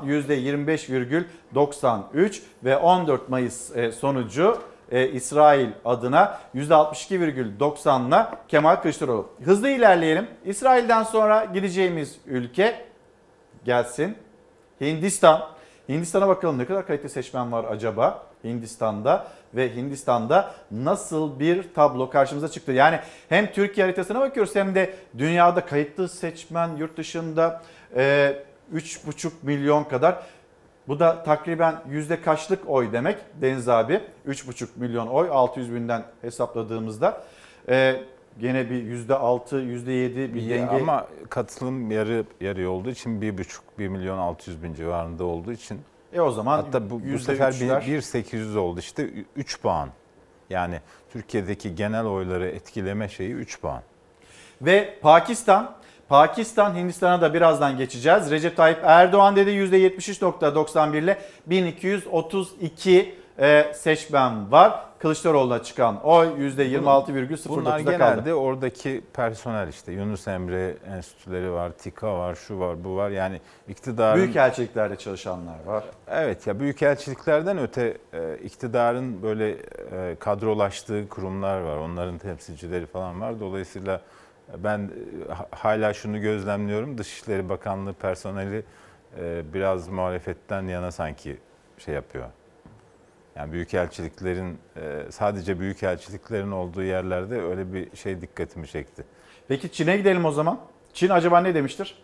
%25,93 ve 14 Mayıs sonucu İsrail adına %62,90'la Kemal Kılıçdaroğlu. Hızlı ilerleyelim. İsrail'den sonra gideceğimiz ülke gelsin. Hindistan. Hindistan'a bakalım, ne kadar kayıtlı seçmen var acaba Hindistan'da ve Hindistan'da nasıl bir tablo karşımıza çıktı? Yani hem Türkiye haritasına bakıyoruz hem de dünyada kayıtlı seçmen yurt dışında 3,5 milyon kadar. Bu da takriben yüzde kaçlık oy demek Deniz abi? 3,5 milyon oy 600 binden hesapladığımızda. Gene bir %6, %7 bir denge. Ama katılım yarı olduğu için 1,5 milyon 600 bin civarında olduğu için. O zaman hatta bu sefer 1.800 oldu işte 3 puan. Yani Türkiye'deki genel oyları etkileme şeyi 3 puan. Ve Pakistan Hindistan'a da birazdan geçeceğiz. Recep Tayyip Erdoğan dedi %73,91 ile 1232 seçmen var. Kılıçdaroğlu'na çıkan oy %26,09'da kaldı. Bunlar genelde oradaki personel, işte Yunus Emre enstitüleri var, TİKA var, şu var, bu var. Yani iktidarın... Büyükelçiliklerde çalışanlar var. Evet ya, büyükelçiliklerden öte iktidarın böyle kadrolaştığı kurumlar var. Onların temsilcileri falan var. Dolayısıyla ben hala şunu gözlemliyorum. Dışişleri Bakanlığı personeli biraz muhalefetten yana sanki şey yapıyor. Yani büyükelçiliklerin, sadece büyükelçiliklerin olduğu yerlerde öyle bir şey dikkatimi çekti. Peki Çin'e gidelim o zaman. Çin acaba ne demiştir?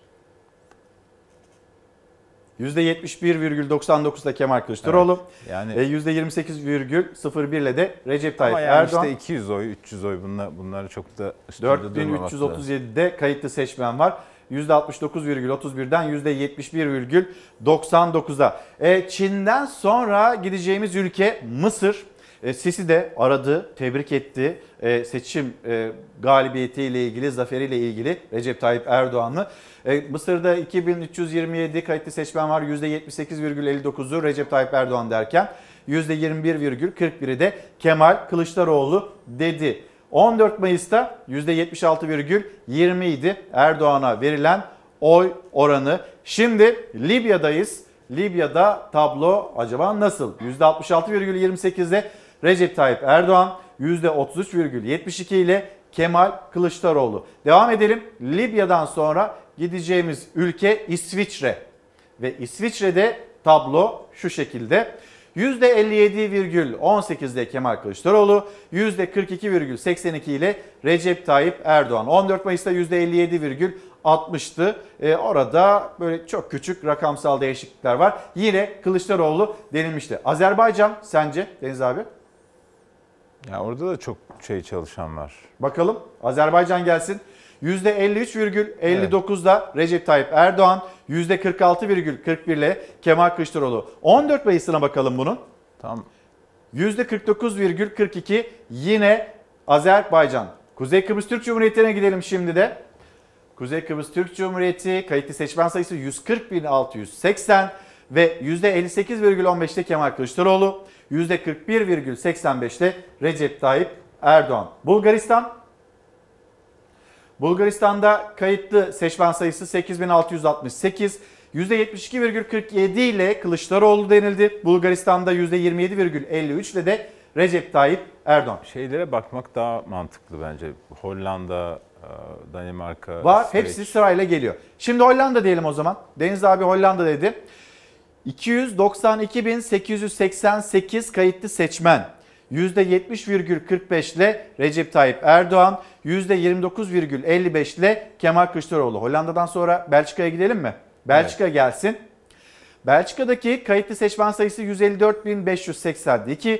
%71,99'da Kemal Kılıçdaroğlu. Evet, yani %28,01 ile de Recep Tayyip Erdoğan. Ama yani işte 200 oy, 300 oy bunlar çok da üstünde durmamak lazım. 4337'de kayıtlı seçmen var. %69,31'den %71,99'a. Çin'den sonra gideceğimiz ülke Mısır. Sisi de aradı, tebrik etti seçim galibiyetiyle ilgili, zaferiyle ilgili Recep Tayyip Erdoğan'ı. Mısır'da 2327 kayıtlı seçmen var. %78,59'u Recep Tayyip Erdoğan derken %21,41'i de Kemal Kılıçdaroğlu dedi. 14 Mayıs'ta %76,20 idi Erdoğan'a verilen oy oranı. Şimdi Libya'dayız. Libya'da tablo acaba nasıl? %66,28'de Recep Tayyip Erdoğan, %33,72 ile Kemal Kılıçdaroğlu. Devam edelim. Libya'dan sonra gideceğimiz ülke İsviçre. Ve İsviçre'de tablo şu şekilde. %57,18'de Kemal Kılıçdaroğlu, %42,82 ile Recep Tayyip Erdoğan. 14 Mayıs'ta %57,60'tı. Orada böyle çok küçük rakamsal değişiklikler var. Yine Kılıçdaroğlu denilmişti. Azerbaycan sence Deniz abi? Ya orada da çok çalışan var. Bakalım Azerbaycan gelsin. %53,59'da Recep Tayyip Erdoğan, %46,41 ile Kemal Kılıçdaroğlu. 14 Mayıs'ına bakalım bunun. Tam %49,42 yine Azerbaycan. Kuzey Kıbrıs Türk Cumhuriyeti'ne gidelim şimdi de. Kuzey Kıbrıs Türk Cumhuriyeti kayıtlı seçmen sayısı 140.680 ve %58,15'te Kemal Kılıçdaroğlu, %41,85'te Recep Tayyip Erdoğan. Bulgaristan'da kayıtlı seçmen sayısı 8.668, %72,47 ile Kılıçdaroğlu denildi. Bulgaristan'da %27,53 ile de Recep Tayyip Erdoğan. Şeylere bakmak daha mantıklı bence. Hollanda, Danimarka var. İsveç. Hepsi sırayla geliyor. Şimdi Hollanda diyelim o zaman. Deniz abi Hollanda dedi. 292.888 kayıtlı seçmen. %70,45 ile Recep Tayyip Erdoğan, %29,55 ile Kemal Kılıçdaroğlu. Hollanda'dan sonra Belçika'ya gidelim mi? Belçika gelsin. Belçika'daki kayıtlı seçmen sayısı 154.582,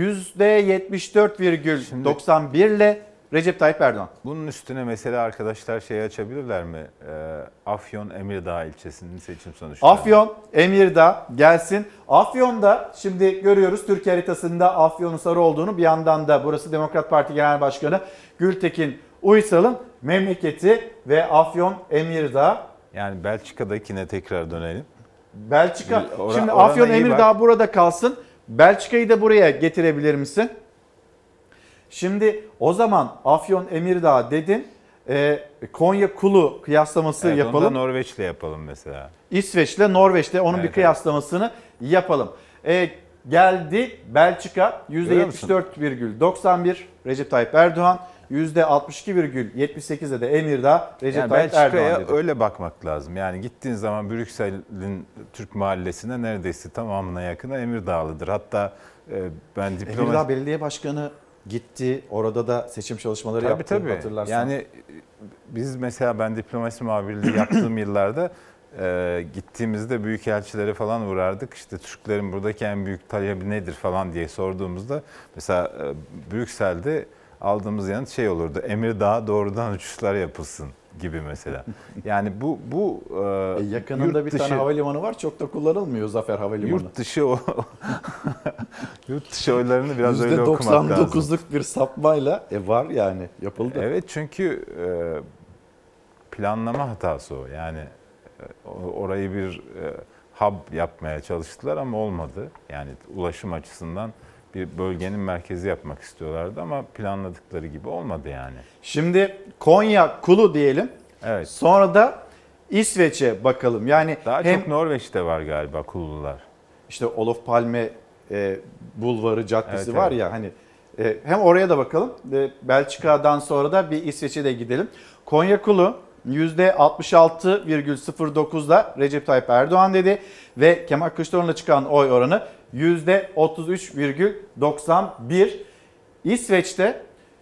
%74,91 ile Recep Tayyip Erdoğan. Bunun üstüne mesela arkadaşlar açabilirler mi? Afyon Emirdağ ilçesinin seçim sonuçları. Afyon Emirdağ gelsin. Afyon'da şimdi görüyoruz Türkiye haritasında Afyon'un sarı olduğunu, bir yandan da burası Demokrat Parti Genel Başkanı Gültekin Uysal'ın memleketi ve Afyon Emirdağ. Yani Belçika'dakine tekrar dönelim. Belçika. Şimdi Afyon Emirdağ burada kalsın. Belçika'yı da buraya getirebilir misin? Şimdi o zaman Afyon Emirdağ dedin. Konya Kulu kıyaslaması yapalım. Onu da Norveç'le yapalım mesela. İsveç'le Norveç'te onun bir kıyaslamasını yapalım. Geldi Belçika %74,91 Recep Tayyip Erdoğan, %62,78'de de Emirdağ Recep Tayyip Erdoğan dedi. Belçika'ya öyle bakmak lazım. Yani gittiğin zaman Brüksel'in Türk mahallesine neredeyse tamamına yakına Emirdağlıdır. Hatta ben Emirdağ Belediye Başkanı gitti. Orada da seçim çalışmaları yaptı. Hatırlarsan. Yani biz mesela ben diplomasi muhabirliği yaptığım yıllarda gittiğimizde büyükelçilere falan uğrardık. İşte Türklerin buradaki en büyük talebi nedir falan diye sorduğumuzda mesela Brüksel'de aldığımız yanıt olurdu. Emirdağ'a doğrudan uçuşlar yapılsın gibi mesela. Yani bu yakınında bir tane havalimanı var. Çok da kullanılmıyor Zafer Havalimanı. Yurt dışı oylarını biraz öyle okumak lazım. %99'luk bir sapmayla var yani yapıldı. Evet, çünkü planlama hatası o. Yani orayı bir hub yapmaya çalıştılar ama olmadı. Yani ulaşım açısından bir bölgenin merkezi yapmak istiyorlardı ama planladıkları gibi olmadı yani. Şimdi Konya Kulu diyelim. Evet. Sonra da İsveç'e bakalım. Yani daha çok Norveç'te var galiba Kullular. İşte Olof Palme Bulvarı Caddesi var ya hani hem oraya da bakalım. Belçika'dan sonra da bir İsveç'e de gidelim. Konya Kulu %66,09'da Recep Tayyip Erdoğan dedi ve Kemal Kılıçdaroğlu'na çıkan oy oranı %33,91. İsveç'te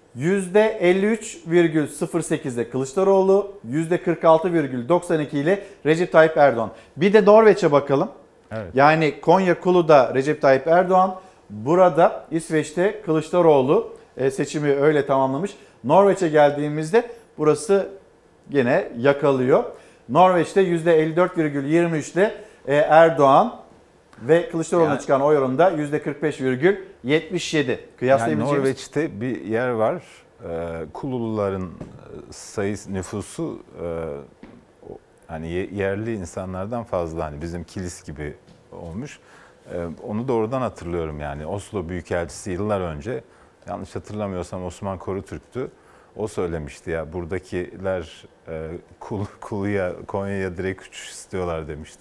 %53,08'de Kılıçdaroğlu, %46,92 ile Recep Tayyip Erdoğan. Bir de Norveç'e bakalım. Evet. Yani Konya Kulu'da Recep Tayyip Erdoğan, burada İsveç'te Kılıçdaroğlu seçimi öyle tamamlamış. Norveç'e geldiğimizde burası yine yakalıyor. Norveç'te %54,23 ile Erdoğan ve Kılıçdaroğlu'na çıkan oy oranında %45,77. Yani Norveç'te bir yer var. Kululuların sayısı, nüfusu hani yerli insanlardan fazla, hani bizim Kilis gibi olmuş. Onu doğrudan hatırlıyorum yani. Oslo Büyükelçisi yıllar önce, yanlış hatırlamıyorsam Osman Korutürk'tü. O söylemişti ya, buradakiler Kulu'ya, Konya'ya direkt uçuş istiyorlar demişti.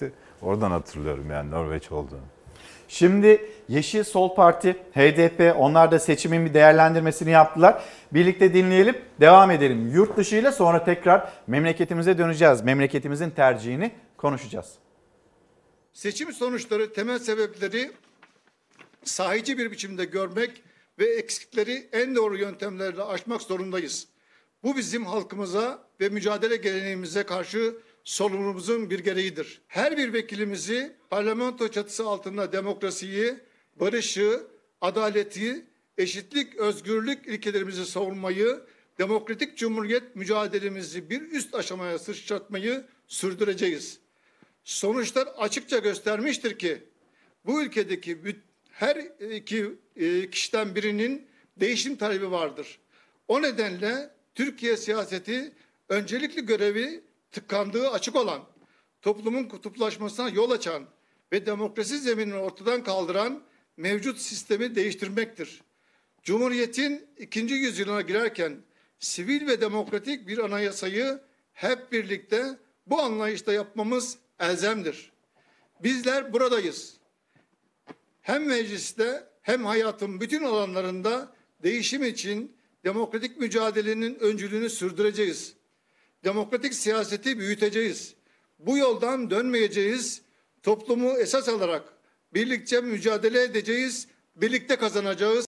Oradan hatırlıyorum yani Norveç olduğunu. Şimdi Yeşil Sol Parti, HDP onlar da seçimin bir değerlendirmesini yaptılar. Birlikte dinleyelim, devam edelim. Yurt dışı ile sonra tekrar memleketimize döneceğiz. Memleketimizin tercihini konuşacağız. Seçim sonuçları temel sebepleri sahici bir biçimde görmek ve eksikleri en doğru yöntemlerle aşmak zorundayız. Bu bizim halkımıza ve mücadele geleneğimize karşı sorumluluğumuzun bir gereğidir. Her bir vekilimizi parlamento çatısı altında demokrasiyi, barışı, adaleti, eşitlik, özgürlük ilkelerimizi savunmayı, demokratik cumhuriyet mücadelemizi bir üst aşamaya sıçratmayı sürdüreceğiz. Sonuçlar açıkça göstermiştir ki bu ülkedeki her iki kişiden birinin değişim talebi vardır. O nedenle Türkiye siyaseti öncelikli görevi tıkandığı açık olan, toplumun kutuplaşmasına yol açan ve demokrasi zeminini ortadan kaldıran mevcut sistemi değiştirmektir. Cumhuriyetin 2. yüzyılına girerken sivil ve demokratik bir anayasayı hep birlikte bu anlayışla yapmamız elzemdir. Bizler buradayız. Hem mecliste hem hayatın bütün alanlarında değişim için demokratik mücadelenin öncülüğünü sürdüreceğiz. Demokratik siyaseti büyüteceğiz. Bu yoldan dönmeyeceğiz. Toplumu esas alarak birlikte mücadele edeceğiz. Birlikte kazanacağız.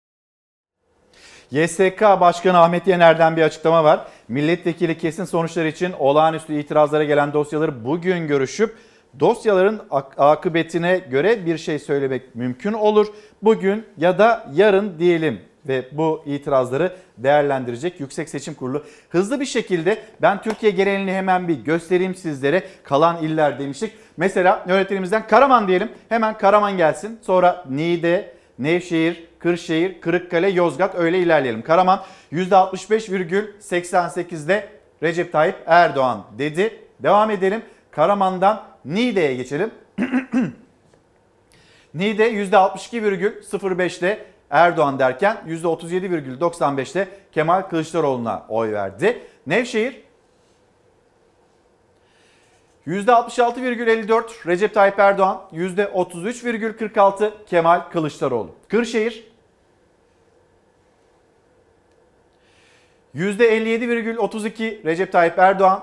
YSK Başkanı Ahmet Yener'den bir açıklama var. Milletvekili kesin sonuçlar için olağanüstü itirazlara gelen dosyaları bugün görüşüp dosyaların akıbetine göre bir şey söylemek mümkün olur. Bugün ya da yarın diyelim ve bu itirazları değerlendirecek Yüksek Seçim Kurulu. Hızlı bir şekilde ben Türkiye genelini hemen bir göstereyim sizlere. Kalan iller demiştik. Mesela yönetimimizden Karaman diyelim. Hemen Karaman gelsin. Sonra Niğde, Nevşehir, Kırşehir, Kırıkkale, Yozgat öyle ilerleyelim. Karaman %65,88'de Recep Tayyip Erdoğan dedi. Devam edelim. Karaman'dan Niğde'ye geçelim. Niğde %62,05'te Erdoğan derken %37,95'te Kemal Kılıçdaroğlu'na oy verdi. Nevşehir %66,54 Recep Tayyip Erdoğan, %33,46 Kemal Kılıçdaroğlu. Kırşehir %57,32 Recep Tayyip Erdoğan,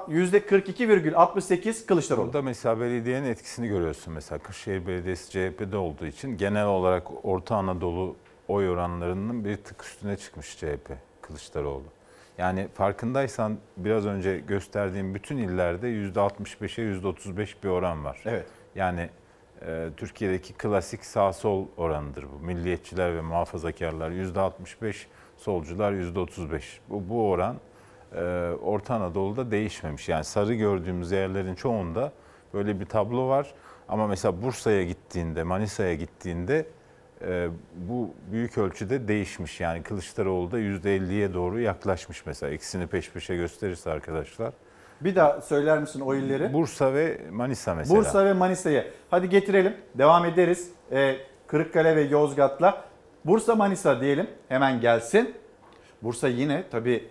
%42,68 Kılıçdaroğlu. Burada mesela belediyenin etkisini görüyorsun. Mesela Kırşehir Belediyesi CHP'de olduğu için genel olarak Orta Anadolu oy oranlarının bir tık üstüne çıkmış CHP, Kılıçdaroğlu. Yani farkındaysan biraz önce gösterdiğim bütün illerde %65'e %35 bir oran var. Evet. Yani Türkiye'deki klasik sağ-sol oranıdır bu. Milliyetçiler ve muhafazakarlar %65, solcular %35. Bu oran Orta Anadolu'da değişmemiş. Yani sarı gördüğümüz yerlerin çoğunda böyle bir tablo var. Ama mesela Bursa'ya gittiğinde, Manisa'ya gittiğinde bu büyük ölçüde değişmiş. Yani Kılıçdaroğlu da %50'ye doğru yaklaşmış mesela. İkisini peş peşe gösterirse arkadaşlar. Bir daha söyler misin o illeri? Bursa ve Manisa mesela. Bursa ve Manisa'yı. Hadi getirelim. Devam ederiz. Kırıkkale ve Yozgat'la. Bursa, Manisa diyelim. Hemen gelsin. Bursa yine tabii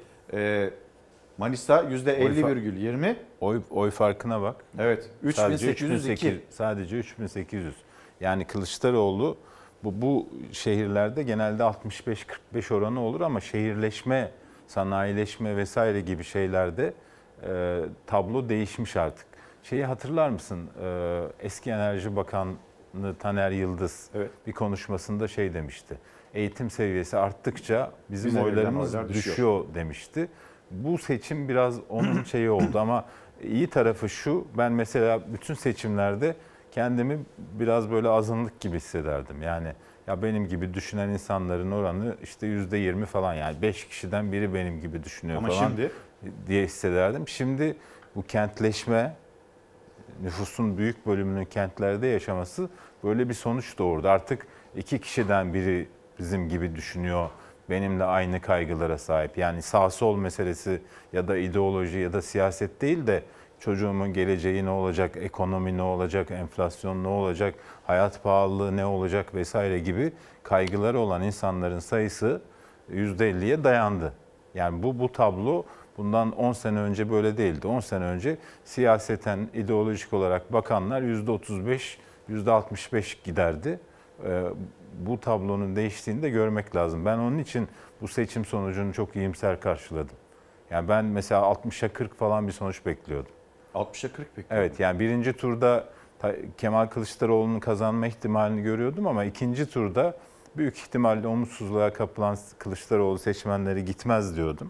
Manisa %50,20. Oy farkına bak. Evet. 3.802. Sadece 3.800. Yani Kılıçdaroğlu bu şehirlerde genelde 65-45 oranı olur ama şehirleşme, sanayileşme vesaire gibi şeylerde tablo değişmiş artık. Şeyi hatırlar mısın? Eski Enerji Bakanı Taner Yıldız bir konuşmasında şey demişti. Eğitim seviyesi arttıkça bizim oylarımız düşüyor demişti. Bu seçim biraz onun şeyi oldu ama iyi tarafı şu. Ben mesela bütün seçimlerde kendimi biraz böyle azınlık gibi hissederdim. Yani ya benim gibi düşünen insanların oranı işte %20 falan, yani 5 kişiden biri benim gibi düşünüyor ama falan şimdi diye hissederdim. Şimdi bu kentleşme, nüfusun büyük bölümünün kentlerde yaşaması böyle bir sonuç doğurdu. Artık 2 kişiden biri bizim gibi düşünüyor, benimle aynı kaygılara sahip. Yani sağ sol meselesi ya da ideoloji ya da siyaset değil de çocuğumun geleceği ne olacak, ekonomi ne olacak, enflasyon ne olacak, hayat pahalılığı ne olacak vesaire gibi kaygıları olan insanların sayısı %50'ye dayandı. Yani bu tablo Bundan 10 sene önce böyle değildi. 10 sene önce siyaseten, ideolojik olarak bakanlar %35, %65 giderdi. Bu tablonun değiştiğini de görmek lazım. Ben onun için bu seçim sonucunu çok iyimser karşıladım. Yani ben mesela 60'a 40 falan bir sonuç bekliyordum. 60'a 40 bekliyordum. Evet, yani birinci turda Kemal Kılıçdaroğlu'nun kazanma ihtimalini görüyordum ama ikinci turda büyük ihtimalle umutsuzluğa kapılan Kılıçdaroğlu seçmenleri gitmez diyordum.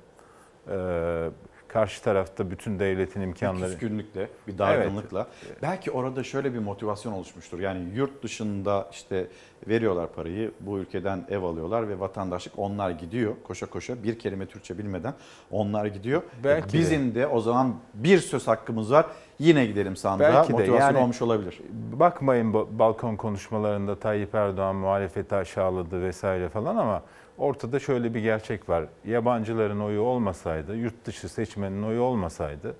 Karşı tarafta bütün devletin imkanları... Bir küskünlükle, bir dargınlıkla. Evet. Belki orada şöyle bir motivasyon oluşmuştur. Yani yurt dışında işte veriyorlar parayı, bu ülkeden ev alıyorlar ve vatandaşlık onlar gidiyor. Koşa koşa bir kelime Türkçe bilmeden onlar gidiyor. Belki bizim de o zaman bir söz hakkımız var. Yine gidelim sandığa. Belki motivasyon yani, olmuş olabilir. Bakmayın balkon konuşmalarında Tayyip Erdoğan muhalefeti aşağıladı vesaire falan ama ortada şöyle bir gerçek var. Yabancıların oyu olmasaydı, yurt dışı seçmenin oyu olmasaydı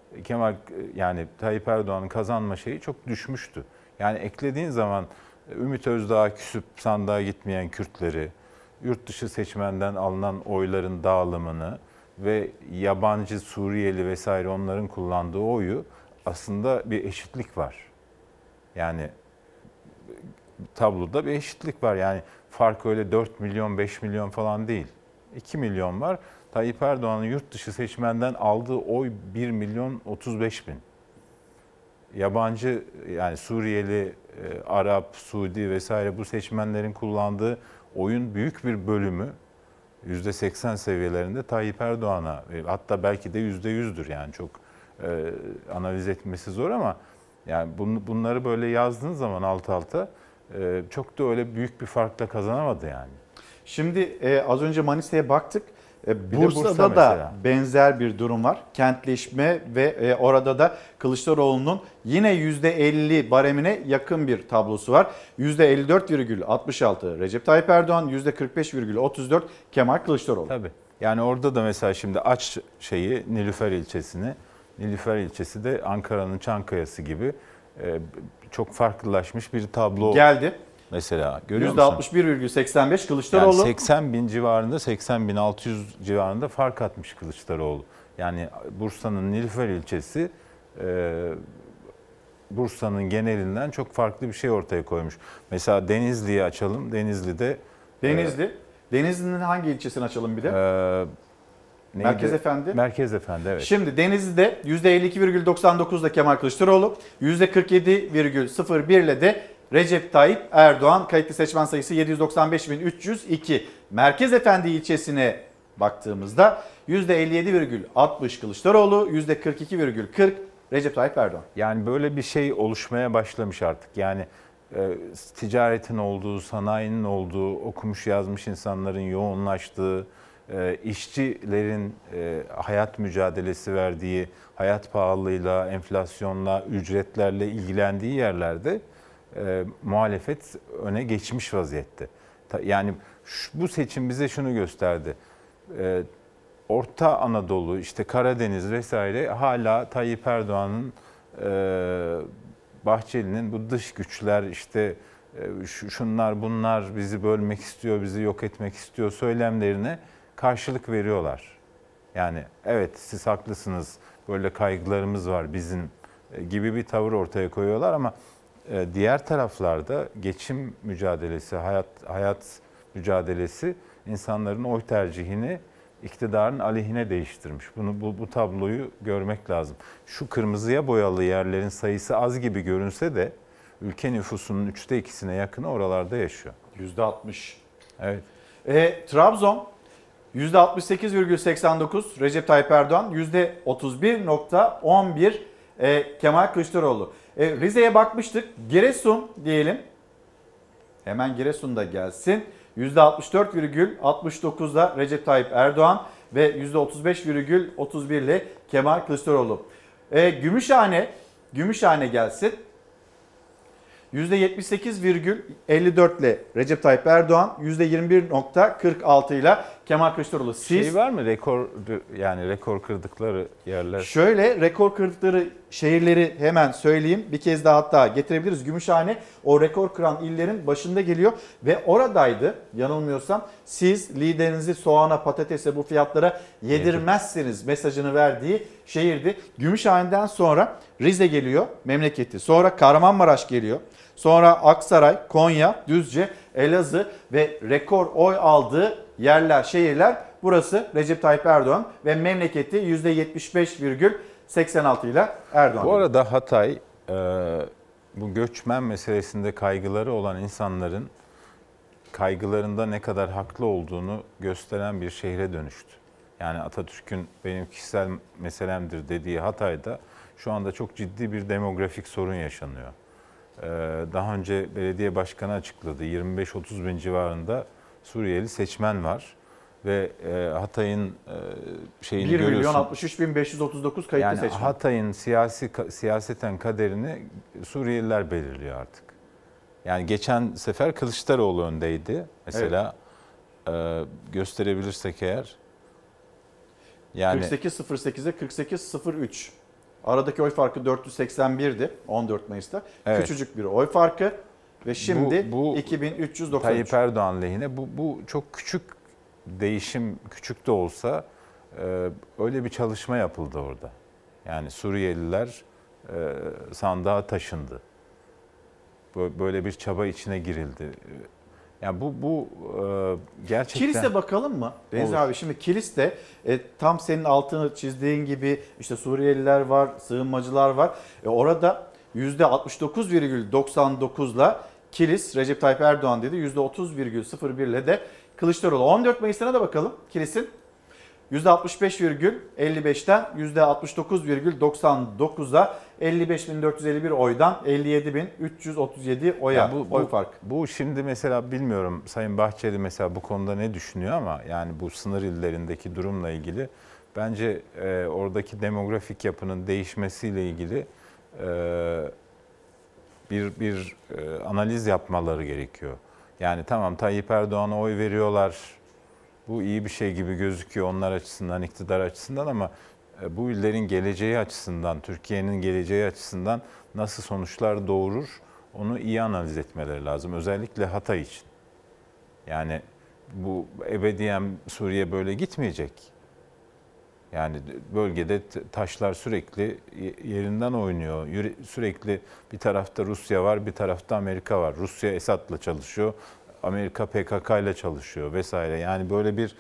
Tayyip Erdoğan'ın kazanma şeyi çok düşmüştü. Yani eklediğin zaman Ümit Özdağ'a küsüp sandığa gitmeyen Kürtleri, yurt dışı seçmenden alınan oyların dağılımını ve yabancı, Suriyeli vesaire onların kullandığı oyu aslında bir eşitlik var. Yani tabloda bir eşitlik var. Yani fark öyle 4 milyon, 5 milyon falan değil. 2 milyon var. Tayyip Erdoğan'ın yurt dışı seçmenden aldığı oy 1 milyon 35 bin. Yabancı yani Suriyeli, Arap, Suudi vesaire bu seçmenlerin kullandığı oyun büyük bir bölümü %80 seviyelerinde Tayyip Erdoğan'a, hatta belki de %100'dür yani çok analiz etmesi zor ama yani bunları böyle yazdığın zaman alt alta çok da öyle büyük bir farkla kazanamadı yani. Şimdi az önce Manisa'ya baktık. Bursa'da da benzer bir durum var. Kentleşme ve orada da Kılıçdaroğlu'nun yine %50 baremine yakın bir tablosu var. %54,66 Recep Tayyip Erdoğan, %45,34 Kemal Kılıçdaroğlu. Tabii. Yani orada da mesela şimdi aç Nilüfer ilçesini. Nilüfer ilçesi de Ankara'nın Çankaya'sı gibi çok farklılaşmış bir tablo. Geldi. Mesela görüyor musun? %61,85 Kılıçdaroğlu. Yani 80 bin civarında, 80.600 civarında fark atmış Kılıçdaroğlu. Yani Bursa'nın Nilüfer ilçesi Bursa'nın genelinden çok farklı bir şey ortaya koymuş. Mesela Denizli'yi açalım. Denizli'de... Denizli'nin hangi ilçesini açalım bir de? Merkez Efendi. Merkez Efendi, evet. Şimdi Denizli'de %52,99'da Kemal Kılıçdaroğlu, %47,01 ile de Recep Tayyip Erdoğan. Kayıtlı seçmen sayısı 795.302. Merkez Efendi ilçesine baktığımızda %57,60 Kılıçdaroğlu, %42,40 Recep Tayyip Erdoğan. Yani böyle bir şey oluşmaya başlamış artık. Yani ticaretin olduğu, sanayinin olduğu, okumuş yazmış insanların yoğunlaştığı, işçilerin hayat mücadelesi verdiği, hayat pahalılığıyla, enflasyonla, ücretlerle ilgilendiği yerlerde muhalefet öne geçmiş vaziyette. Yani bu seçim bize şunu gösterdi. Orta Anadolu, işte Karadeniz vesaire hala Tayyip Erdoğan'ın, Bahçeli'nin bu dış güçler işte şunlar bunlar bizi bölmek istiyor, bizi yok etmek istiyor söylemlerine karşılık veriyorlar. Yani evet siz haklısınız, böyle kaygılarımız var bizim gibi bir tavır ortaya koyuyorlar ama diğer taraflarda geçim mücadelesi, hayat mücadelesi insanların oy tercihini iktidarın aleyhine değiştirmiş. Bu tabloyu görmek lazım. Şu kırmızıya boyalı yerlerin sayısı az gibi görünse de ülke nüfusunun 2'sine yakını oralarda yaşıyor. %60. Evet. Trabzon %68,89 Recep Tayyip Erdoğan, %31,11 Kemal Kılıçdaroğlu. Rize'ye bakmıştık. Giresun diyelim. Hemen Giresun'da gelsin. %64,69'da Recep Tayyip Erdoğan ve %35,31 ile Kemal Kılıçdaroğlu. Gümüşhane gelsin. %78,54 ile Recep Tayyip Erdoğan, %21,46 ile Kemal Kılıçdaroğlu. Siz Şey var mı rekor kırdıkları yerler? Şöyle rekor kırdıkları şehirleri hemen söyleyeyim. Bir kez daha hatta getirebiliriz. Gümüşhane o rekor kıran illerin başında geliyor ve oradaydı yanılmıyorsam. Siz liderinizi soğana, patatese bu fiyatlara yedirmezseniz mesajını verdiği şehirdi. Gümüşhane'den sonra Rize geliyor, memleketi. Sonra Kahramanmaraş geliyor. Sonra Aksaray, Konya, Düzce, Elazığ ve rekor oy aldığı yerler, şehirler burası Recep Tayyip Erdoğan ve memleketi %75,86 ile Erdoğan. Bu arada Hatay bu göçmen meselesinde kaygıları olan insanların kaygılarında ne kadar haklı olduğunu gösteren bir şehre dönüştü. Yani Atatürk'ün benim kişisel meselemdir dediği Hatay'da şu anda çok ciddi bir demografik sorun yaşanıyor. Daha önce belediye başkanı açıkladı. 25-30 bin civarında Suriyeli seçmen var. Ve Hatay'ın şeyini görüyorsun. 1.063.539 kayıtlı yani seçmen. Hatay'ın siyaseten kaderini Suriyeliler belirliyor artık. Yani geçen sefer Kılıçdaroğlu öndeydi. Mesela gösterebilirsek eğer. Yani 48.08'e 48.03. Aradaki oy farkı 481'di 14 Mayıs'ta. Evet. Küçücük bir oy farkı ve şimdi bu 2393. Tayyip Erdoğan lehine bu çok küçük değişim, küçük de olsa öyle bir çalışma yapıldı orada. Yani Suriyeliler sandığa taşındı. Böyle bir çaba içine girildi. Yani bu gerçekten... Kilis'e bakalım mı? Deniz abi şimdi Kilis'te tam senin altını çizdiğin gibi işte Suriyeliler var, sığınmacılar var. Orada %69,99'la Kilis Recep Tayyip Erdoğan dedi. %30,01'le de Kılıçdaroğlu. 14 Mayıs'ına da bakalım Kilis'in. %65,55'ten %69,99'a 55.451 oydan 57.337 oya oy fark. Bu şimdi mesela bilmiyorum Sayın Bahçeli mesela bu konuda ne düşünüyor ama yani bu sınır illerindeki durumla ilgili bence oradaki demografik yapının değişmesiyle ilgili bir analiz yapmaları gerekiyor. Yani tamam Tayyip Erdoğan'a oy veriyorlar. Bu iyi bir şey gibi gözüküyor onlar açısından, iktidar açısından ama bu illerin geleceği açısından, Türkiye'nin geleceği açısından nasıl sonuçlar doğurur onu iyi analiz etmeleri lazım. Özellikle Hatay için. Yani bu ebediyen Suriye böyle gitmeyecek. Yani bölgede taşlar sürekli yerinden oynuyor. Sürekli bir tarafta Rusya var, bir tarafta Amerika var. Rusya Esad'la çalışıyor. Amerika PKK ile çalışıyor vesaire. Yani böyle bir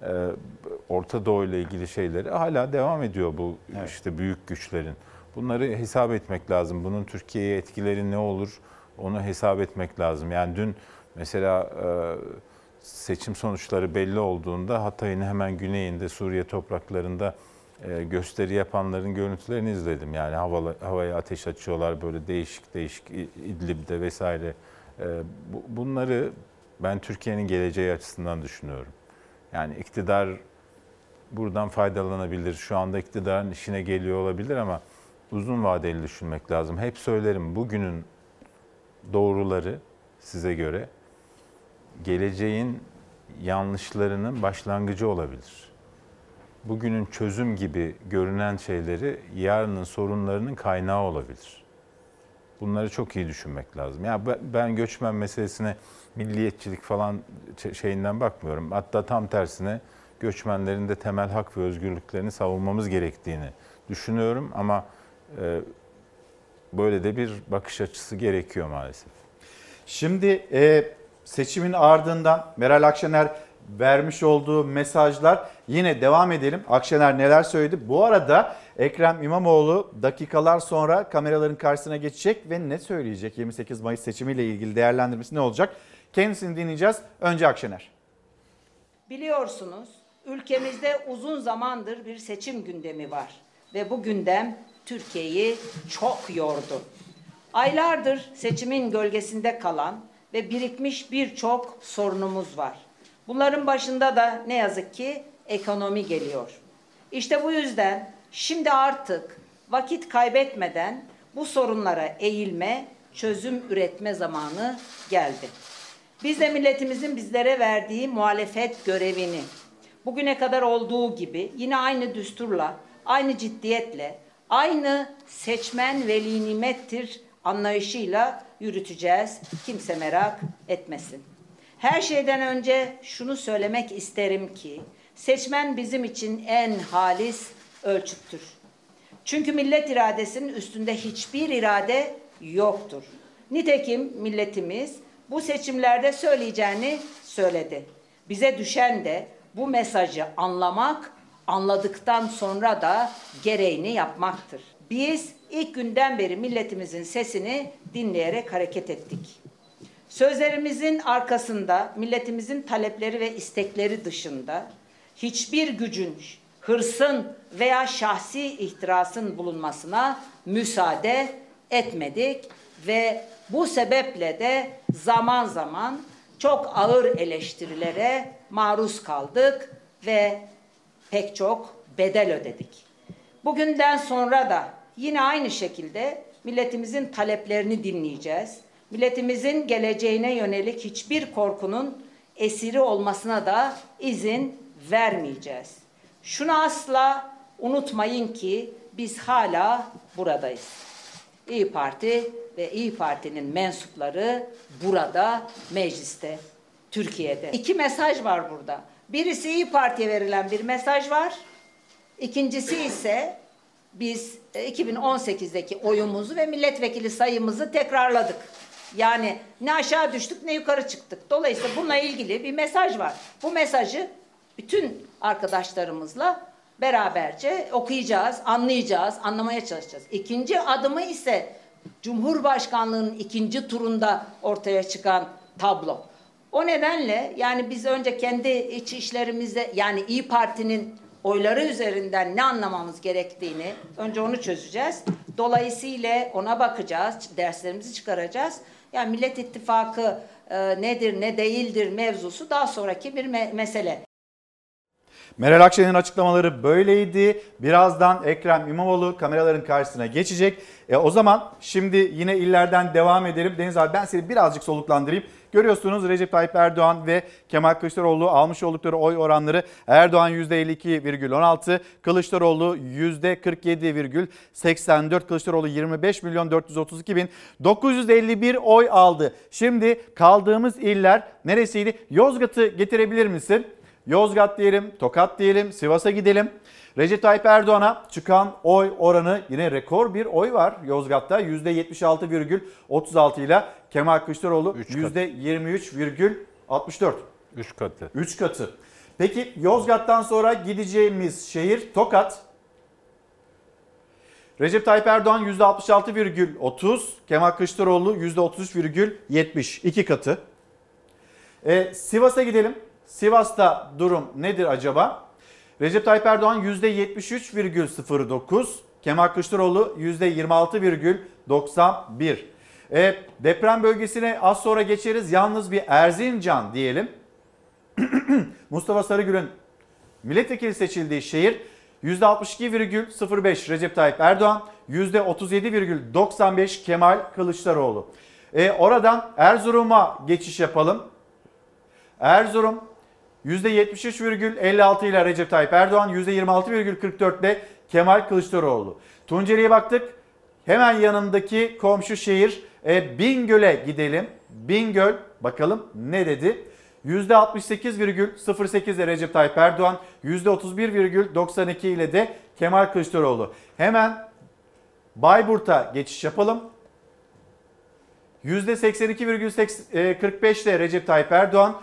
Orta Doğu ile ilgili şeyleri hala devam ediyor bu işte büyük güçlerin. Bunları hesap etmek lazım. Bunun Türkiye'ye etkileri ne olur onu hesap etmek lazım. Yani dün mesela seçim sonuçları belli olduğunda Hatay'ın hemen güneyinde Suriye topraklarında gösteri yapanların görüntülerini izledim. Yani havaya ateş açıyorlar böyle değişik İdlib'de vesaire. Bunları ben Türkiye'nin geleceği açısından düşünüyorum. Yani iktidar buradan faydalanabilir. Şu anda iktidarın işine geliyor olabilir ama uzun vadeli düşünmek lazım. Hep söylerim bugünün doğruları size göre geleceğin yanlışlarının başlangıcı olabilir. Bugünün çözüm gibi görünen şeyleri yarının sorunlarının kaynağı olabilir. Bunları çok iyi düşünmek lazım. Ya ben göçmen meselesine milliyetçilik falan şeyinden bakmıyorum. Hatta tam tersine göçmenlerin de temel hak ve özgürlüklerini savunmamız gerektiğini düşünüyorum ama böyle de bir bakış açısı gerekiyor maalesef. Şimdi seçimin ardından Meral Akşener vermiş olduğu mesajlar yine devam edelim. Akşener neler söyledi? Bu arada Ekrem İmamoğlu dakikalar sonra kameraların karşısına geçecek ve ne söyleyecek? 28 Mayıs seçimiyle ilgili değerlendirmesi ne olacak? Kendisini dinleyeceğiz. Önce Akşener. Biliyorsunuz ülkemizde uzun zamandır bir seçim gündemi var ve bu gündem Türkiye'yi çok yordu. Aylardır seçimin gölgesinde kalan ve birikmiş birçok sorunumuz var. Bunların başında da ne yazık ki ekonomi geliyor. İşte bu yüzden şimdi artık vakit kaybetmeden bu sorunlara eğilme, çözüm üretme zamanı geldi. Biz de milletimizin bizlere verdiği muhalefet görevini bugüne kadar olduğu gibi yine aynı düsturla, aynı ciddiyetle, aynı seçmen veli nimettir anlayışıyla yürüteceğiz. Kimse merak etmesin. Her şeyden önce şunu söylemek isterim ki seçmen bizim için en halis ölçüttür. Çünkü millet iradesinin üstünde hiçbir irade yoktur. Nitekim milletimiz bu seçimlerde söyleyeceğini söyledi. Bize düşen de bu mesajı anlamak, anladıktan sonra da gereğini yapmaktır. Biz ilk günden beri milletimizin sesini dinleyerek hareket ettik. Sözlerimizin arkasında milletimizin talepleri ve istekleri dışında hiçbir gücün, hırsın veya şahsi ihtirasın bulunmasına müsaade etmedik ve bu sebeple de zaman zaman çok ağır eleştirilere maruz kaldık ve pek çok bedel ödedik. Bugünden sonra da yine aynı şekilde milletimizin taleplerini dinleyeceğiz. Milletimizin geleceğine yönelik hiçbir korkunun esiri olmasına da izin vermeyeceğiz. Şunu asla unutmayın ki biz hala buradayız. İYİ Parti ve İYİ Parti'nin mensupları burada, mecliste, Türkiye'de. İki mesaj var burada. Birisi İYİ Parti'ye verilen bir mesaj var. İkincisi ise biz 2018'deki oyumuzu ve milletvekili sayımızı tekrarladık. Yani ne aşağı düştük ne yukarı çıktık. Dolayısıyla bununla ilgili bir mesaj var. Bu mesajı bütün arkadaşlarımızla beraberce okuyacağız, anlayacağız, anlamaya çalışacağız. İkinci adımı ise Cumhurbaşkanlığının ikinci turunda ortaya çıkan tablo. O nedenle yani biz önce kendi iç işlerimizde yani İYİ Parti'nin oyları üzerinden ne anlamamız gerektiğini önce onu çözeceğiz. Dolayısıyla ona bakacağız, derslerimizi çıkaracağız. Yani Millet İttifakı nedir, ne değildir mevzusu daha sonraki bir mesele. Meral Akşener'in açıklamaları böyleydi. Birazdan Ekrem İmamoğlu kameraların karşısına geçecek. O zaman şimdi yine illerden devam edelim. Deniz abi ben seni birazcık soluklandırayım. Görüyorsunuz Recep Tayyip Erdoğan ve Kemal Kılıçdaroğlu almış oldukları oy oranları. Erdoğan %52,16, Kılıçdaroğlu %47,84, Kılıçdaroğlu 25.432.951 oy aldı. Şimdi kaldığımız iller neresiydi? Yozgat'ı getirebilir misin? Yozgat diyelim, Tokat diyelim, Sivas'a gidelim. Recep Tayyip Erdoğan'a çıkan oy oranı yine rekor bir oy var Yozgat'ta %76,36 ile Kemal Kılıçdaroğlu %23,64. 3 katı. 3 katı. Peki Yozgat'tan sonra gideceğimiz şehir Tokat. Recep Tayyip Erdoğan %66,30, Kemal Kılıçdaroğlu %33,70, 2 katı. Sivas'a gidelim. Sivas'ta durum nedir acaba? Recep Tayyip Erdoğan %73,09, Kemal Kılıçdaroğlu %26,91. Deprem bölgesine az sonra geçeriz. Yalnız bir Erzincan diyelim. Mustafa Sarıgül'ün milletvekili seçildiği şehir %62,05 Recep Tayyip Erdoğan, %37,95 Kemal Kılıçdaroğlu. Oradan Erzurum'a geçiş yapalım. Erzurum %73,56 ile Recep Tayyip Erdoğan, %26,44 ile Kemal Kılıçdaroğlu. Tunceli'ye baktık. Hemen yanındaki komşu şehir Bingöl'e gidelim. Bingöl bakalım ne dedi? %68,08 ile Recep Tayyip Erdoğan, %31,92 ile de Kemal Kılıçdaroğlu. Hemen Bayburt'a geçiş yapalım. %82,45 ile Recep Tayyip Erdoğan,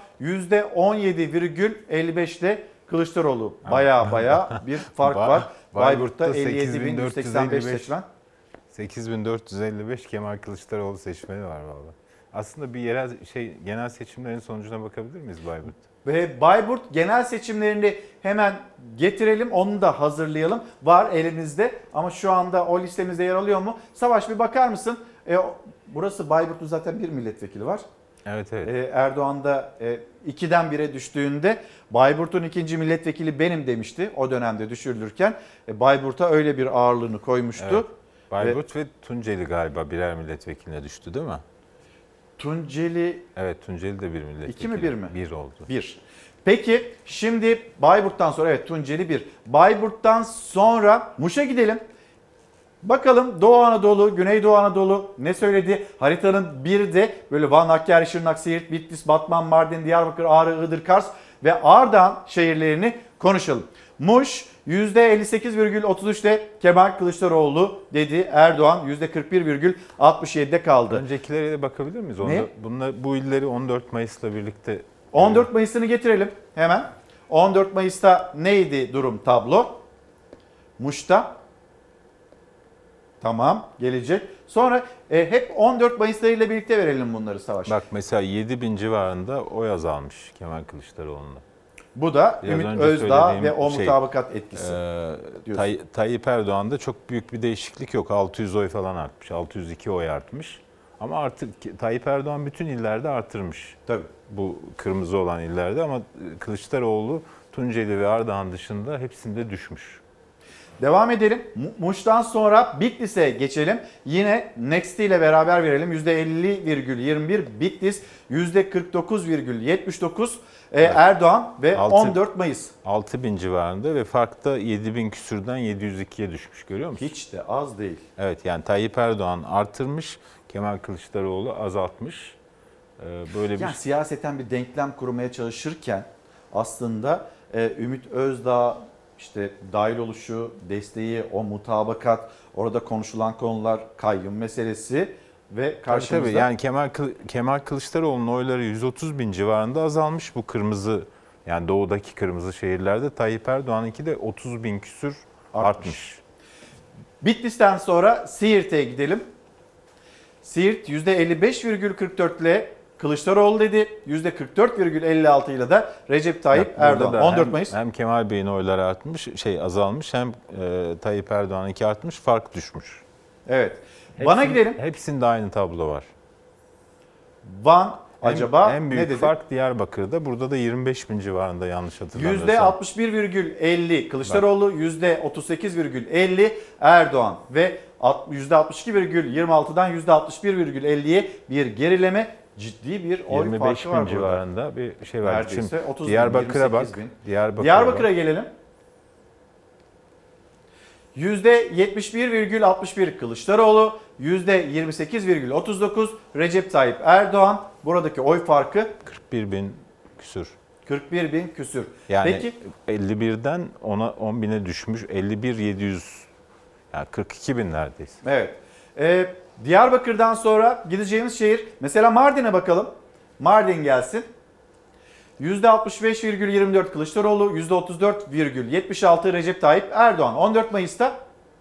%17,55 ile Kılıçdaroğlu. Baya bir fark var. Bayburt'ta 57.185 seçmen. 8.455 Kemal Kılıçdaroğlu seçmeni var vallahi. Aslında bir yerel genel seçimlerin sonucuna bakabilir miyiz Bayburt'ta? Ve Bayburt genel seçimlerini hemen getirelim, onu da hazırlayalım. Var elimizde ama şu anda o listemizde yer alıyor mu? Savaş bir bakar mısın? Burası Bayburt'un zaten bir milletvekili var. Evet. Erdoğan da 2'den 1'e düştüğünde Bayburt'un ikinci milletvekili benim demişti o dönemde düşürülürken. Bayburt'a öyle bir ağırlığını koymuştu. Evet. Bayburt ve Tunceli galiba birer milletvekiline düştü değil mi? Tunceli... Evet, Tunceli de bir milletvekili. 2 mi 1 mi? 1 oldu. 1. Peki şimdi Bayburt'tan sonra, evet Tunceli 1. Bayburt'tan sonra Muş'a gidelim. Bakalım Doğu Anadolu, Güneydoğu Anadolu ne söyledi? Haritanın bir de böyle Van, Hakkari, Şırnak, Siirt, Bitlis, Batman, Mardin, Diyarbakır, Ağrı, Iğdır, Kars ve Ardahan şehirlerini konuşalım. Muş %58,33'te Kemal Kılıçdaroğlu dedi. Erdoğan %41,67'de kaldı. Öncekilere de bakabilir miyiz? Ne? Bu illeri 14 Mayıs'la birlikte... 14 Mayıs'ını getirelim hemen. 14 Mayıs'ta neydi durum, tablo? Muş'ta. Tamam, gelecek. Sonra hep 14 Mayıs'larıyla birlikte verelim bunları Savaş. Bak mesela 7.000 civarında oy azalmış Kemal Kılıçdaroğlu'na. Bu da Biraz Ümit önce Özdağ ve o şey, mutabakat etkisi. Tayyip Erdoğan'da çok büyük bir değişiklik yok. 600 oy falan artmış. 602 oy artmış. Ama artık Tayyip Erdoğan bütün illerde artırmış. Tabii. Bu kırmızı olan illerde, ama Kılıçdaroğlu Tunceli ve Ardahan dışında hepsinde düşmüş. Devam edelim. Muş'tan sonra Bitlis'e geçelim. Yine Next ile beraber verelim. %50,21 Bitlis, %49,79 Erdoğan ve 14 Mayıs. 6.000 civarında ve farkta 7.000 küsürden 702'ye düşmüş, görüyor musun? Hiç de az değil. Evet, yani Tayyip Erdoğan artırmış, Kemal Kılıçdaroğlu azaltmış. Böyle bir... Yani siyaseten bir denklem kurmaya çalışırken aslında Ümit Özdağ işte dahil oluşu, desteği, o mutabakat, orada konuşulan konular, kayyum meselesi ve karşımızda... Tabii, yani Kemal Kılıçdaroğlu'nun oyları 130.000 civarında azalmış bu kırmızı, yani doğudaki kırmızı şehirlerde. Tayyip Erdoğan'ınki de 30.000 küsür artmış. Bitlis'ten sonra Siirt'e gidelim. Siirt %55,44 ile Kılıçdaroğlu dedi. %44,56 ile de Recep Tayyip Erdoğan. 14 Mayıs. Hem Kemal Bey'in oyları artmış, azalmış, hem Tayyip Erdoğan'ınki artmış, fark düşmüş. Evet. Van'a gidelim. Hepsinde aynı tablo var. Van acaba en büyük ne dedi? fark Diyarbakır'da. Burada da 25.000 civarında, yanlış hatırlamıyorsam. %61,50 Kılıçdaroğlu, %38,50 Erdoğan ve %62,26'dan %61,50'ye bir gerileme, ciddi bir oy farkı var burada. 25.000 civarında bir şey var. Neredeyse 30 bin, Diyarbakır'a bak. 28 bin. Diyarbakır'a gelelim. %71,61 Kılıçdaroğlu, %28,39 Recep Tayyip Erdoğan. Buradaki oy farkı 41.000 küsür. 41.000 küsür. Yani peki 51'den 10.000'e düşmüş. 51.700, yani 42.000 neredeyse. Evet. Diyarbakır'dan sonra gideceğimiz şehir, mesela Mardin'e bakalım. Mardin gelsin. %65,24 Kılıçdaroğlu, %34,76 Recep Tayyip Erdoğan. 14 Mayıs'ta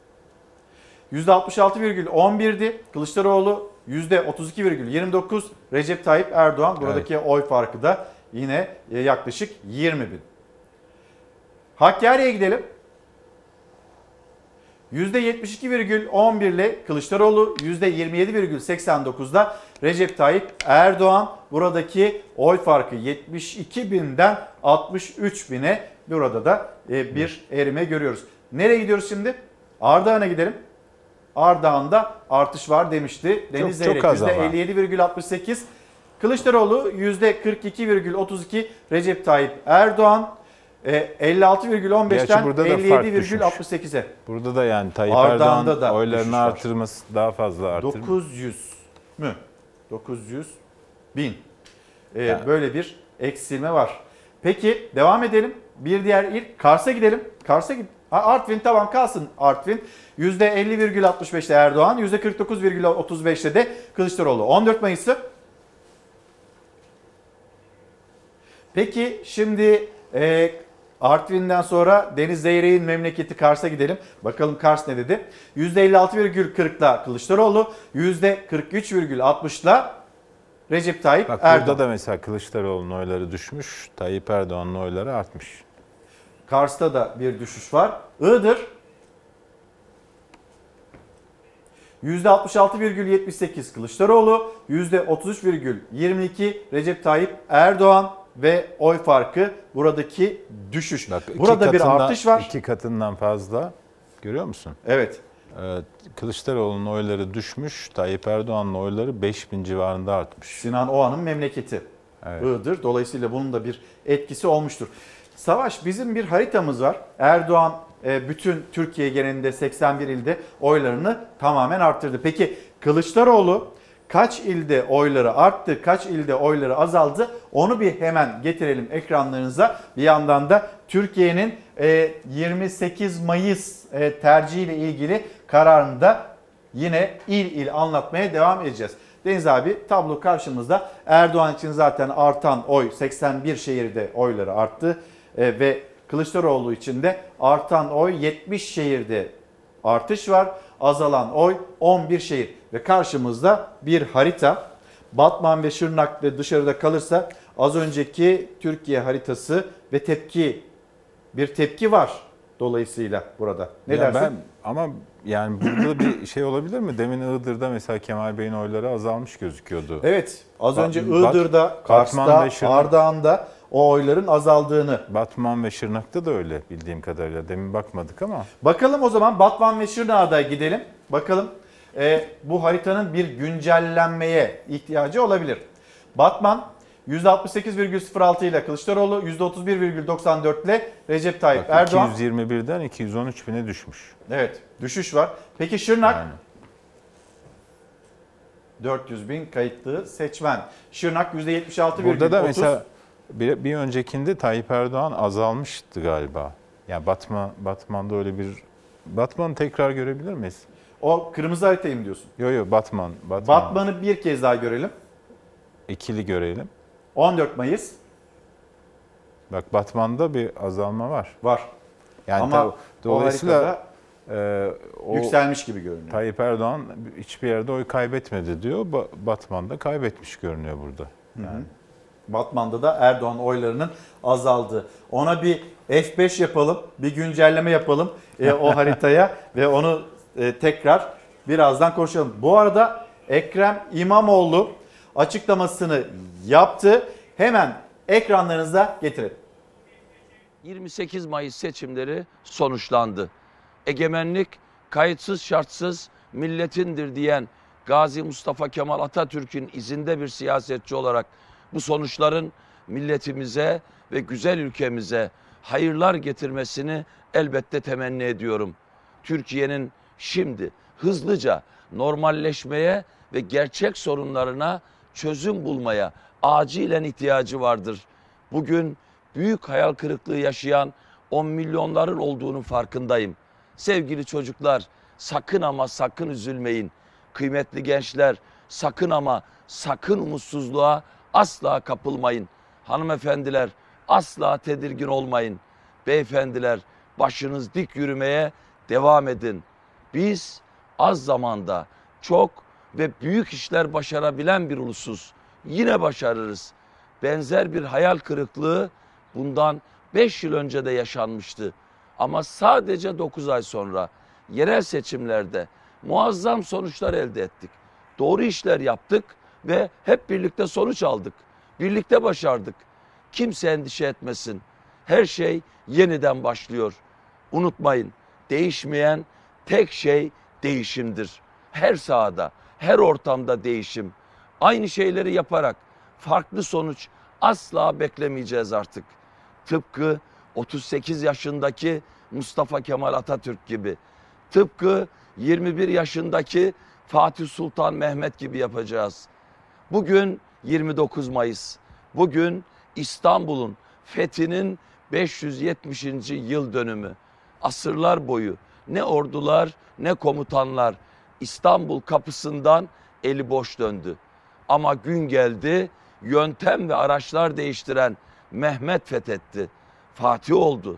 %66,11'di Kılıçdaroğlu, %32,29 Recep Tayyip Erdoğan. Buradaki oy farkı da yine yaklaşık 20.000. Hakkari'ye gidelim. %72,11 ile Kılıçdaroğlu, %27,89'da Recep Tayyip Erdoğan. Buradaki oy farkı 72.000'den 63.000'e, burada da bir erime görüyoruz. Nereye gidiyoruz şimdi? Ardahan'a gidelim. Ardahan'da artış var demişti Deniz Zeyrek. %57,68 Kılıçdaroğlu, %42,32 Recep Tayyip Erdoğan. 56,15'ten 57,68'e. Burada da yani Tayyip Ardahan'da Erdoğan da oylarını artırması daha fazla artırır. 900 mü? 900 bin. Yani. Böyle bir eksilme var. Peki devam edelim. Bir diğer il Kars'a gidelim. Kars'a git. Artvin, tamam kalsın Artvin. %50,65'te Erdoğan, %49,35'te de Kılıçdaroğlu. 14 Mayıs'ı. Peki şimdi Artvin'den sonra Deniz Zeyrek'in memleketi Kars'a gidelim. Bakalım Kars ne dedi? %56,40'la Kılıçdaroğlu, %43,60'la Recep Tayyip Erdoğan. Burada da mesela Kılıçdaroğlu'nun oyları düşmüş, Tayyip Erdoğan'ın oyları artmış. Kars'ta da bir düşüş var. Iğdır %66,78 Kılıçdaroğlu, %33,22 Recep Tayyip Erdoğan ve oy farkı buradaki düşüş. Bak, burada bir artış var. 2 katından fazla, görüyor musun? Evet. Kılıçdaroğlu'nun oyları düşmüş, Tayyip Erdoğan'ın oyları 5.000 civarında artmış. Sinan Oğan'ın memleketi. Evet. Iğdır. Dolayısıyla bunun da bir etkisi olmuştur. Savaş, bizim bir haritamız var. Erdoğan bütün Türkiye genelinde 81 ilde oylarını tamamen arttırdı. Peki Kılıçdaroğlu kaç ilde oyları arttı, kaç ilde oyları azaldı? Onu bir hemen getirelim ekranlarınıza. Bir yandan da Türkiye'nin 28 Mayıs tercihiyle ilgili kararını da yine il il anlatmaya devam edeceğiz. Deniz abi, tablo karşımızda. Erdoğan için zaten artan oy 81 şehirde oyları arttı ve Kılıçdaroğlu için de artan oy 70 şehirde artış var. Azalan oy 11 şehir ve karşımızda bir harita. Batman ve Şırnak da dışarıda kalırsa az önceki Türkiye haritası ve bir tepki var dolayısıyla burada. Ne dersin? Ama yani burada bir şey olabilir mi? Demin Iğdır'da mesela Kemal Bey'in oyları azalmış gözüküyordu. Evet, az önce Iğdır'da, Kars'ta, Ardahan'da o oyların azaldığını. Batman ve Şırnak'ta da öyle bildiğim kadarıyla. Demin bakmadık ama. Bakalım o zaman Batman ve Şırnak'a da gidelim. Bakalım bu haritanın bir güncellenmeye ihtiyacı olabilir. Batman %68,06 ile Kılıçdaroğlu, %31,94 ile Recep Tayyip Erdoğan. 221'den 213 bine düşmüş. Evet, düşüş var. Peki Şırnak? 400 bin kayıtlı seçmen. Şırnak %76,30. Burada da mesela bir öncekinde Tayyip Erdoğan azalmıştı galiba. Yani Batman'da öyle bir... Batman'ı tekrar görebilir miyiz? O kırmızı haritayı mı diyorsun? Yok Batman. Batman'ı bir kez daha görelim. İkili görelim. 14 Mayıs. Bak Batman'da bir azalma var. Var. Yani ama dolayısıyla yükselmiş gibi görünüyor. Tayyip Erdoğan hiçbir yerde oy kaybetmedi diyor. Batman'da kaybetmiş görünüyor burada. Yani. Batman'da da Erdoğan oylarının azaldığı. Ona bir F5 yapalım, bir güncelleme yapalım o haritaya ve onu tekrar birazdan konuşalım. Bu arada Ekrem İmamoğlu açıklamasını yaptı. Hemen ekranlarınıza getirelim. 28 Mayıs seçimleri sonuçlandı. Egemenlik kayıtsız şartsız milletindir diyen Gazi Mustafa Kemal Atatürk'ün izinde bir siyasetçi olarak bu sonuçların milletimize ve güzel ülkemize hayırlar getirmesini elbette temenni ediyorum. Türkiye'nin şimdi hızlıca normalleşmeye ve gerçek sorunlarına çözüm bulmaya acilen ihtiyacı vardır. Bugün büyük hayal kırıklığı yaşayan 10 milyonların olduğunun farkındayım. Sevgili çocuklar, sakın ama sakın üzülmeyin. Kıymetli gençler, sakın ama sakın umutsuzluğa asla kapılmayın. Hanımefendiler, asla tedirgin olmayın. Beyefendiler, başınız dik yürümeye devam edin. Biz az zamanda çok ve büyük işler başarabilen bir ulusuz. Yine başarırız. Benzer bir hayal kırıklığı bundan 5 yıl önce de yaşanmıştı. Ama sadece 9 ay sonra yerel seçimlerde muazzam sonuçlar elde ettik. Doğru işler yaptık ve hep birlikte sonuç aldık. Birlikte başardık. Kimse endişe etmesin. Her şey yeniden başlıyor. Unutmayın, değişmeyen tek şey değişimdir. Her sahada, her ortamda değişim. Aynı şeyleri yaparak farklı sonuç asla beklemeyeceğiz artık. Tıpkı 38 yaşındaki Mustafa Kemal Atatürk gibi. Tıpkı 21 yaşındaki Fatih Sultan Mehmet gibi yapacağız. Bugün 29 Mayıs. Bugün İstanbul'un fethinin 570. yıl dönümü. Asırlar boyu ne ordular ne komutanlar İstanbul kapısından eli boş döndü. Ama gün geldi, yöntem ve araçlar değiştiren Mehmet fethetti. Fatih oldu.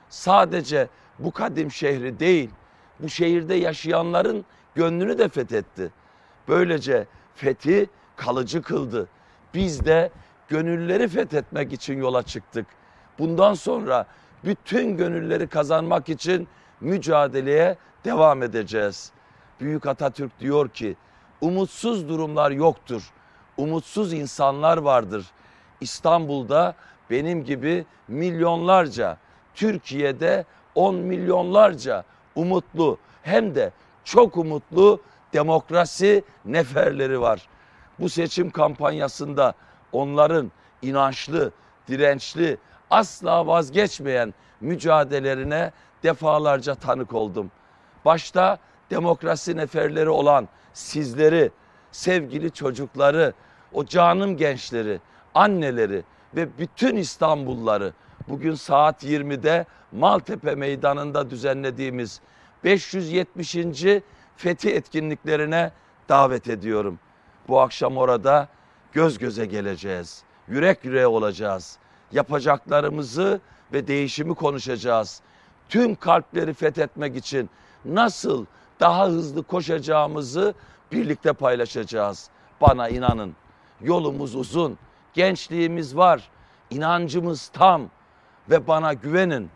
Sadece bu kadim şehri değil, bu şehirde yaşayanların gönlünü de fethetti. Böylece fethi kalıcı kıldı. Biz de gönülleri fethetmek için yola çıktık. Bundan sonra bütün gönülleri kazanmak için mücadeleye devam edeceğiz. Büyük Atatürk diyor ki, umutsuz durumlar yoktur. Umutsuz insanlar vardır. İstanbul'da benim gibi milyonlarca, Türkiye'de 10 milyonlarca umutlu hem de çok umutlu demokrasi neferleri var. Bu seçim kampanyasında onların inançlı, dirençli, asla vazgeçmeyen mücadelelerine defalarca tanık oldum. Başta demokrasi neferleri olan sizleri, sevgili çocukları, o canım gençleri, anneleri ve bütün İstanbulluları bugün saat 20'de Maltepe Meydanı'nda düzenlediğimiz 570. Fethi etkinliklerine davet ediyorum. Bu akşam orada göz göze geleceğiz. Yürek yüreğe olacağız. Yapacaklarımızı ve değişimi konuşacağız. Tüm kalpleri fethetmek için nasıl daha hızlı koşacağımızı birlikte paylaşacağız. Bana inanın. Yolumuz uzun. Gençliğimiz var. İnancımız tam ve bana güvenin.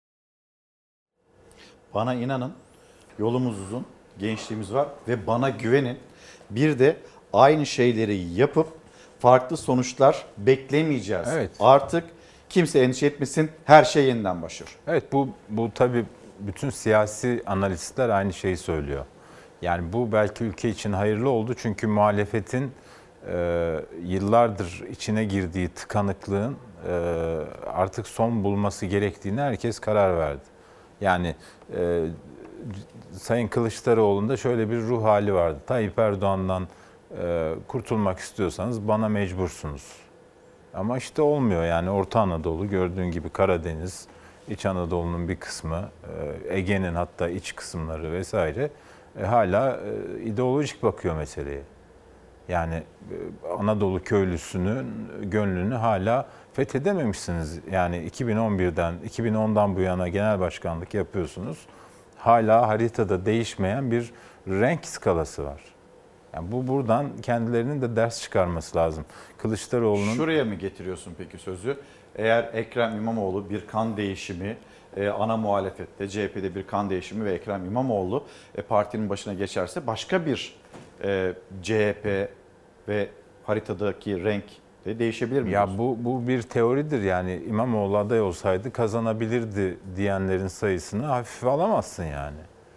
Bana inanın. Yolumuz uzun. Gençliğimiz var ve bana güvenin. Bir de aynı şeyleri yapıp farklı sonuçlar beklemeyeceğiz. Evet. Artık kimse endişe etmesin. Her şey yeniden başlıyor. Evet, bu tabii bütün siyasi analistler aynı şeyi söylüyor. Yani bu belki ülke için hayırlı oldu çünkü muhalefetin yıllardır içine girdiği tıkanıklığın artık son bulması gerektiğine herkes karar verdi. Yani Sayın Kılıçdaroğlu'nda şöyle bir ruh hali vardı. Tayyip Erdoğan'dan kurtulmak istiyorsanız bana mecbursunuz. Ama işte olmuyor yani Orta Anadolu gördüğün gibi Karadeniz, İç Anadolu'nun bir kısmı, Ege'nin hatta iç kısımları vesaire hala ideolojik bakıyor meseleye. Yani Anadolu köylüsünün gönlünü hala fethedememişsiniz. Yani 2010'dan bu yana genel başkanlık yapıyorsunuz. Hala haritada değişmeyen bir renk skalası var. Yani buradan kendilerinin de ders çıkarması lazım. Kılıçdaroğlu'nun... Şuraya mı getiriyorsun peki sözü? Eğer Ekrem İmamoğlu bir kan değişimi, ana muhalefette CHP'de bir kan değişimi ve Ekrem İmamoğlu partinin başına geçerse başka bir CHP ve haritadaki renk de değişebilir mi? Ya bu bir teoridir yani İmamoğlu aday olsaydı kazanabilirdi diyenlerin sayısını hafife alamazsın yani.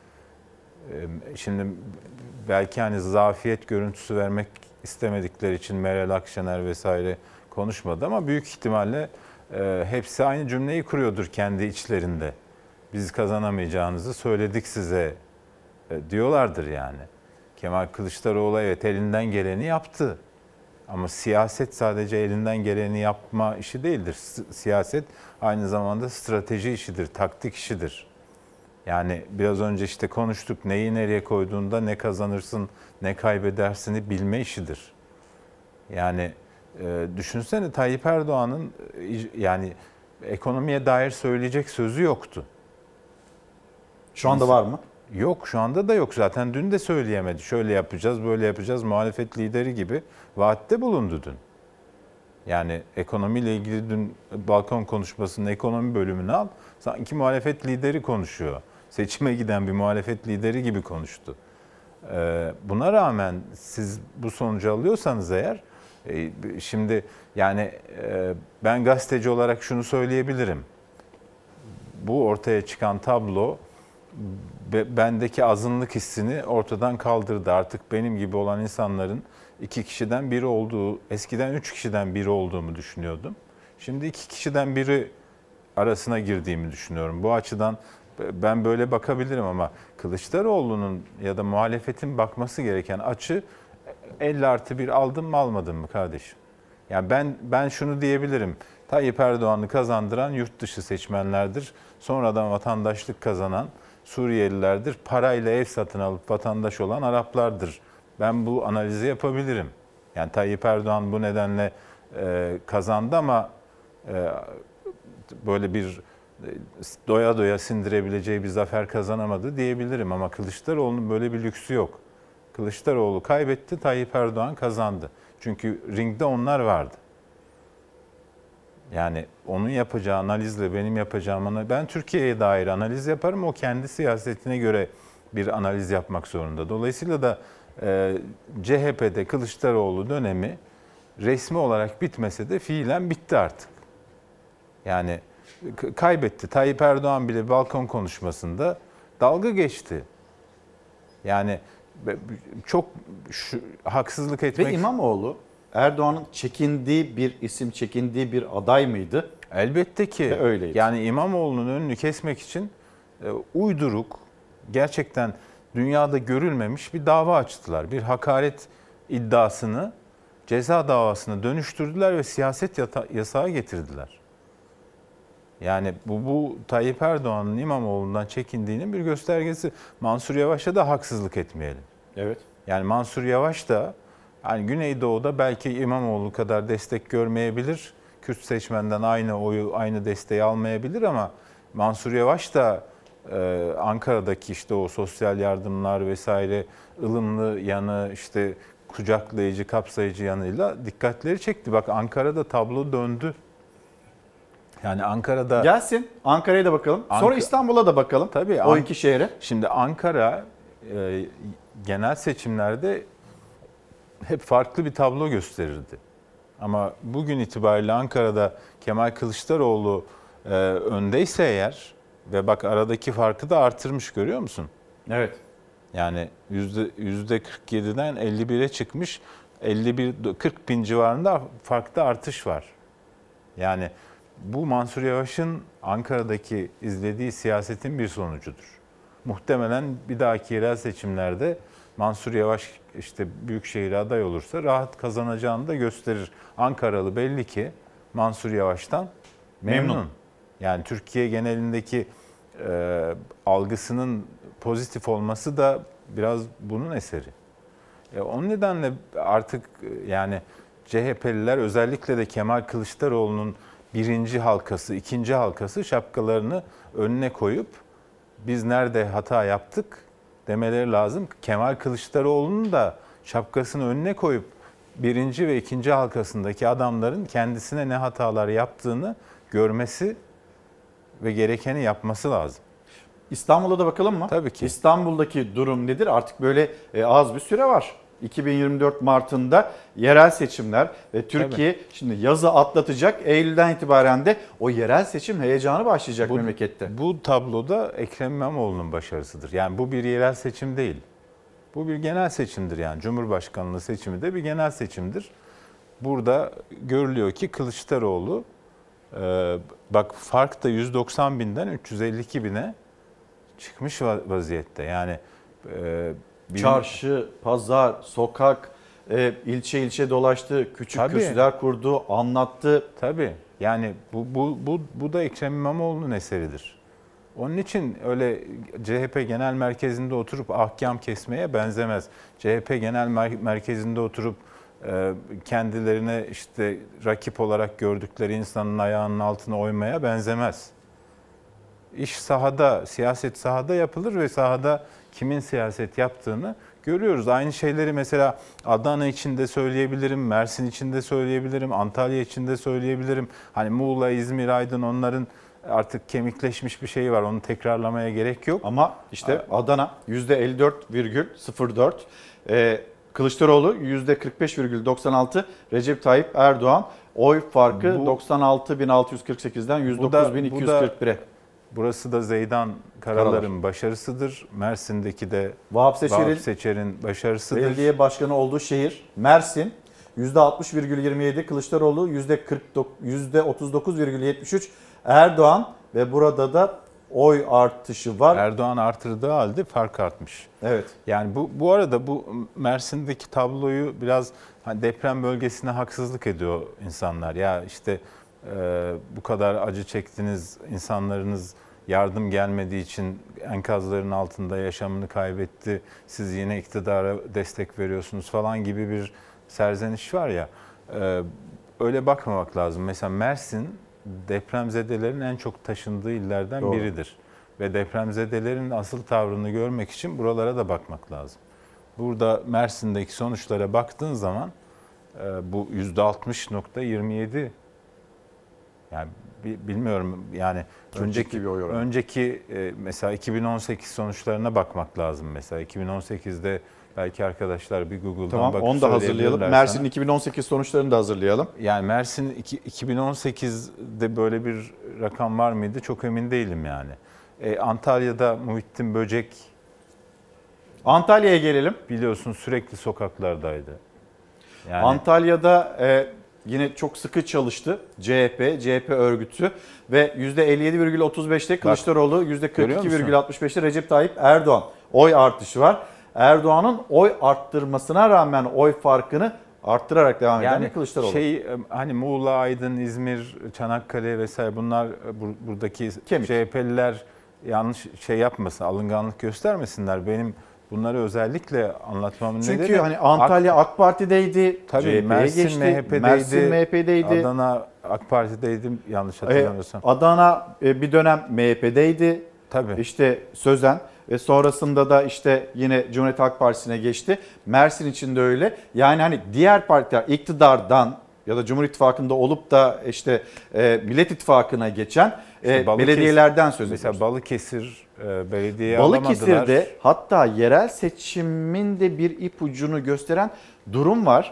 Şimdi belki hani zafiyet görüntüsü vermek istemedikleri için Meral Akşener vesaire konuşmadı ama büyük ihtimalle hepsi aynı cümleyi kuruyordur kendi içlerinde. Biz kazanamayacağınızı söyledik size diyorlardır yani. Kemal Kılıçdaroğlu evet elinden geleni yaptı. Ama siyaset sadece elinden geleni yapma işi değildir. Siyaset aynı zamanda strateji işidir, taktik işidir. Yani biraz önce işte konuştuk neyi nereye koyduğunda ne kazanırsın ne kaybedersini bilme işidir. Yani düşünsene Tayyip Erdoğan'ın yani ekonomiye dair söyleyecek sözü yoktu. Şu anda var mı? Yok, şu anda da yok. Zaten dün de söyleyemedi. Şöyle yapacağız, böyle yapacağız. Muhalefet lideri gibi vaatte bulundu dün. Yani ekonomiyle ilgili dün balkon konuşmasının ekonomi bölümünü al. Sanki muhalefet lideri konuşuyor. Seçime giden bir muhalefet lideri gibi konuştu. Buna rağmen siz bu sonucu alıyorsanız eğer, şimdi yani ben gazeteci olarak şunu söyleyebilirim. Bu ortaya çıkan tablo bendeki azınlık hissini ortadan kaldırdı. Artık benim gibi olan insanların 2 kişiden biri olduğu, eskiden 3 kişiden biri olduğumu düşünüyordum. Şimdi 2 kişiden biri arasına girdiğimi düşünüyorum. Bu açıdan ben böyle bakabilirim ama Kılıçdaroğlu'nun ya da muhalefetin bakması gereken açı 50+1 aldım mı almadım mı kardeşim? Yani ben şunu diyebilirim. Tayyip Erdoğan'ı kazandıran yurt dışı seçmenlerdir. Sonradan vatandaşlık kazanan Suriyelilerdir. Parayla ev satın alıp vatandaş olan Araplardır. Ben bu analizi yapabilirim. Yani Tayyip Erdoğan bu nedenle kazandı ama böyle bir doya doya sindirebileceği bir zafer kazanamadı diyebilirim. Ama Kılıçdaroğlu'nun böyle bir lüksü yok. Kılıçdaroğlu kaybetti, Tayyip Erdoğan kazandı. Çünkü ringde onlar vardı. Yani onun yapacağı analizle benim yapacağım ben Türkiye'ye dair analiz yaparım. O kendi siyasetine göre bir analiz yapmak zorunda. Dolayısıyla da CHP'de Kılıçdaroğlu dönemi resmi olarak bitmese de fiilen bitti artık. Yani kaybetti. Tayyip Erdoğan bile balkon konuşmasında dalga geçti. Yani çok haksızlık etmek... Ve İmamoğlu Erdoğan'ın çekindiği bir isim, çekindiği bir aday mıydı? Elbette ki. Ve öyleydi. Yani İmamoğlu'nun önünü kesmek için uyduruk, gerçekten dünyada görülmemiş bir dava açtılar. Bir hakaret iddiasını ceza davasına dönüştürdüler ve siyaset yasağı getirdiler. Yani bu Tayyip Erdoğan'ın İmamoğlu'ndan çekindiğinin bir göstergesi. Mansur Yavaş'a da haksızlık etmeyelim. Evet. Yani Mansur Yavaş da hani Güneydoğu'da belki İmamoğlu kadar destek görmeyebilir. Kürt seçmenden aynı oyu, aynı desteği almayabilir ama Mansur Yavaş da Ankara'daki işte o sosyal yardımlar vesaire ılımlı yanı, işte kucaklayıcı, kapsayıcı yanıyla dikkatleri çekti. Bak Ankara'da tablo döndü. Yani Ankara'da... Gelsin. Ankara'ya da bakalım. Sonra İstanbul'a da bakalım. Tabii. O iki şehre. Şimdi Ankara genel seçimlerde hep farklı bir tablo gösterirdi. Ama bugün itibariyle Ankara'da Kemal Kılıçdaroğlu öndeyse eğer ve bak aradaki farkı da artırmış, görüyor musun? Evet. Yani %47'den 51'e çıkmış. 40 bin civarında farkta artış var. Yani bu Mansur Yavaş'ın Ankara'daki izlediği siyasetin bir sonucudur. Muhtemelen bir dahaki yerel seçimlerde Mansur Yavaş işte büyükşehir aday olursa rahat kazanacağını da gösterir. Ankaralı belli ki Mansur Yavaş'tan memnun. Yani Türkiye genelindeki algısının pozitif olması da biraz bunun eseri. O nedenle artık yani CHP'liler özellikle de Kemal Kılıçdaroğlu'nun birinci halkası, ikinci halkası şapkalarını önüne koyup biz nerede hata yaptık demeleri lazım. Kemal Kılıçdaroğlu'nun da şapkasını önüne koyup birinci ve ikinci halkasındaki adamların kendisine ne hatalar yaptığını görmesi ve gerekeni yapması lazım. İstanbul'a da bakalım mı? Tabii ki. İstanbul'daki durum nedir? Artık böyle az bir süre var. 2024 Mart'ında yerel seçimler ve Türkiye şimdi yazı atlatacak. Eylül'den itibaren de o yerel seçim heyecanı başlayacak memlekette. Bu tabloda Ekrem İmamoğlu'nun başarısıdır. Yani bu bir yerel seçim değil. Bu bir genel seçimdir yani. Cumhurbaşkanlığı seçimi de bir genel seçimdir. Burada görülüyor ki Kılıçdaroğlu bak fark da 190 binden 352 bine çıkmış vaziyette. Yani çarşı, pazar, sokak, ilçe ilçe dolaştı, küçük kürsüler kurdu, anlattı. Tabii. Yani bu da Ekrem İmamoğlu'nun eseridir. Onun için öyle CHP genel merkezinde oturup ahkam kesmeye benzemez. CHP genel merkezinde oturup kendilerine işte rakip olarak gördükleri insanın ayağının altına oymaya benzemez. İş sahada, siyaset sahada yapılır ve sahada kimin siyaset yaptığını görüyoruz. Aynı şeyleri mesela Adana için de söyleyebilirim, Mersin için de söyleyebilirim, Antalya için de söyleyebilirim. Hani Muğla, İzmir, Aydın onların artık kemikleşmiş bir şeyi var. Onu tekrarlamaya gerek yok. Ama işte Adana %54,04, Kılıçdaroğlu %45,96, Recep Tayyip Erdoğan oy farkı 96.648'den 109.241'e. Burası da Zeydan Karalar'ın başarısıdır. Mersin'deki de Vahap Seçer'in başarısıdır. Belediye başkanı olduğu şehir Mersin %60,27, Kılıçdaroğlu %39,73, Erdoğan ve burada da oy artışı var. Erdoğan artırdığı halde fark artmış. Evet. Yani bu arada bu Mersin'deki tabloyu biraz hani deprem bölgesine haksızlık ediyor insanlar. Ya işte bu kadar acı çektiniz, insanlarınız yardım gelmediği için enkazların altında yaşamını kaybetti. Siz yine iktidara destek veriyorsunuz falan gibi bir serzeniş var ya. Öyle bakmamak lazım. Mesela Mersin depremzedelerin en çok taşındığı illerden biridir. Ve depremzedelerin asıl tavrını görmek için buralara da bakmak lazım. Burada Mersin'deki sonuçlara baktığın zaman bu %60.27, yani bilmiyorum yani önceki mesela 2018 sonuçlarına bakmak lazım mesela 2018'de belki arkadaşlar bir Google'dan bakıp onu da hazırlayalım. Mersin'in 2018 sonuçlarını da hazırlayalım. Yani Mersin 2018'de böyle bir rakam var mıydı? Çok emin değilim yani. Antalya'da Muhittin Böcek, Antalya'ya gelelim. Biliyorsun sürekli sokaklardaydı. Yani... Antalya'da yine çok sıkı çalıştı CHP örgütü ve %57,35'te Kılıçdaroğlu, %42,65'te Recep Tayyip Erdoğan oy artışı var. Erdoğan'ın oy arttırmasına rağmen oy farkını arttırarak devam eden yani Kılıçdaroğlu. Hani Muğla, Aydın, İzmir, Çanakkale vesaire bunlar buradaki CHP'liler yanlış yapmasın, alınganlık göstermesinler. Benim bunları özellikle anlatmamın nedeni... Çünkü hani Antalya AK Parti'deydi, tabii, Mersin MHP'deydi, Mersin MHP'deydi, Adana AK Parti'deydi yanlış hatırlamıyorsam. Adana bir dönem MHP'deydi. Tabii. İşte Sözen ve sonrasında da işte yine Cumhuriyet Halk Partisi'ne geçti. Mersin için de öyle. Yani hani diğer partiler iktidardan ya da Cumhur İttifakı'nda olup da işte Millet İttifakı'na geçen belediyelerden söz ediyoruz. Mesela Balıkesir belediye alamadılar. Balıkesir'de hatta yerel seçimin de bir ipucunu gösteren durum var.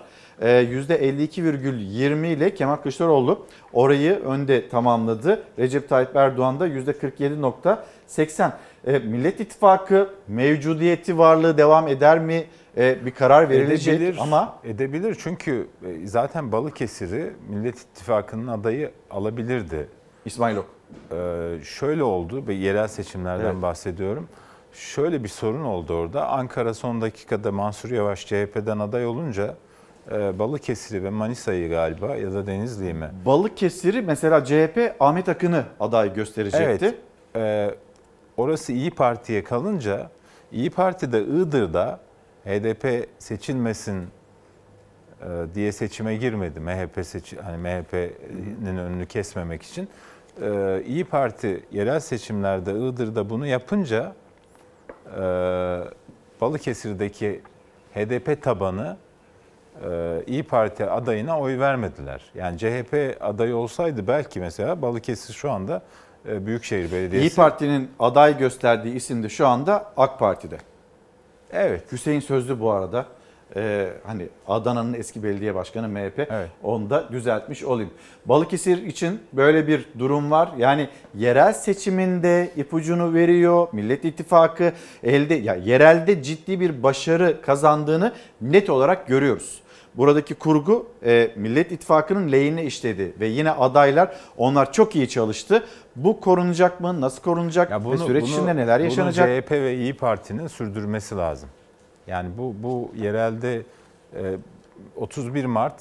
%52,20 ile Kemal Kılıçdaroğlu orayı önde tamamladı. Recep Tayyip Erdoğan da %47,80. Millet İttifakı mevcudiyeti varlığı devam eder mi? Bir karar verilecek edebilir çünkü zaten Balıkesir'i Millet İttifakı'nın adayı alabilirdi. İsmail Ok. Şöyle oldu ve yerel seçimlerden bahsediyorum. Şöyle bir sorun oldu orada. Ankara son dakikada Mansur Yavaş CHP'den aday olunca Balıkesir'i ve Manisa'yı galiba ya da Denizli'yi mi? Balıkesir'i mesela CHP Ahmet Akın'ı aday gösterecekti. Evet. Orası İyi Parti'ye kalınca İyi Parti'de Iğdır'da HDP seçilmesin diye seçime girmedi. MHP'nin önünü kesmemek için. İyi Parti yerel seçimlerde Iğdır'da bunu yapınca Balıkesir'deki HDP tabanı İyi Parti adayına oy vermediler. Yani CHP adayı olsaydı belki mesela Balıkesir şu anda Büyükşehir Belediyesi. İyi Parti'nin aday gösterdiği isim de şu anda AK Parti'de. Evet. Hüseyin Sözlü bu arada. Hani Adana'nın eski belediye başkanı MHP. Evet. Onu da düzeltmiş olayım. Balıkesir için böyle bir durum var. Yani yerel seçiminde ipucunu veriyor. Millet İttifakı yerelde ciddi bir başarı kazandığını net olarak görüyoruz. Buradaki kurgu Millet İttifakı'nın lehine işledi ve yine adaylar onlar çok iyi çalıştı. Bu korunacak mı? Nasıl korunacak? Ve süreç içinde neler yaşanacak? Bunu CHP ve İyi Parti'nin sürdürmesi lazım. Yani bu yerelde 31 Mart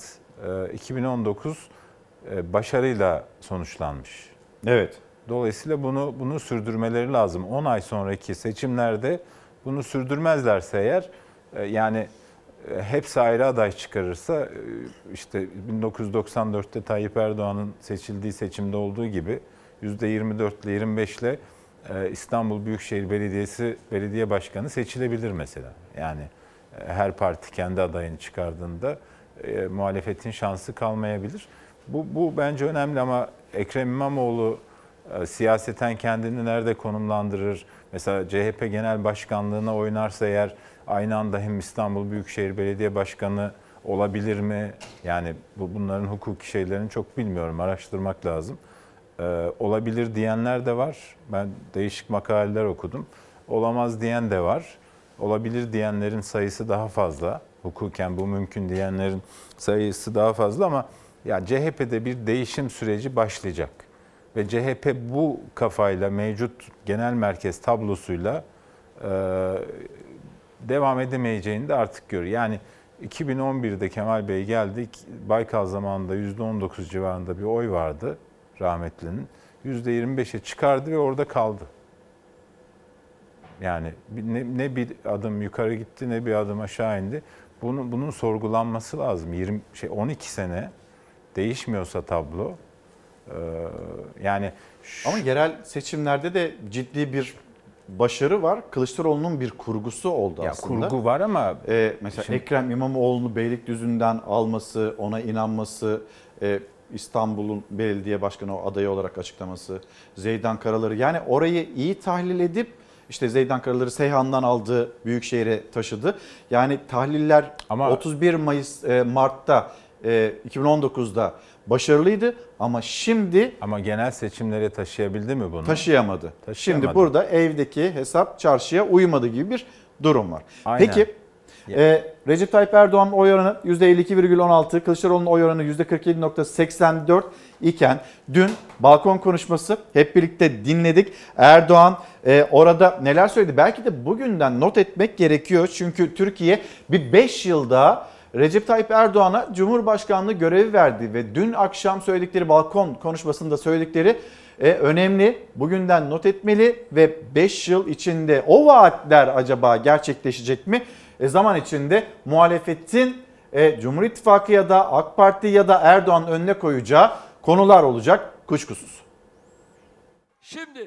2019 başarıyla sonuçlanmış. Evet. Dolayısıyla bunu sürdürmeleri lazım. 10 ay sonraki seçimlerde bunu sürdürmezlerse eğer yani hepsi ayrı aday çıkarırsa işte 1994'te Tayyip Erdoğan'ın seçildiği seçimde olduğu gibi %24 ile 25 ile İstanbul Büyükşehir Belediyesi belediye başkanı seçilebilir mesela. Yani her parti kendi adayını çıkardığında muhalefetin şansı kalmayabilir. Bu bence önemli ama Ekrem İmamoğlu siyaseten kendini nerede konumlandırır? Mesela CHP Genel Başkanlığı'na oynarsa eğer aynı anda hem İstanbul Büyükşehir Belediye Başkanı olabilir mi? Yani bunların hukuki şeylerini çok bilmiyorum, araştırmak lazım. Olabilir diyenler de var. Ben değişik makaleler okudum. Olamaz diyen de var. Olabilir diyenlerin sayısı daha fazla. Hukuken bu mümkün diyenlerin sayısı daha fazla ama ya CHP'de bir değişim süreci başlayacak. Ve CHP bu kafayla mevcut genel merkez tablosuyla devam edemeyeceğini de artık görüyor. Yani 2011'de Kemal Bey geldi. Baykal zamanında %19 civarında bir oy vardı rahmetlinin. %25'e çıkardı ve orada kaldı. Yani ne bir adım yukarı gitti ne bir adım aşağı indi. Bunun sorgulanması lazım. 12 sene değişmiyorsa tablo. Ama yerel seçimlerde de ciddi bir başarı var. Kılıçdaroğlu'nun bir kurgusu oldu aslında. Kurgu var ama mesela Ekrem İmamoğlu'nu Beylikdüzü'nden alması, ona inanması, İstanbul'un belediye başkanı adayı olarak açıklaması, Zeydan Karalar'ı yani orayı iyi tahlil edip işte Zeydan Karalar'ı Seyhan'dan aldığı Büyükşehir'e taşıdı. Yani tahliller 31 Mart'ta 2019'da başarılıydı ama şimdi... Ama genel seçimlere taşıyabildi mi bunu? Taşıyamadı. Şimdi burada evdeki hesap çarşıya uymadı gibi bir durum var. Aynen. Peki Recep Tayyip Erdoğan'ın oy oranı %52,16, Kılıçdaroğlu'nun oy oranı %47,84 iken dün balkon konuşması hep birlikte dinledik. Erdoğan orada neler söyledi? Belki de bugünden not etmek gerekiyor. Çünkü Türkiye bir 5 yılda Recep Tayyip Erdoğan'a Cumhurbaşkanlığı görevi verdi ve dün akşam söyledikleri, balkon konuşmasında söyledikleri önemli. Bugünden not etmeli ve 5 yıl içinde o vaatler acaba gerçekleşecek mi? Zaman içinde muhalefetin Cumhur İttifakı ya da AK Parti ya da Erdoğan'ın önüne koyacağı konular olacak kuşkusuz. Şimdi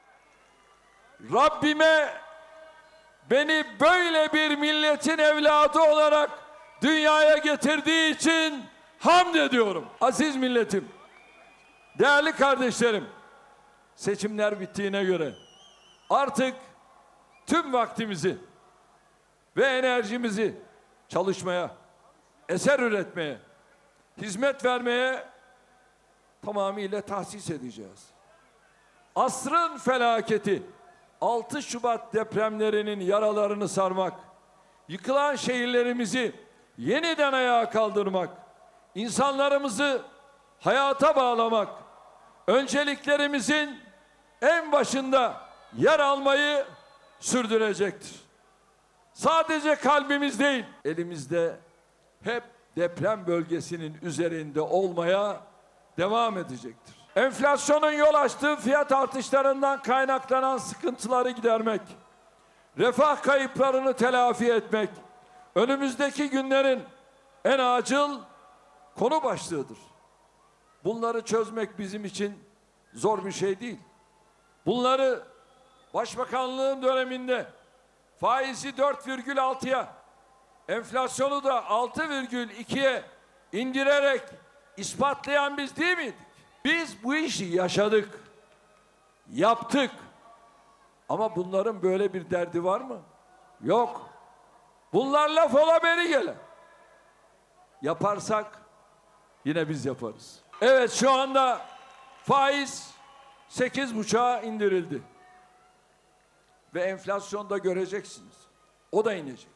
Rabbime beni böyle bir milletin evladı olarak dünyaya getirdiği için hamd ediyorum. Aziz milletim, değerli kardeşlerim, seçimler bittiğine göre artık tüm vaktimizi ve enerjimizi çalışmaya, eser üretmeye, hizmet vermeye tamamıyla tahsis edeceğiz. Asrın felaketi 6 Şubat depremlerinin yaralarını sarmak, yıkılan şehirlerimizi yeniden ayağa kaldırmak, insanlarımızı hayata bağlamak, önceliklerimizin en başında yer almayı sürdürecektir. Sadece kalbimiz değil, elimizde hep deprem bölgesinin üzerinde olmaya devam edecektir. Enflasyonun yol açtığı fiyat artışlarından kaynaklanan sıkıntıları gidermek, refah kayıplarını telafi etmek, önümüzdeki günlerin en acil konu başlığıdır. Bunları çözmek bizim için zor bir şey değil. Bunları Başbakanlığım döneminde faizi 4,6'ya, enflasyonu da 6,2'ye indirerek ispatlayan biz değil miydik? Biz bu işi yaşadık, yaptık. Ama bunların böyle bir derdi var mı? Yok. Bunlar laf ola beri gele. Yaparsak yine biz yaparız. Evet, şu anda faiz 8,5'a indirildi. Ve enflasyonda göreceksiniz. O da inecek.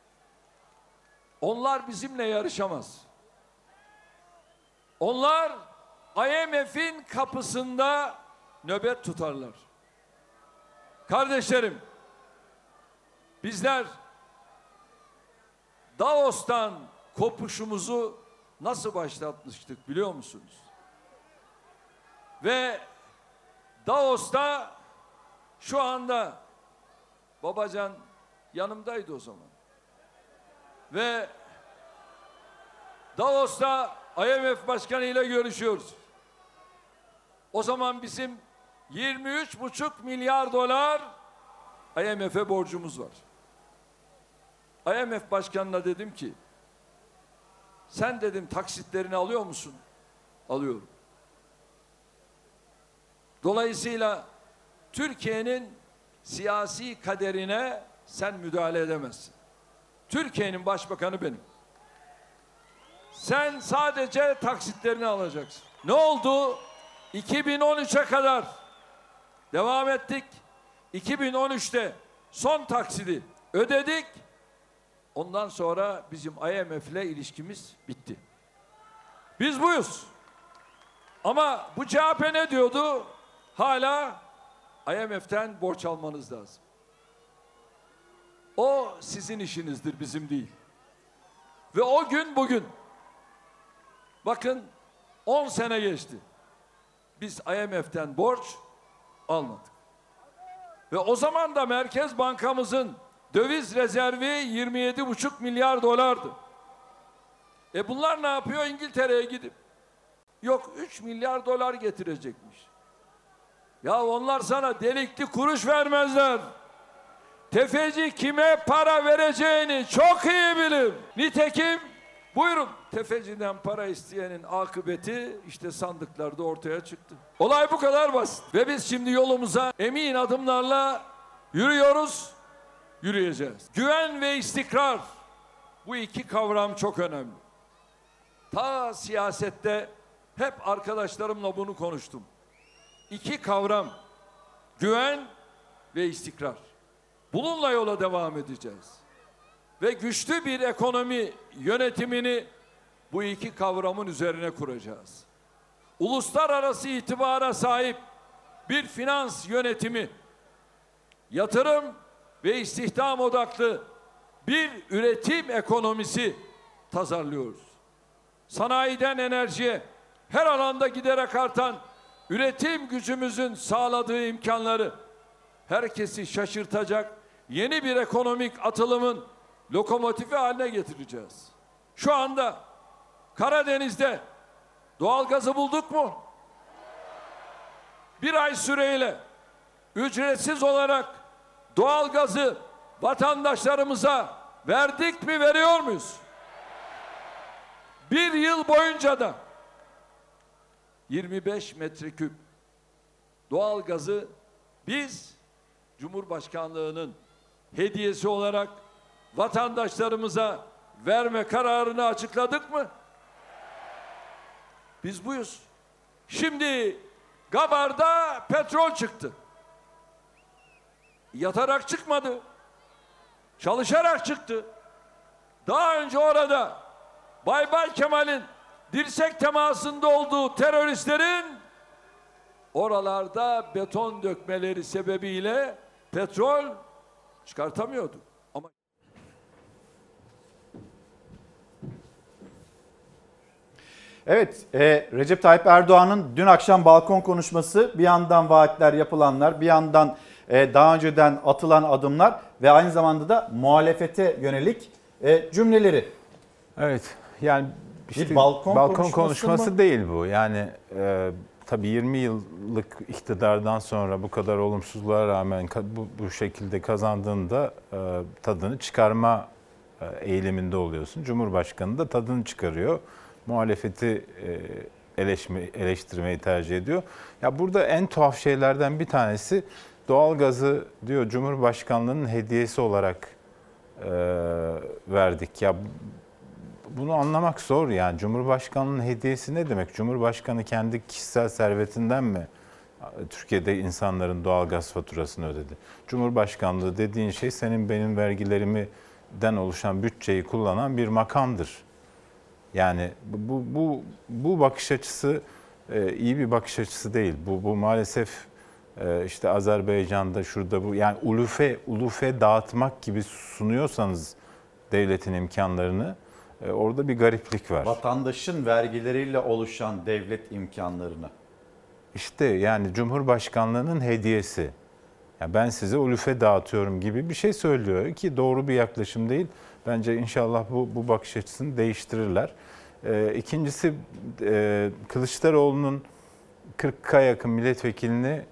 Onlar bizimle yarışamaz. Onlar IMF'in kapısında nöbet tutarlar. Kardeşlerim, bizler Davos'tan kopuşumuzu nasıl başlatmıştık biliyor musunuz? Ve Davos'ta şu anda Babacan yanımdaydı o zaman. Ve Davos'ta IMF Başkanı ile görüşüyoruz. O zaman bizim 23,5 milyar dolar IMF'e borcumuz var. IMF Başkanı'na dedim ki, sen dedim taksitlerini alıyor musun? Alıyorum. Dolayısıyla Türkiye'nin siyasi kaderine sen müdahale edemezsin. Türkiye'nin başbakanı benim. Sen sadece taksitlerini alacaksın. Ne oldu? 2013'e kadar devam ettik. 2013'te son taksidi ödedik. Ondan sonra bizim IMF ile ilişkimiz bitti. Biz buyuz. Ama bu CHP ne diyordu? Hala IMF'ten borç almanız lazım. O sizin işinizdir, bizim değil. Ve o gün bugün. Bakın 10 sene geçti. Biz IMF'ten borç almadık. Ve o zaman da Merkez Bankamızın döviz rezervi 27,5 milyar dolardı. Bunlar ne yapıyor? İngiltere'ye gidip yok 3 milyar dolar getirecekmiş. Ya onlar sana delikli kuruş vermezler. Tefeci kime para vereceğini çok iyi bilir. Nitekim buyurun, tefeciden para isteyenin akıbeti işte sandıklarda ortaya çıktı. Olay bu kadar basit. Ve biz şimdi yolumuza emin adımlarla yürüyoruz, yürüyeceğiz. Güven ve istikrar, bu iki kavram çok önemli. Ta siyasette hep arkadaşlarımla bunu konuştum. İki kavram, güven ve istikrar. Bununla yola devam edeceğiz. ve güçlü bir ekonomi yönetimini bu iki kavramın üzerine kuracağız. Uluslararası itibara sahip bir finans yönetimi, yatırım ve istihdam odaklı bir üretim ekonomisi tasarlıyoruz. Sanayiden enerjiye her alanda giderek artan üretim gücümüzün sağladığı imkanları herkesi şaşırtacak yeni bir ekonomik atılımın lokomotifi haline getireceğiz. Şu anda Karadeniz'de doğalgazı bulduk mu? Bir ay süreyle ücretsiz olarak doğalgazı vatandaşlarımıza verdik mi, veriyor muyuz? Bir yıl boyunca da 25 metreküp doğalgazı biz Cumhurbaşkanlığının hediyesi olarak vatandaşlarımıza verme kararını açıkladık mı? Biz buyuz. Şimdi Gabar'da petrol çıktı. Yatarak çıkmadı. Çalışarak çıktı. Daha önce orada Bay Kemal'in dirsek temasında olduğu teröristlerin oralarda beton dökmeleri sebebiyle petrol çıkartamıyordu. Ama Evet, Recep Tayyip Erdoğan'ın dün akşam balkon konuşması, bir yandan vaatler yapılanlar, bir yandan daha önceden atılan adımlar ve aynı zamanda da muhalefete yönelik cümleleri. Evet, yani işte bir balkon konuşması değil bu. Yani tabii 20 yıllık iktidardan sonra bu kadar olumsuzluğa rağmen bu şekilde kazandığında tadını çıkarma eğiliminde oluyorsun. Cumhurbaşkanı da tadını çıkarıyor. Muhalefeti eleştirmeyi tercih ediyor. Ya burada en tuhaf şeylerden bir tanesi doğalgazı diyor Cumhurbaşkanlığının hediyesi olarak verdik. Ya bunu anlamak zor yani. Cumhurbaşkanlığının hediyesi ne demek? Cumhurbaşkanı kendi kişisel servetinden mi Türkiye'de insanların doğalgaz faturasını ödedi? Cumhurbaşkanlığı dediğin şey senin benim vergilerimden oluşan bütçeyi kullanan bir makamdır. Yani bu bakış açısı iyi bir bakış açısı değil. Bu maalesef işte Azerbaycan'da şurada bu yani ulufe dağıtmak gibi sunuyorsanız devletin imkanlarını orada bir gariplik var. Vatandaşın vergileriyle oluşan devlet imkanlarını. İşte yani Cumhurbaşkanlığının hediyesi. Yani ben size ulufe dağıtıyorum gibi bir şey söylüyor ki doğru bir yaklaşım değil. Bence inşallah bu bakış açısını değiştirirler. İkincisi Kılıçdaroğlu'nun 40'a yakın milletvekilini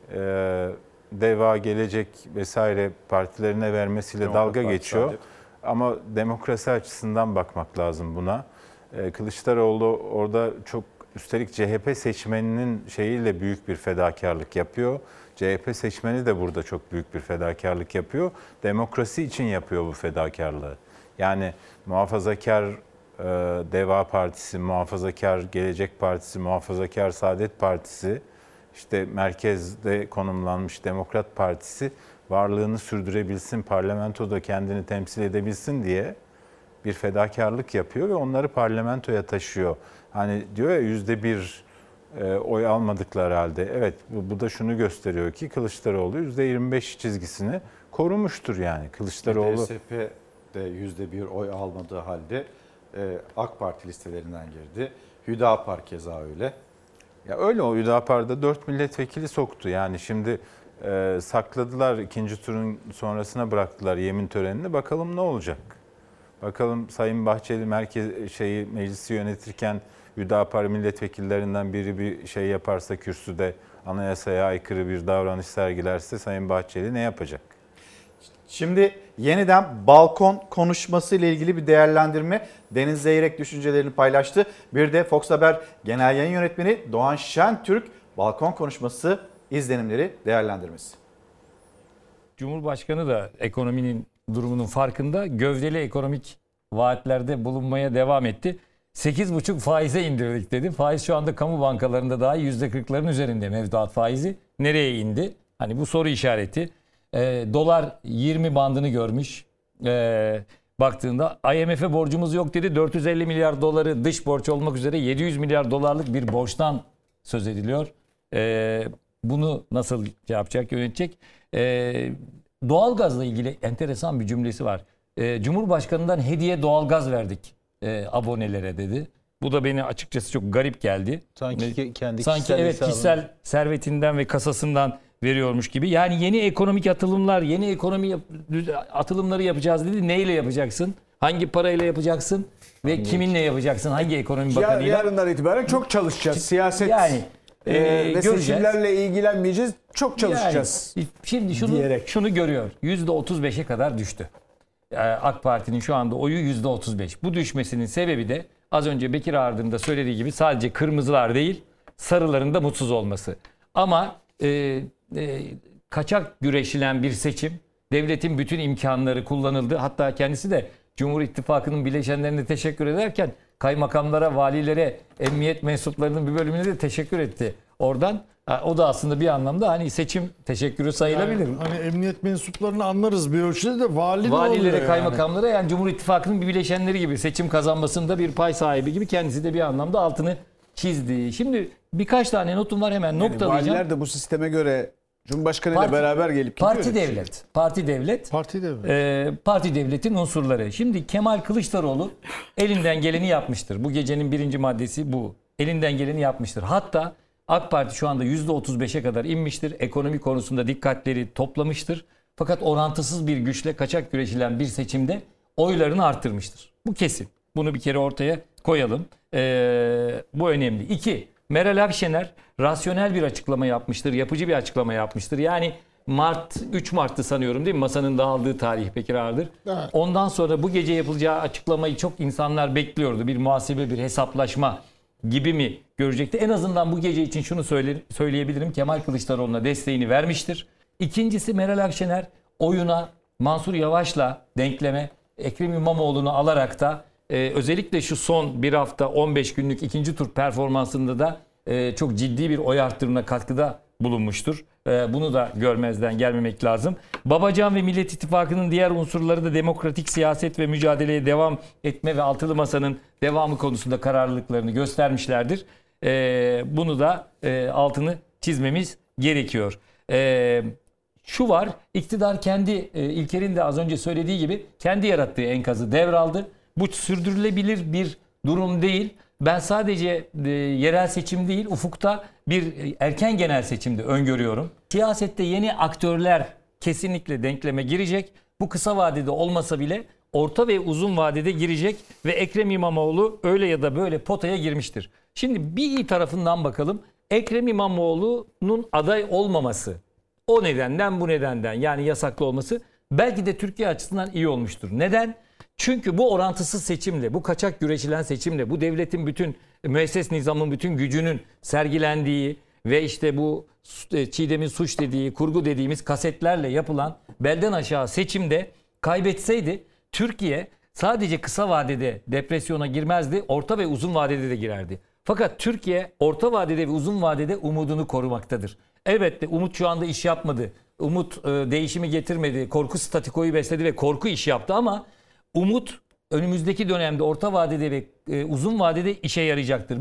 DEVA, Gelecek vesaire partilerine vermesiyle dalga geçiyor. Ama demokrasi açısından bakmak lazım buna. Kılıçdaroğlu orada çok üstelik CHP seçmeninin şeyiyle büyük bir fedakarlık yapıyor. CHP seçmeni de burada çok büyük bir fedakarlık yapıyor. Demokrasi için yapıyor bu fedakarlığı. Yani muhafazakar DEVA Partisi, muhafazakar Gelecek Partisi, muhafazakar Saadet Partisi, işte merkezde konumlanmış Demokrat Partisi varlığını sürdürebilsin, parlamentoda kendini temsil edebilsin diye bir fedakarlık yapıyor ve onları parlamentoya taşıyor. Hani diyor ya %1 oy almadıkları halde. Evet bu da şunu gösteriyor ki Kılıçdaroğlu %25 çizgisini korumuştur yani. Kılıçdaroğlu DSP de %1 oy almadığı halde AK Parti listelerinden girdi. Hüdapar keza öyle. Ya öyle o Hüdapar'da 4 milletvekili soktu. Yani şimdi sakladılar, ikinci turun sonrasına bıraktılar yemin törenini. Bakalım ne olacak? Bakalım Sayın Bahçeli meclisi yönetirken Hüdapar milletvekillerinden biri bir şey yaparsa kürsüde anayasaya aykırı bir davranış sergilerse Sayın Bahçeli ne yapacak? Şimdi yeniden balkon konuşması ile ilgili bir değerlendirme Deniz Zeyrek düşüncelerini paylaştı. Bir de Fox Haber Genel Yayın Yönetmeni Doğan Şentürk balkon konuşması izlenimleri değerlendirmesi. Cumhurbaşkanı da ekonominin durumunun farkında, gövdeli ekonomik vaatlerde bulunmaya devam etti. 8,5 faize indirdik dedi. Faiz şu anda kamu bankalarında daha %40'ların üzerinde mevduat faizi. Nereye indi? Hani bu soru işareti. Dolar 20 bandını görmüş. baktığında. IMF'e borcumuz yok dedi. 450 milyar doları dış borç olmak üzere 700 milyar dolarlık bir borçtan söz ediliyor. Bunu nasıl yapacak, yönetecek? Doğalgazla ilgili enteresan bir cümlesi var. Cumhurbaşkanından hediye doğalgaz verdik abonelere dedi. Bu da beni açıkçası çok garip geldi. Sanki kendi kişisel servetinden ve kasasından veriyormuş gibi. Yani yeni ekonomik atılımlar, yeni ekonomi atılımları yapacağız dedi. Neyle yapacaksın? Hangi parayla yapacaksın? Ve kiminle yapacaksın? Hangi ekonomi bakanıyla? Yarından itibaren çok çalışacağız. Siyaset yani, ve seçimlerle ilgilenmeyeceğiz. Çok çalışacağız. Yani, şimdi şunu görüyor. %35'e kadar düştü. AK Parti'nin şu anda oyu %35. Bu düşmesinin sebebi de az önce Bekir Ağırdır'ın da söylediği gibi sadece kırmızılar değil, sarıların da mutsuz olması. Ama kaçak güreşilen bir seçim, devletin bütün imkanları kullanıldı. Hatta kendisi de Cumhur İttifakı'nın bileşenlerine teşekkür ederken kaymakamlara, valilere, emniyet mensuplarının bir bölümüne de teşekkür etti. Oradan o da aslında bir anlamda hani seçim teşekkürü sayılabilir. Yani, hani emniyet mensuplarını anlarız bir ölçüde de valilere, kaymakamlara yani Cumhur İttifakı'nın bir bileşenleri gibi seçim kazanmasında bir pay sahibi gibi kendisi de bir anlamda altını çizdi. Şimdi birkaç tane notum var hemen noktalayacağım. Valiler de bu sisteme göre Cumhurbaşkanı ile beraber gelip gidiyor. Parti devletin unsurları. Şimdi Kemal Kılıçdaroğlu elinden geleni yapmıştır. Bu gecenin birinci maddesi bu. Elinden geleni yapmıştır. Hatta AK Parti şu anda %35'e kadar inmiştir. Ekonomi konusunda dikkatleri toplamıştır. Fakat orantısız bir güçle kaçak güreşilen bir seçimde oylarını arttırmıştır. Bu kesin. Bunu bir kere ortaya koyalım. Bu önemli. 2. Meral Akşener rasyonel bir açıklama yapmıştır. Yapıcı bir açıklama yapmıştır. Yani 3 Mart'tı sanıyorum değil mi? Masanın dağıldığı tarih Bekir Ağırdır. Evet. Ondan sonra bu gece yapılacağı açıklamayı çok insanlar bekliyordu. Bir muhasebe, bir hesaplaşma gibi mi görecekti? En azından bu gece için şunu söyleyebilirim. Kemal Kılıçdaroğlu'na desteğini vermiştir. İkincisi Meral Akşener oyuna Mansur Yavaş'la denkleme Ekrem İmamoğlu'nu alarak da özellikle şu son bir hafta 15 günlük ikinci tur performansında da çok ciddi bir oy arttırımına katkıda bulunmuştur. Bunu da görmezden gelmemek lazım. Babacan ve Millet İttifakı'nın diğer unsurları da demokratik siyaset ve mücadeleye devam etme ve altılı masanın devamı konusunda kararlılıklarını göstermişlerdir. Bunu da altını çizmemiz gerekiyor. Şu var, iktidar kendi İlker'in de az önce söylediği gibi kendi yarattığı enkazı devraldı. Bu sürdürülebilir bir durum değil. Ben sadece yerel seçim değil, ufukta bir erken genel seçimde öngörüyorum. Siyasette yeni aktörler kesinlikle denkleme girecek. Bu kısa vadede olmasa bile orta ve uzun vadede girecek ve Ekrem İmamoğlu öyle ya da böyle potaya girmiştir. Şimdi bir iyi tarafından bakalım. Ekrem İmamoğlu'nun aday olmaması, o nedenden bu nedenden yani yasaklı olması belki de Türkiye açısından iyi olmuştur. Neden? Çünkü bu orantısız seçimle, bu kaçak güreşilen seçimle, bu devletin bütün müesses nizamın bütün gücünün sergilendiği ve işte bu Çiğdem'in suç dediği, kurgu dediğimiz kasetlerle yapılan belden aşağı seçimde kaybetseydi Türkiye sadece kısa vadede depresyona girmezdi, orta ve uzun vadede de girerdi. Fakat Türkiye orta vadede ve uzun vadede umudunu korumaktadır. Elbette umut şu anda iş yapmadı. Umut değişimi getirmedi. Korku statikoyu besledi ve korku iş yaptı ama umut önümüzdeki dönemde orta vadede ve uzun vadede işe yarayacaktır.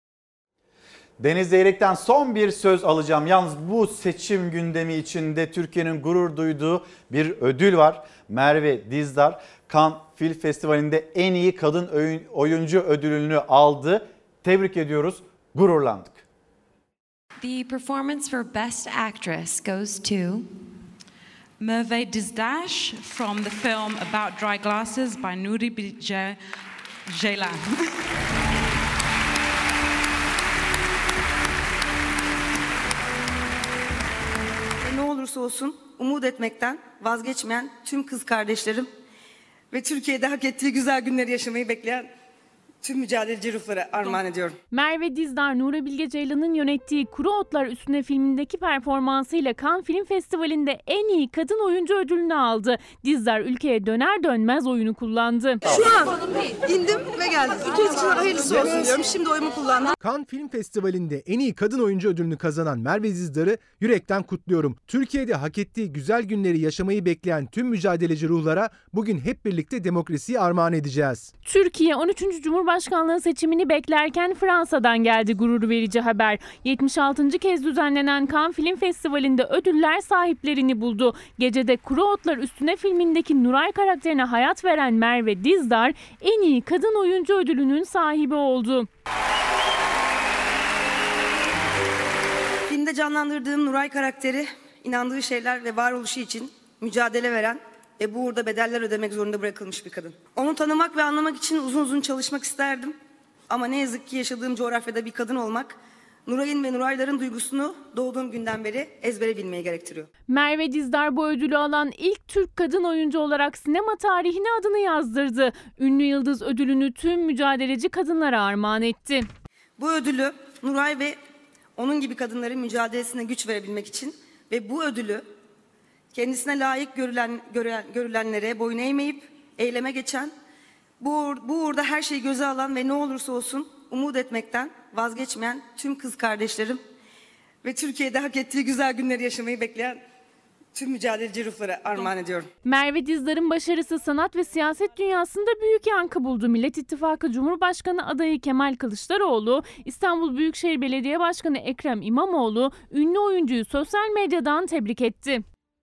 Deniz Zeyrek'ten son bir söz alacağım. Yalnız bu seçim gündemi içinde Türkiye'nin gurur duyduğu bir ödül var. Merve Dizdar Cannes Film Festivali'nde en iyi kadın oyuncu ödülünü aldı. Tebrik ediyoruz, gururlandık. The performance for Best Actress goes to Merve Dizdar from the film About Dry Glasses by Nuri Bilge Ceylan. Ne olursa olsun umut etmekten vazgeçmeyen tüm kız kardeşlerim ve Türkiye'de hak ettiği güzel günleri yaşamayı bekleyen tüm mücadeleci ruhlara armağan ediyorum. Merve Dizdar, Nuri Bilge Ceylan'ın yönettiği Kuru Otlar Üstüne filmindeki performansıyla Cannes Film Festivali'nde en iyi kadın oyuncu ödülünü aldı. Dizdar ülkeye döner dönmez oyunu kullandı. Şu an indim ve geldim. Ülkemiz için hayırlısı olsun diyorum. Şimdi oyumu kullandım. Cannes Film Festivali'nde en iyi kadın oyuncu ödülünü kazanan Merve Dizdar'ı yürekten kutluyorum. Türkiye'de hak ettiği güzel günleri yaşamayı bekleyen tüm mücadeleci ruhlara bugün hep birlikte demokrasiyi armağan edeceğiz. Türkiye 13. Cumhurbaşkanlığı seçimini beklerken Fransa'dan geldi gurur verici haber. 76. kez düzenlenen Cannes Film Festivali'nde ödüller sahiplerini buldu. Gecede Kuru Otlar Üstüne filmindeki Nuray karakterine hayat veren Merve Dizdar en iyi kadın oyuncu ödülünün sahibi oldu. Filmde canlandırdığım Nuray karakteri inandığı şeyler ve varoluşu için mücadele veren ve bu uğurda bedeller ödemek zorunda bırakılmış bir kadın. Onu tanımak ve anlamak için uzun uzun çalışmak isterdim. Ama ne yazık ki yaşadığım coğrafyada bir kadın olmak, Nuray'ın ve Nurayların duygusunu doğduğum günden beri ezbere bilmeyi gerektiriyor. Merve Dizdar bu ödülü alan ilk Türk kadın oyuncu olarak sinema tarihine adını yazdırdı. Ünlü Yıldız ödülünü tüm mücadeleci kadınlara armağan etti. Bu ödülü Nuray ve onun gibi kadınların mücadelesine güç verebilmek için ve bu ödülü kendisine layık görülenlere boyun eğmeyip eyleme geçen, bu uğurda her şeyi göze alan ve ne olursa olsun umut etmekten vazgeçmeyen tüm kız kardeşlerim ve Türkiye'de hak ettiği güzel günleri yaşamayı bekleyen tüm mücadeleci ruhlara armağan ediyorum. Merve Dizdar'ın başarısı sanat ve siyaset dünyasında büyük yankı buldu. Millet İttifakı Cumhurbaşkanı adayı Kemal Kılıçdaroğlu, İstanbul Büyükşehir Belediye Başkanı Ekrem İmamoğlu, ünlü oyuncuyu sosyal medyadan tebrik etti.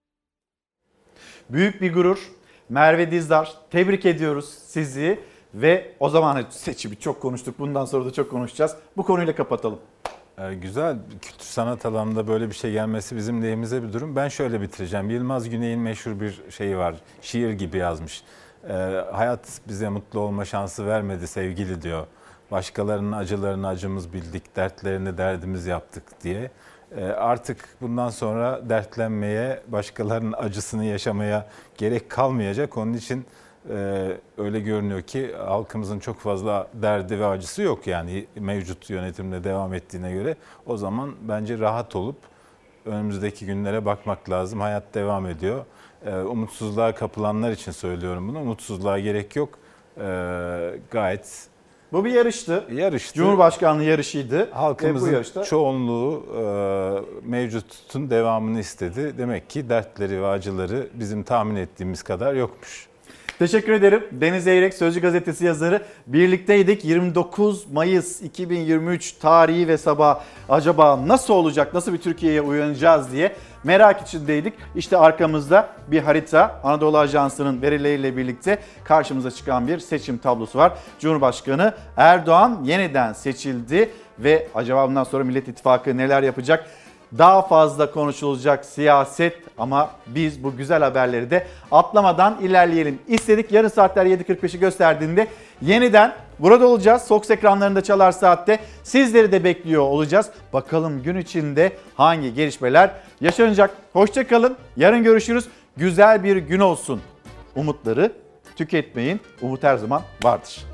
Büyük bir gurur. Merve Dizdar, tebrik ediyoruz sizi ve o zaman seçimi çok konuştuk. Bundan sonra da çok konuşacağız. Bu konuyla kapatalım. Güzel, kültür sanat alanında böyle bir şey gelmesi bizim lehimize bir durum. Ben şöyle bitireceğim. Yılmaz Güney'in meşhur bir şeyi var. Şiir gibi yazmış. Hayat bize mutlu olma şansı vermedi sevgili diyor. Başkalarının acılarını acımız bildik, dertlerini derdimiz yaptık diye. Artık bundan sonra dertlenmeye, başkalarının acısını yaşamaya gerek kalmayacak. Onun için öyle görünüyor ki halkımızın çok fazla derdi ve acısı yok yani mevcut yönetimle devam ettiğine göre. O zaman bence rahat olup önümüzdeki günlere bakmak lazım. Hayat devam ediyor. Umutsuzluğa kapılanlar için söylüyorum bunu. Umutsuzluğa gerek yok. Gayet... Bu bir yarıştı. Cumhurbaşkanlığı yarışıydı. Halkımızın bu yarışta... çoğunluğu mevcutun devamını istedi. Demek ki dertleri ve acıları bizim tahmin ettiğimiz kadar yokmuş. Teşekkür ederim. Deniz Eyrek, Sözcü Gazetesi yazarı. Birlikteydik. 29 Mayıs 2023 tarihi ve sabah acaba nasıl olacak, nasıl bir Türkiye'ye uyanacağız diye merak içindeydik. İşte arkamızda bir harita, Anadolu Ajansı'nın verileriyle birlikte karşımıza çıkan bir seçim tablosu var. Cumhurbaşkanı Erdoğan yeniden seçildi ve acaba bundan sonra Millet İttifakı neler yapacak? Daha fazla konuşulacak siyaset ama biz bu güzel haberleri de atlamadan ilerleyelim istedik. Yarın saatler 7.45'i gösterdiğinde yeniden burada olacağız. Fox ekranlarında çalar saatte sizleri de bekliyor olacağız. Bakalım gün içinde hangi gelişmeler yaşanacak. Hoşça kalın. Yarın görüşürüz. Güzel bir gün olsun. Umutları tüketmeyin. Umut her zaman vardır.